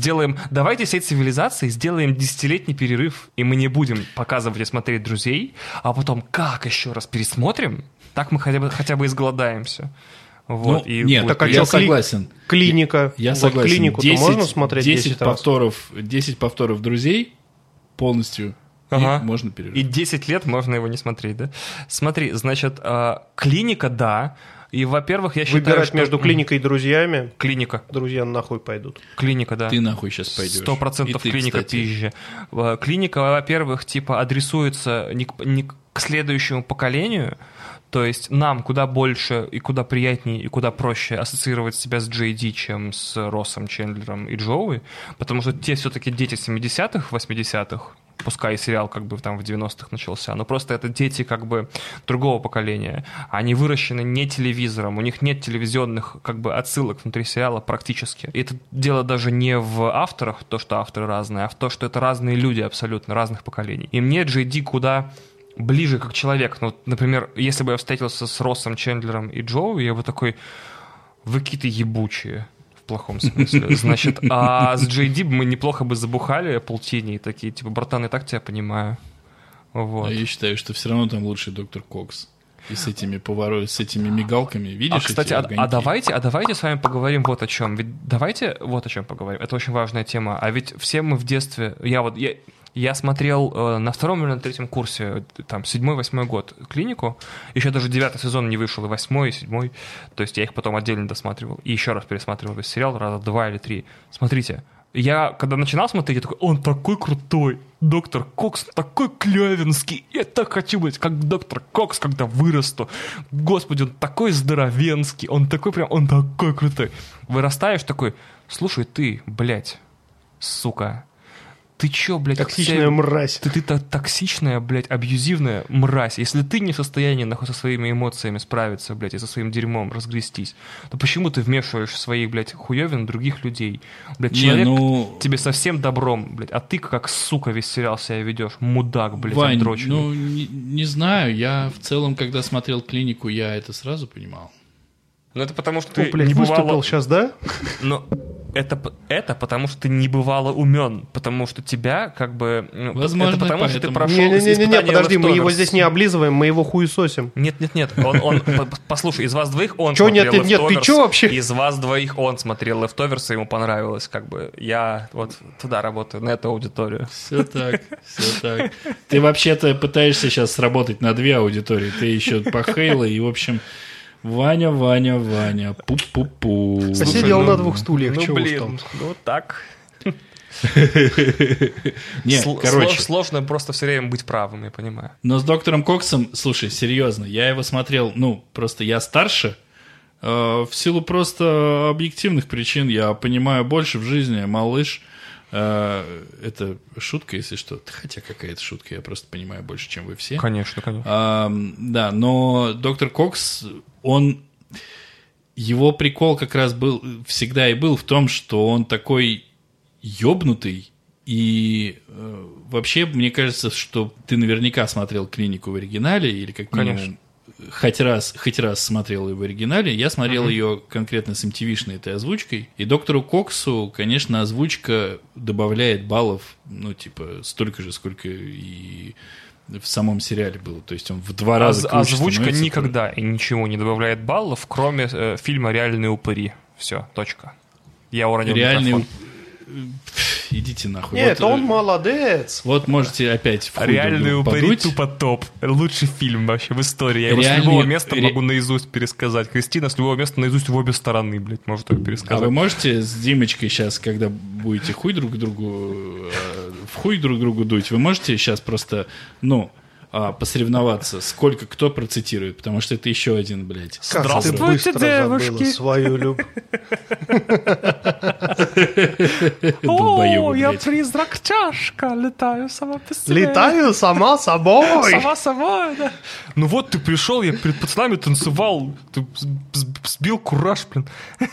всей цивилизации сделаем 10-летний перерыв, и мы не будем показывать и смотреть «Друзей», а потом как еще раз пересмотрим, так мы хотя бы изголодаемся. Вот, ну, нет, так, я согласен. Клиника. Я согласен. Клинику-то можно смотреть 10 повторов, 10 повторов «Друзей» полностью, ага. И можно перерыв. И 10 лет можно его не смотреть, да? Смотри, значит, клиника, да. И, во-первых, я считаю, выбирать что... между клиникой и друзьями. Клиника. Друзья нахуй пойдут. Клиника, да. Ты нахуй сейчас пойдешь. 100% клиника пизжи. Клиника, во-первых, типа адресуется не к следующему поколению, то есть нам куда больше и куда приятнее и куда проще ассоциировать себя с Джей Ди, чем с Россом, Чендлером и Джоуи, потому что те все-таки дети 70-х, 80-х, пускай сериал как бы там в 90-х начался, но просто это дети как бы другого поколения. Они выращены не телевизором, у них нет телевизионных как бы отсылок внутри сериала практически. И это дело даже не в авторах, то, что авторы разные, а в том, что это разные люди абсолютно, разных поколений. И мне Джей Ди куда ближе как человек. Ну, например, если бы я встретился с Россом, Чендлером и Джоуи, я бы такой, вы какие-то ебучие. В плохом смысле. Значит, а с Джей Ди мы неплохо бы забухали полтиней такие, типа, братан, я так тебя понимаю. Вот. А я считаю, что все равно там лучший доктор Кокс. И с этими с этими мигалками, видишь, кстати, давайте с вами поговорим вот о чем. Ведь давайте вот о чем поговорим. Это очень важная тема. А ведь все мы в детстве... Я смотрел на 2-м или на 3-м курсе, там, 7-8 год клинику. Еще даже 9-й сезон не вышел, и 8-й, и 7-й. То есть я их потом отдельно досматривал. И еще раз пересматривал весь сериал, раза 2 или 3. Смотрите, я когда начинал смотреть, я такой, он такой крутой. Доктор Кокс такой клевенский. Я так хочу быть, как доктор Кокс, когда вырасту. Господи, он такой здоровенский. Он такой крутой. Вырастаешь такой, слушай, ты, блядь, сука, ты чё, блядь? Токсичная мразь. Ты токсичная, блядь, абьюзивная мразь. Если ты не в состоянии нахуй со своими эмоциями справиться, блядь, и со своим дерьмом разгрестись, то почему ты вмешиваешь в своих, блядь, хуёвин других людей? Блядь, человек тебе совсем добром, блядь, а ты как сука весь сериал себя ведёшь. Мудак, блядь, Вань, отдроченный. ну, не знаю. Я в целом, когда смотрел «Клинику», я это сразу понимал. Ну, это потому, что ты блядь, не выступил бывало... сейчас, да? Но это потому, что ты не бывало умен, потому что тебя как бы... Ну, возможно, это потому, что ты прошел Не, подожди, мы его здесь не облизываем, мы его хуесосим. Нет, он послушай, из вас двоих он чё, смотрел нет, ты чё вообще? Из вас двоих он смотрел Leftovers, и ему понравилось, как бы. Я вот туда работаю, на эту аудиторию. Все так. Ты вообще-то пытаешься сейчас сработать на 2 аудитории, ты еще по Хейлу, и, в общем... Ваня, пу-пу-пу. Сидел на 2 стульях, чего уж блин, там. ну так. Нет, короче. Сложно просто все время быть правым, я понимаю. Но с доктором Коксом, слушай, серьезно, я его смотрел, просто я старше, в силу просто объективных причин, я понимаю больше в жизни, малыш. Это шутка, если что. Хотя какая-то шутка, я просто понимаю больше, чем вы все. Конечно. Да, но доктор Кокс, его прикол как раз всегда и был в том, что он такой ёбнутый. И вообще, мне кажется, что ты наверняка смотрел «Клинику» в оригинале, или как минимум хоть раз смотрел ее в оригинале. Я смотрел ее конкретно с MTV-шной этой озвучкой. И доктору Коксу, конечно, озвучка добавляет баллов, столько же, сколько и в самом сериале было. То есть он в 2 раза круче озвучка никогда и ничего не добавляет баллов, кроме фильма «Реальные упыри». Все, точка. Я уронил микрофон. Идите нахуй. Нет, он молодец. Вот можете опять в хуй «Реальные упыри» подуть. тупо топ. Лучший фильм вообще в истории. Я его с любого места могу наизусть пересказать. Кристина с любого места наизусть в обе стороны, блядь, может его пересказать. А вы можете с Димочкой сейчас, когда будете в хуй друг другу дуть, вы можете сейчас просто, посоревноваться, сколько кто процитирует, потому что это еще один, блядь. Здравствуйте, девушки! Свою любовь. Долбоёбы, я блядь. призрак-чашка, летаю сама по себе. Летаю сама собой. Сама собой, да. Ну вот ты пришел, я перед пацанами танцевал, ты сбил кураж, блин.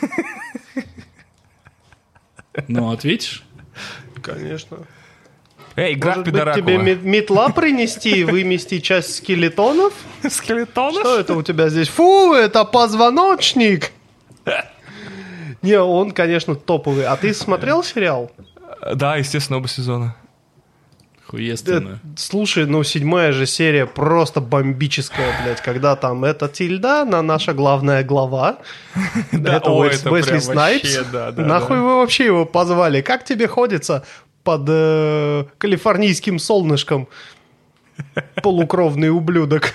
Ну, ответишь? Конечно. Эй, граф Может быть, тебе Пидоракова. метла принести и вымести часть скелетонов? Скелетонов? Что это у тебя здесь? Фу, это позвоночник! Не, он, конечно, топовый. А ты смотрел сериал? Да, естественно, оба сезона. Хуестенно. Слушай, ну 7-я же серия просто бомбическая, блядь, когда там эта Тильда, наша главная глава, это ой, Уэсли это прям вообще, Снайпс, да, нахуй да. вы вообще его позвали? Как тебе ходится под калифорнийским солнышком, полукровный ублюдок?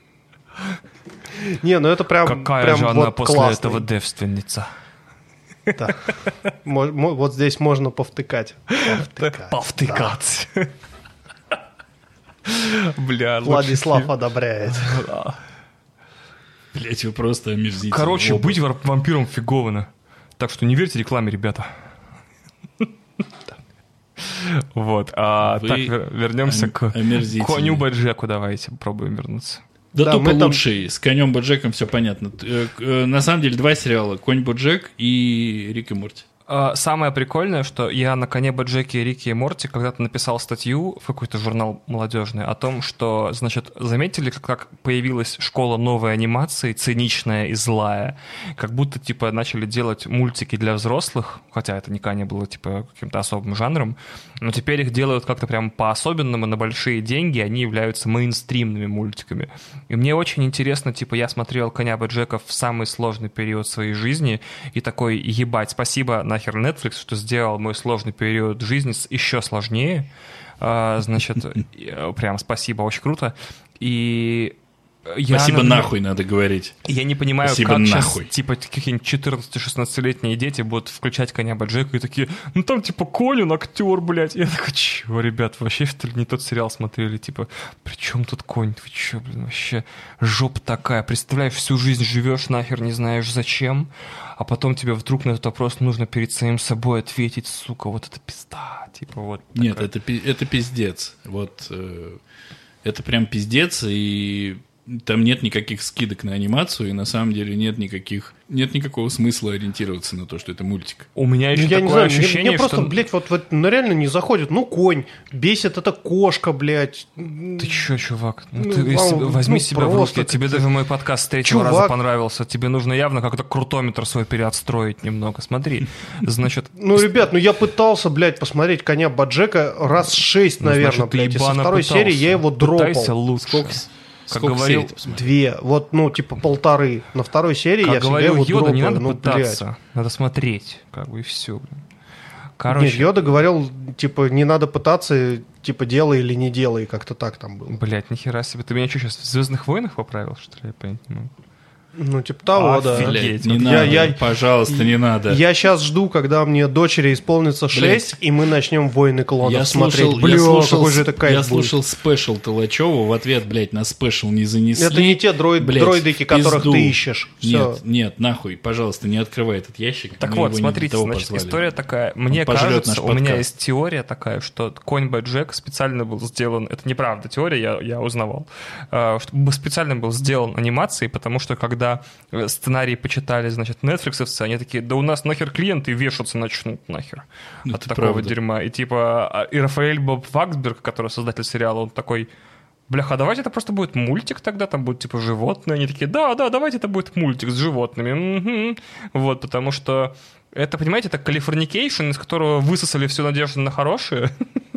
Не, ну это прям Какая прям же она вот после классный. этого девственница? Да. Вот здесь можно повтыкать. Повтыкать. Бля, Владислав одобряет. Блять, вы просто омерзительны. Короче, оба. быть вампиром фигово. Так что не верьте рекламе, ребята. Вот. Вы Так, вернемся к омерзительны. коню Боджеку. Давайте попробуем вернуться. Да, Да, тупо мы там- лучший. С конем Боджеком все понятно. На самом деле 2 сериала. Конь Боджек и Рик и Морти. Самое прикольное, что я на коне Боджеке, Рике и Морти когда-то написал статью в какой-то журнал молодежный о том, что, значит, заметили, как появилась школа новой анимации, циничная и злая, как будто, типа, начали делать мультики для взрослых, хотя это никогда не было, типа, каким-то особым жанром, но теперь их делают как-то прям по-особенному, на большие деньги, они являются мейнстримными мультиками. И мне очень интересно, типа, я смотрел «Коня Боджека» в самый сложный период своей жизни и такой, ебать, спасибо нахер Netflix, что сделал мой сложный период жизни еще сложнее. Значит, прям спасибо, очень круто. И я, Спасибо например, нахуй, надо говорить. я не понимаю, Спасибо как нахуй. сейчас, типа, какие-нибудь 14-16-летние дети будут включать «Коня Боджека» и такие, ну там, типа, конь, он актер, блядь. Я такой, чего, ребят, вообще, что ли, не тот сериал смотрели? Типа, при чем тут конь? Вы че, блин, вообще, жопа такая. Представляешь, всю жизнь живешь нахер, не знаешь зачем, а потом тебе вдруг на этот вопрос нужно перед самим собой ответить, сука, вот это пизда. Типа, вот. Нет, такая. это пиздец. Вот это прям пиздец, и там нет никаких скидок на анимацию, и на самом деле нет никакого смысла ориентироваться на то, что это мультик. У меня еще Ну, я не такое знаю, мне- ощущение, мне просто, что... блядь, вот ну, реально не заходит. Ну, конь, бесит эта кошка, блядь. Ты чё, чувак? Ну, Ну, ты возьми ну, себя в просто руки. Тебе как-то- даже мой подкаст с третьего Чувак. раза понравился. Тебе нужно явно как-то крутометр свой переотстроить немного. Смотри, значит... Ну, ребят, ну я пытался, блядь, посмотреть «Коня Боджека» раз 6, ну, наверное, значит, ты блядь. И со ебано второй пытался. серии я его Пытайся дропал. лучше. Как Сколько говорил, серий ты посмотрел? 2, вот, ну, типа 1,5. На второй серии я как всегда говорил его Йода, дропаю. не надо ну, пытаться. блядь. Надо смотреть. Как бы и все. Нет, Короче, Йода говорил, типа, не надо пытаться, типа, делай или не делай, как-то так там было. блядь, нихера себе. Ты меня что, сейчас в «Звездных войнах» поправил, что ли? Я понять не могу. Ну, типа того, да. Офигеть. Блядь, не Вот надо, я- пожалуйста, не надо. Я сейчас жду, когда мне дочери исполнится 6, и мы начнем «Войны клонов» Я смотреть. слушал, Бля, я слушал, какой же это кайф я будет. слушал спешл Толачева, в ответ, блядь, на спешл не занесли. Это не те Блядь, дроидики, в которых пизду. ты ищешь. Всё. Нет, нет, нахуй, пожалуйста, не открывай этот ящик. Так мы вот, его не для смотрите, того значит, позвали. история такая. Мне пожрет кажется, наш у меня подкаст. есть теория такая, что «Конь Боджек» специально был сделан... Это неправда теория, я узнавал. Что специально был сделан анимацией, потому что когда сценарий почитали, значит, нетфликсовцы, они такие, да у нас нахер клиенты вешаться начнут нахер Ну, от это такого правда. дерьма. И типа, и Рафаэль Боб Ваксберг, который создатель сериала, он такой... Бляха, давайте это просто будет мультик тогда, там будут типа животные. Они такие, да, давайте это будет мультик с животными. Мгм. Вот, потому что это, понимаете, это калифорникейшн, из которого высосали всю надежду на хорошее.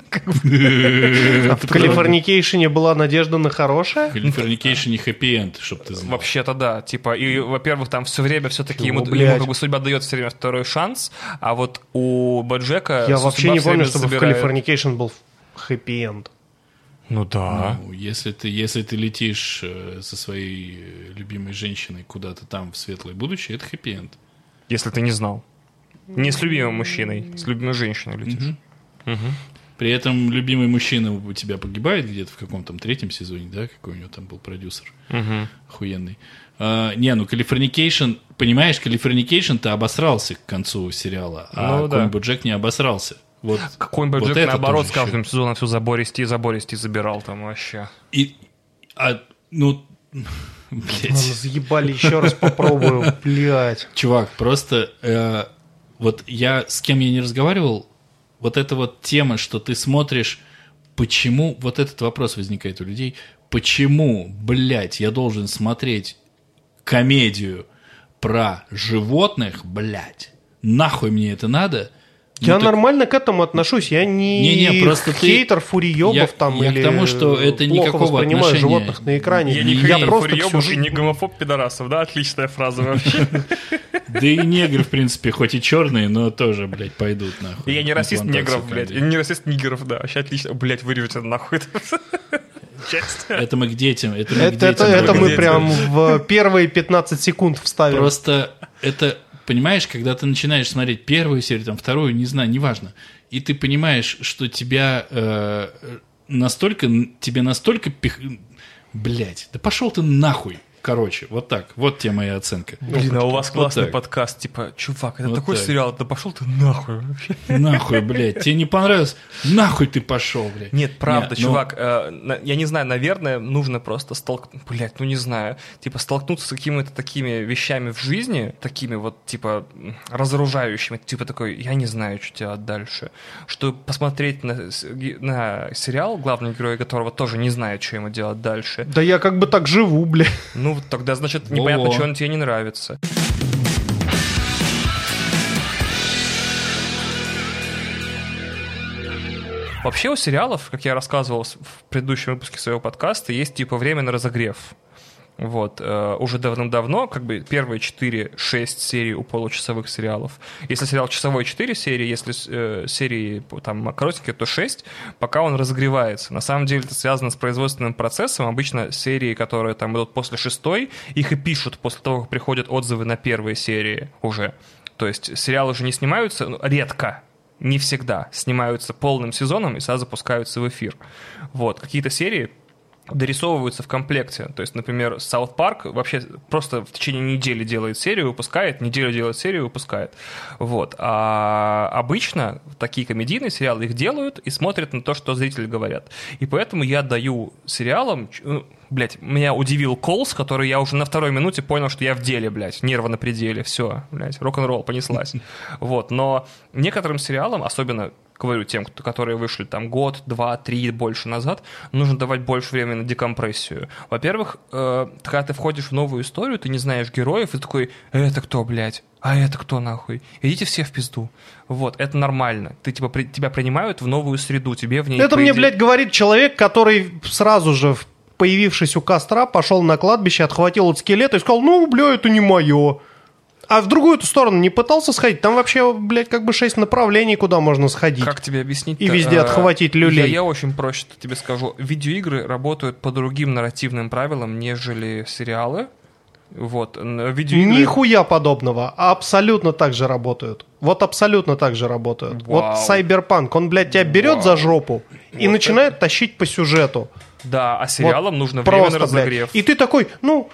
А в «Калифорникейшене» была надежда на хорошее? Калифорникейшн не хэппи-энд, чтоб ты знал. Вообще-то да. Типа, и, во-первых, там все время все-таки Чего, ему блядь? как бы судьба дает все время второй шанс, а вот у Боджека Я судьба вообще не всё время помню, чтобы в забирает. «Калифорникейшн» был хэппи-энд. Ну да. Ну, если ты летишь со своей любимой женщиной куда-то там в светлое будущее, это хэппи-энд. Если ты не знал. Не с любимым мужчиной, с любимой женщиной летишь. При этом любимый мужчина у тебя погибает где-то в каком-то 3-м сезоне, да? Какой у него там был продюсер. Охуенный. Californication, понимаешь, Californication-то обосрался к концу сериала, а какой-нибудь Джек не обосрался. Вот, какой-нибудь вот Джек, наоборот, с каждым сезоном все забористи забирал там вообще. Блядь. Заебали, еще раз попробую, блядь. Чувак, просто вот с кем я не разговаривал, вот эта вот тема, что ты смотришь, почему, вот этот вопрос возникает у людей, почему, блядь, я должен смотреть комедию про животных, блядь, нахуй мне это надо? Я нормально к этому отношусь. Я не просто хейтер фуриёбов там я или к тому, что это плохо никакого воспринимаю отношения. животных на экране. Я не я хейтер просто фуриёбов и не гомофоб пидорасов, да? Отличная фраза вообще. Да и негры, в принципе, хоть и черные, но тоже, блядь, пойдут нахуй. Я не расист негров, блядь. Я не расист нигеров, да. Вообще отлично. Блядь, вырежете нахуй. Это мы к детям. Это мы прям в первые 15 секунд вставим. Просто это... Понимаешь, когда ты начинаешь смотреть первую серию, там, вторую, не знаю, неважно, и ты понимаешь, что тебе настолько Блядь, да пошел ты нахуй. Короче, вот так. Вот тебе моя оценка. Блин, а у вас вот классный так. Подкаст. Типа, чувак, это Вот такой так. сериал, да пошел ты нахуй вообще. Нахуй, блядь. Тебе не понравилось? Нахуй ты пошел, блядь. Нет, правда, Не, ну, чувак, я не знаю, наверное, нужно просто столкнуться с какими-то такими вещами в жизни, такими вот, типа, разоружающими, типа такой, я не знаю, что делать дальше. Чтобы посмотреть на сериал, главный герой которого тоже не знает, что ему делать дальше. Да я как бы так живу, бля. Ну, тогда, значит, непонятно, что он тебе не нравится. Вообще у сериалов, как я рассказывал в предыдущем выпуске своего подкаста, есть типа время на разогрев. Вот, уже давным-давно, как бы первые 4-6 серий у получасовых сериалов. Если сериал часовой 4 серии, если серии там коротенькие, то 6, пока он разогревается. На самом деле это связано с производственным процессом. Обычно серии, которые там идут после 6, их и пишут после того, как приходят отзывы на первые серии уже. То есть сериалы уже не снимаются, редко, не всегда, снимаются полным сезоном и сразу запускаются в эфир. Вот, какие-то серии дорисовываются в комплекте. То есть, например, Саут Парк вообще просто в течение недели делает серию, выпускает, неделю делает серию, выпускает. Вот. А обычно такие комедийные сериалы их делают и смотрят на то, что зрители говорят. И поэтому я даю сериалам... Блять, меня удивил Колс, который я уже на 2-й минуте понял, что я в деле, блядь, нервы на пределе, все, блядь, рок-н-ролл, понеслась. Вот, но некоторым сериалам, особенно, говорю, тем, которые вышли там год, 2, 3, больше назад, нужно давать больше времени на декомпрессию. Во-первых, когда ты входишь в новую историю, ты не знаешь героев, и такой, это кто, блядь? А это кто нахуй? Идите все в пизду. Вот, это нормально. Ты, типа, тебя принимают в новую среду, тебе в ней... Это мне, блядь, говорит человек, который сразу же, появившись у костра, пошел на кладбище, отхватил от скелета и сказал, ну, бля, это не мое. А в другую эту сторону не пытался сходить? Там вообще, блядь, как бы 6 направлений, куда можно сходить. Как тебе объяснить? И везде отхватить люлей. Я очень проще тебе скажу. Видеоигры работают по другим нарративным правилам, нежели сериалы. Вот. Видеоигры... Нихуя подобного. Абсолютно так же работают. Вот абсолютно так же работают. Вау. Вот Cyberpunk, он, блядь, тебя берет за жопу и начинает тащить по сюжету. Да, а сериалам вот нужно время на разогрев. Блядь. И ты такой, ну...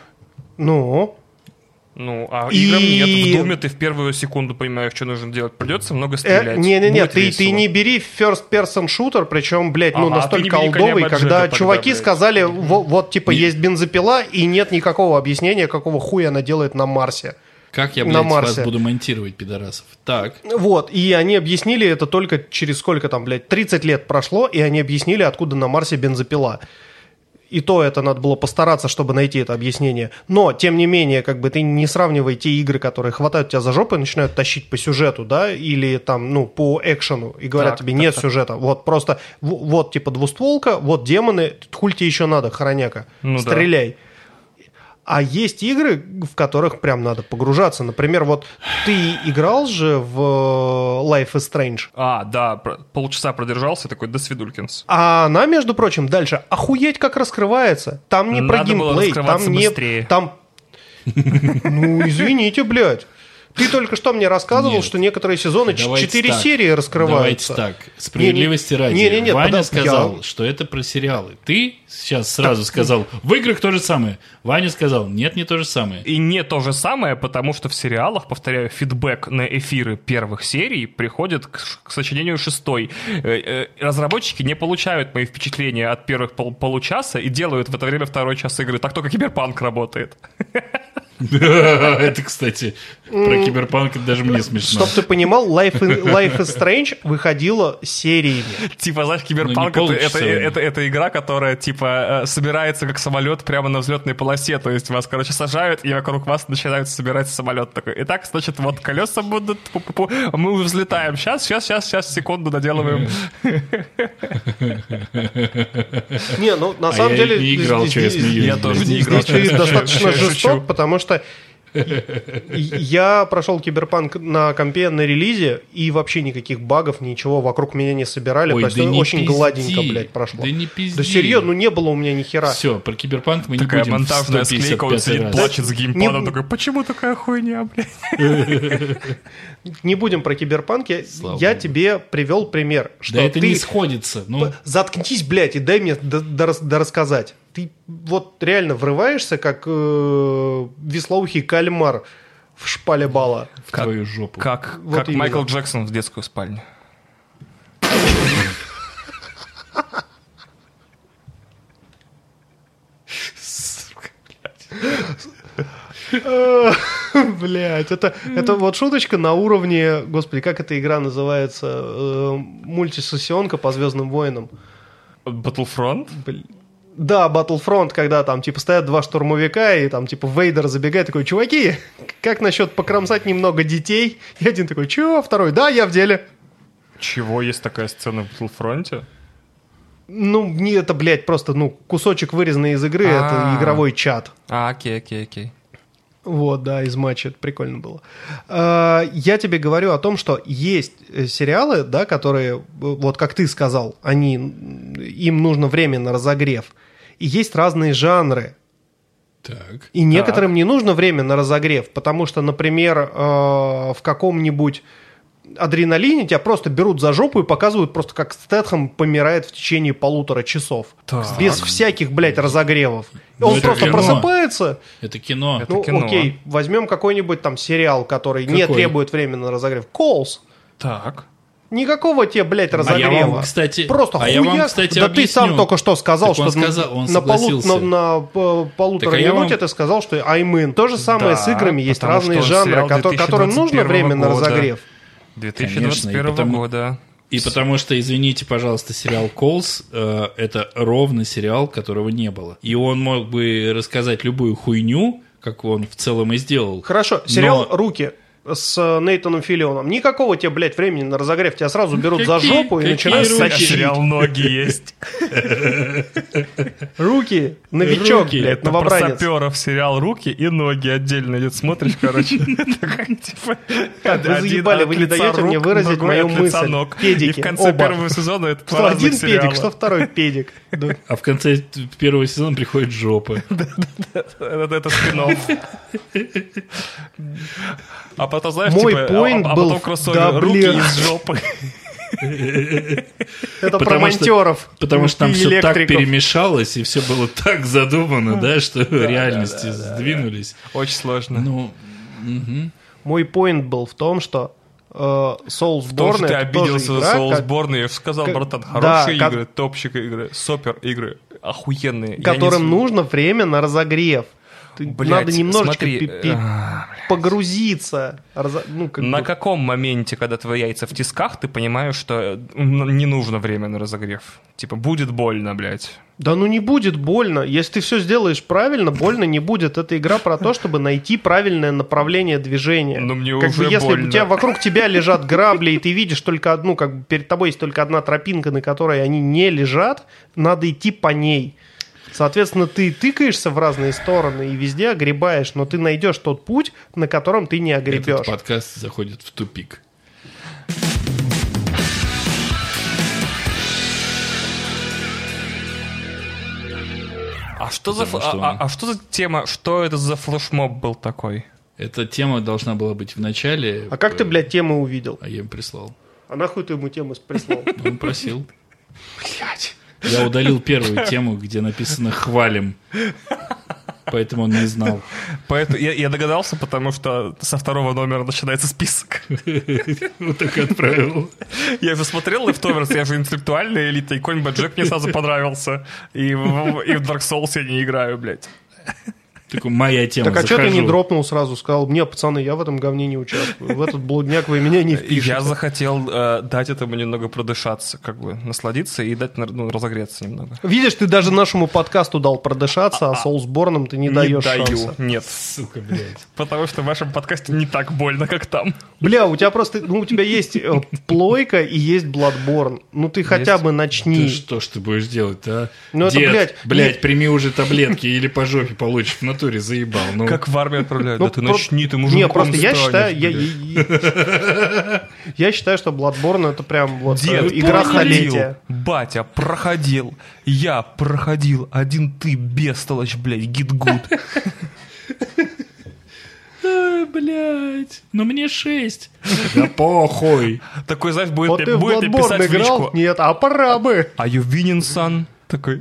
Ну, а играм нет. В Думе ты в первую секунду понимаешь, что нужно делать. Придется много стрелять. Не-не-не, ты не бери first-person shooter, причем, блядь, настолько олдовый, когда чуваки тогда, сказали, вот, типа, есть бензопила, и нет никакого объяснения, какого хуя она делает на Марсе. Как я, блядь, вас буду монтировать, пидорасов? Так. Вот, и они объяснили это только через сколько там, блядь, 30 лет прошло, и они объяснили, откуда на Марсе бензопила. И то это надо было постараться, чтобы найти это объяснение. Но, тем не менее, как бы ты не сравнивай те игры, которые хватают тебя за жопу и начинают тащить по сюжету, да, или там, по экшену, и говорят тебе, нет сюжета. Вот просто, вот типа двустволка, вот демоны, хуль тебе еще надо, хороняка, стреляй. Да. А есть игры, в которых прям надо погружаться. Например, вот ты играл же в Life is Strange. А, да, полчаса продержался, такой, до свидулькинс. А она, между прочим, дальше охуеть как раскрывается. Там не надо про геймплей, там не... быстрее. Там... Ну, извините, блядь. Ты только что мне рассказывал, Нет. что некоторые сезоны Давайте 4 так. серии раскрываются. Давайте так. Справедливости ради. Не-не-не, Ваня подожди, сказал, что это про сериалы. Ты сейчас сразу сказал, в играх то же самое. Ваня сказал, нет, не то же самое. И не то же самое, потому что в сериалах, повторяю, фидбэк на эфиры первых серий приходит к сочинению 6-й. Разработчики не получают мои впечатления от первых получаса и делают в это время второй час игры. Так только Киберпанк работает. Это, кстати, про Киберпанк даже мне смешно. Чтоб ты понимал, Life is Strange выходила сериями. Типа, знаешь, Киберпанк это игра, которая, типа, собирается как самолет прямо на взлетной полосе. То есть вас, короче, сажают, и вокруг вас начинают собирать самолет такой. Итак, значит, вот колеса будут, мы взлетаем. Сейчас, секунду доделываем. Не, ну, на самом деле... Я не играл, что я смеюсь. Я тоже не играл. Здесь ты достаточно Я шучу. жесток, потому что я прошел Киберпанк на компе на релизе, и вообще никаких багов, ничего вокруг меня не собирали. Ой, то есть да не очень пизди. гладенько, блядь, прошло. Да не пизди. Да серьезно, ну не было у меня ни хера. Все, про Киберпанк мы не Такая будем в монтажная склейка, он 155 сидит, раз. плачет с геймпадом, Не- такой, почему такая хуйня, блядь? Не будем про Киберпанк. Слава Я богу. тебе привел пример, что Да это ты... не сходится. Ну, Заткнись, блядь, и дай мне дорассказать. Ты вот реально врываешься, как веслоухий кальмар в шпале бала. в твою жопу. Как Вот именно. Майкл Джексон в детскую спальню. Блядь, это вот шуточка на уровне, господи, как эта игра называется? Мультисессионка по Звездным войнам. Battlefront? Да, Battlefront, когда там типа стоят два штурмовика, и там типа Вейдер забегает, такой, чуваки, как насчет покромсать немного детей? И один такой, чё? Второй, да, я в деле. Чего есть такая сцена в Battlefront? Ну, не это, блядь, просто, ну, кусочек вырезанный из игры, это А. игровой чат. Окей. Вот, да, из матча, это прикольно было. Я тебе говорю о том, что есть сериалы, да, которые, вот как ты сказал, им нужно время на разогрев. И есть разные жанры. Так. И некоторым не нужно время на разогрев, потому что, например, в каком-нибудь адреналине тебя просто берут за жопу и показывают просто, как Стэтхэм помирает в течение 1,5 часов. Так. Без всяких, блядь, разогревов. Ну, Он это просто кино. просыпается. Это кино. Это Ну, кино. окей, возьмем какой-нибудь там сериал, который не Какой? требует времени на разогрев. Calls. Так. Никакого тебе, блядь, А я разогрева. вам, кстати, Просто а я вам, хуяк. кстати, Да ты объясню. сам только что сказал, Так он что сказал, он на согласился. полутора Так, а я минуте вам- ты сказал, что I'm in. То же самое Да, с играми. Есть потому разные что жанры, сериал которым нужно 2021 время на года. разогрев. 2021 Конечно, и потому- года. И потому что, извините, пожалуйста, сериал «Колс» это ровно сериал, которого не было. И он мог бы рассказать любую хуйню, как он в целом и сделал. Хорошо, сериал «Руки» с Нейтаном Филлионом. Никакого тебе, блядь, времени на разогрев. Тебя сразу берут за Какие- жопу и какие начинают руки? сочинить. Сериал «Ноги» есть. Руки, новичок, Руки, блядь, Это про новобранец. саперов сериал «Руки» и «Ноги» отдельно идет. Смотришь, короче. Такая, типа, Так, вы один заебали, вы не от лица даете мне рук, выразить другой мою от лица мысль. ног. Педики, И в конце оба. первого сезона это два Что разных один сериала. педик, что второй педик. Да. А в конце первого сезона приходит жопа. Это спин-офф. А потом, знаешь, Мой типа, point а был потом в кроссовер «Руки» дабле. из жопы. Это про Потому что- монтеров. Потому что там и все так электриков. перемешалось, и все было так задумано, да, что реальности сдвинулись. Очень сложно. Ну, мгм. Мой поинт был в том, что Soulsborne Потому что ты это тоже обиделся игра, за как- Soulsborne, я же сказал, как- братан, да, хорошие как- игры, топчик игры, супер игры, охуенные. Я не которым с- нужно время на разогрев. Блядь, Надо немножечко смотри, погрузиться. Ну, как На бы. каком моменте, когда твои яйца в тисках, ты понимаешь, что не нужно время на разогрев? Типа, будет больно, блядь. Да ну не будет больно. Если ты все сделаешь правильно, больно не будет. Это игра про то, чтобы найти правильное направление движения. Но мне как уже бы если больно. у тебя вокруг тебя лежат грабли, и ты видишь только одну, как бы перед тобой есть только одна тропинка, на которой они не лежат, надо идти по ней. Соответственно, ты тыкаешься в разные стороны и везде огребаешь, но ты найдешь тот путь, на котором ты не Этот огребешь. подкаст заходит в тупик. А что за Потому что он- а что за тема? Что это за флешмоб был такой? Эта тема должна была быть в начале. А как ты, блядь, тему увидел? А я им прислал. А нахуй ты ему тему прислал? Он просил. Блядь. Я удалил первую тему, где написано «хвалим». Поэтому он не знал. Поэтому я догадался, потому что со второго номера начинается список. Вот так и отправил. Я же смотрел Leftovers, я же интеллектуальная элита, и конь Боджек мне сразу понравился. И в Dark Souls я не играю, блядь. Такой, моя тема, Так а что ты захожу. не дропнул сразу? Сказал, не, пацаны, я в этом говне не участвую. В этот блудняк вы меня не впишете. Я захотел дать этому немного продышаться, как бы насладиться и дать разогреться немного. Видишь, ты даже нашему подкасту дал продышаться, а Soulsborne ты не даешь шанса. Нет. Сука, блядь. Потому что в вашем подкасте не так больно, как там. Бля, у тебя просто, у тебя есть плойка и есть Bloodborne. Ну ты хотя бы начни. Ты что ж ты будешь делать-то, а? Ну это, Дед, блядь, прими уже таблетки или по жопе получишь. В натуре заебал. Ну, Как в армию отправляют. Ну, Да ты начни, ты мужиком не, просто я станешь, считаю, блядь. я считаю, что Bloodborne это прям вот Дед, игра проходил, столетия. батя, проходил, я проходил, один ты, бестолочь, блядь, гид-гуд. блядь, ну мне 6. Да похуй. Такой, знаешь, Вот будет ты в мне Bloodborne писать в играл? личку. Нет, а пора бы. Are you winning, son? Такой.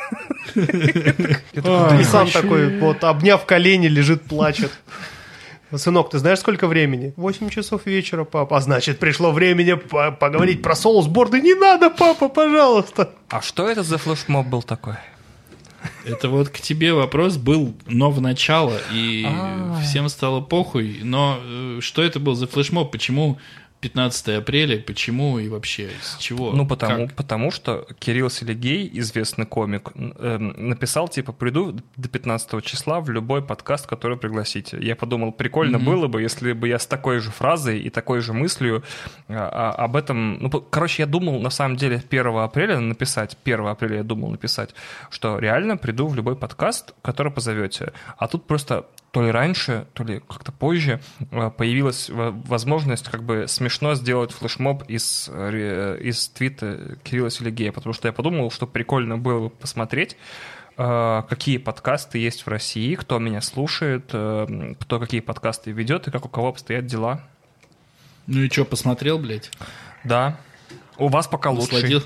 И сам такой, вот, обняв колени, лежит, плачет. Сынок, ты знаешь, сколько времени? 8 часов вечера, папа. А значит, пришло времени поговорить про Soulsborne. Не надо, папа, пожалуйста. А что это за флешмоб был такой? Это вот к тебе вопрос был, но в начало, и всем стало похуй. Но что это был за флешмоб? Почему 15 апреля? Почему и вообще? С чего? Ну, потому что Кирилл Селигей, известный комик, написал, типа, приду до 15 числа в любой подкаст, который пригласите. Я подумал, прикольно было бы, если бы я с такой же фразой и такой же мыслью об этом... Ну, короче, я думал, на самом деле, 1 апреля написать, что реально приду в любой подкаст, который позовете. А тут просто... То ли раньше, то ли как-то позже появилась возможность как бы смешно сделать флешмоб из твита Кирилла Селигея, потому что я подумал, что прикольно было бы посмотреть, какие подкасты есть в России, кто меня слушает, кто какие подкасты ведет и как у кого обстоят дела. Ну и что, посмотрел, блядь? Да. У вас пока лучше. Насладил?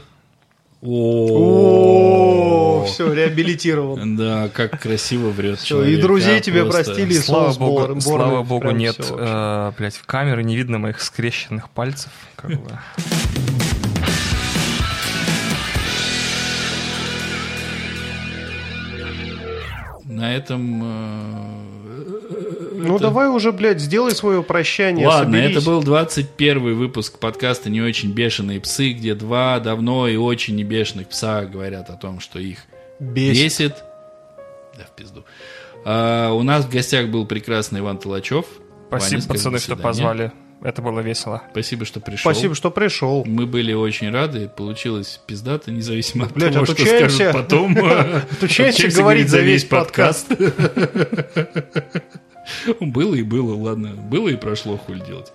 О, все, реабилитирован. Да, как красиво врет Все, человек. и друзей тебе просто. простили, и Слава богу, Soulsborne прям нет, всё вообще. блядь, в камеры не видно моих скрещенных пальцев. Как бы. На этом... Ну давай уже, блядь, сделай свое прощание. Ладно, соберись. это был 21-й выпуск подкаста «Не очень бешеные псы», где два давно и очень небешеных пса говорят о том, что их бесит. Да, в пизду. У нас в гостях был прекрасный Иван Толачев. Спасибо, Ваня, пацаны, скажи что до свидания. позвали. Это было весело. Спасибо, что пришел. Спасибо, что пришел. Мы были очень рады. Получилось пиздато, независимо от Блядь, того, что отучаемся. скажут потом. Отучаемся говорить за весь подкаст. Было и было, ладно. Было и прошло, хуй делать.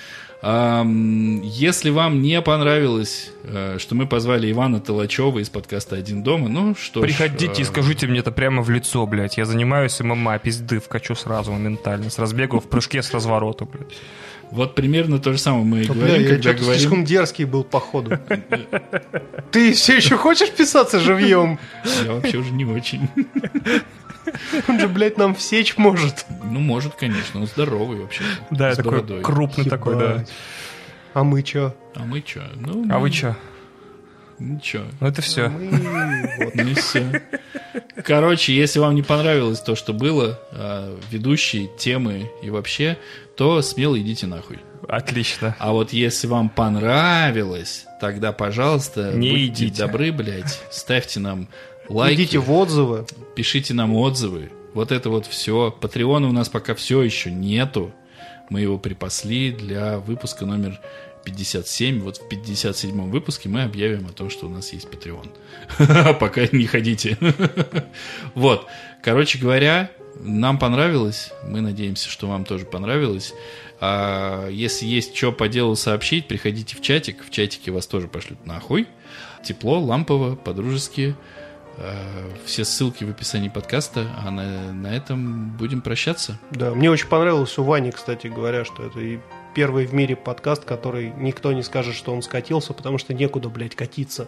Если вам не понравилось, что мы позвали Ивана Толачева из подкаста «Один дома», ну что ж... Приходите и скажите мне это прямо в лицо, блядь. Я занимаюсь ММА, пизды вкачу сразу моментально. С разбегу в прыжке с разворота, блядь. Вот примерно то же самое мы и Бля, говорим, я когда что-то говорим... слишком дерзкий был, походу. Ты все еще хочешь писаться живьем? Я вообще уже не очень. Он же, блядь, нам всечь может. Ну, может, конечно. Он здоровый вообще. Да, с такой бородой. крупный такой, да. Ебать. А мы чё? А мы чё? Ну, А вы чё? ничего. Ну это все. Ну и все. Короче, если вам не понравилось то, что было, ведущие, темы и вообще, то смело идите нахуй. Отлично. А вот если вам понравилось, тогда, пожалуйста, Не будьте идите. добры, блядь, ставьте нам лайки, Идите в отзывы. пишите нам отзывы. Вот это вот все. Патреона у нас пока все еще нету. Мы его припасли для выпуска номер 57. Вот в 57-м выпуске мы объявим о том, что у нас есть Patreon. Пока не ходите. Вот. Короче говоря, нам понравилось. Мы надеемся, что вам тоже понравилось. А если есть что по делу сообщить, приходите в чатик. В чатике вас тоже пошлют нахуй. Тепло, лампово, по-дружески. Все ссылки в описании подкаста, а на этом будем прощаться. Да, мне очень понравилось у Вани, кстати говоря, что это и первый в мире подкаст, который никто не скажет, что он скатился, потому что некуда, блядь, катиться.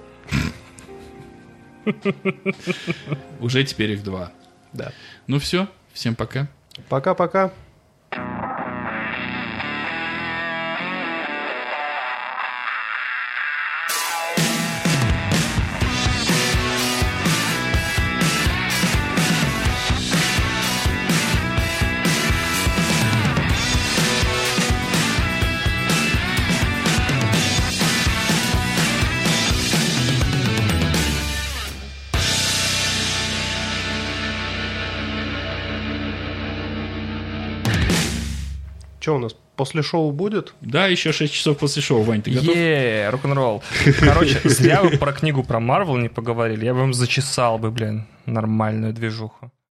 Уже теперь их 2. Да. Ну все, всем пока. Пока-пока. Что у нас, после шоу будет? Да, еще 6 часов после шоу. Вань, ты готов? Рок-н-ролл. Короче, зря вы про книгу про Марвел не поговорили. Я бы вам зачесал бы, блин, нормальную движуху.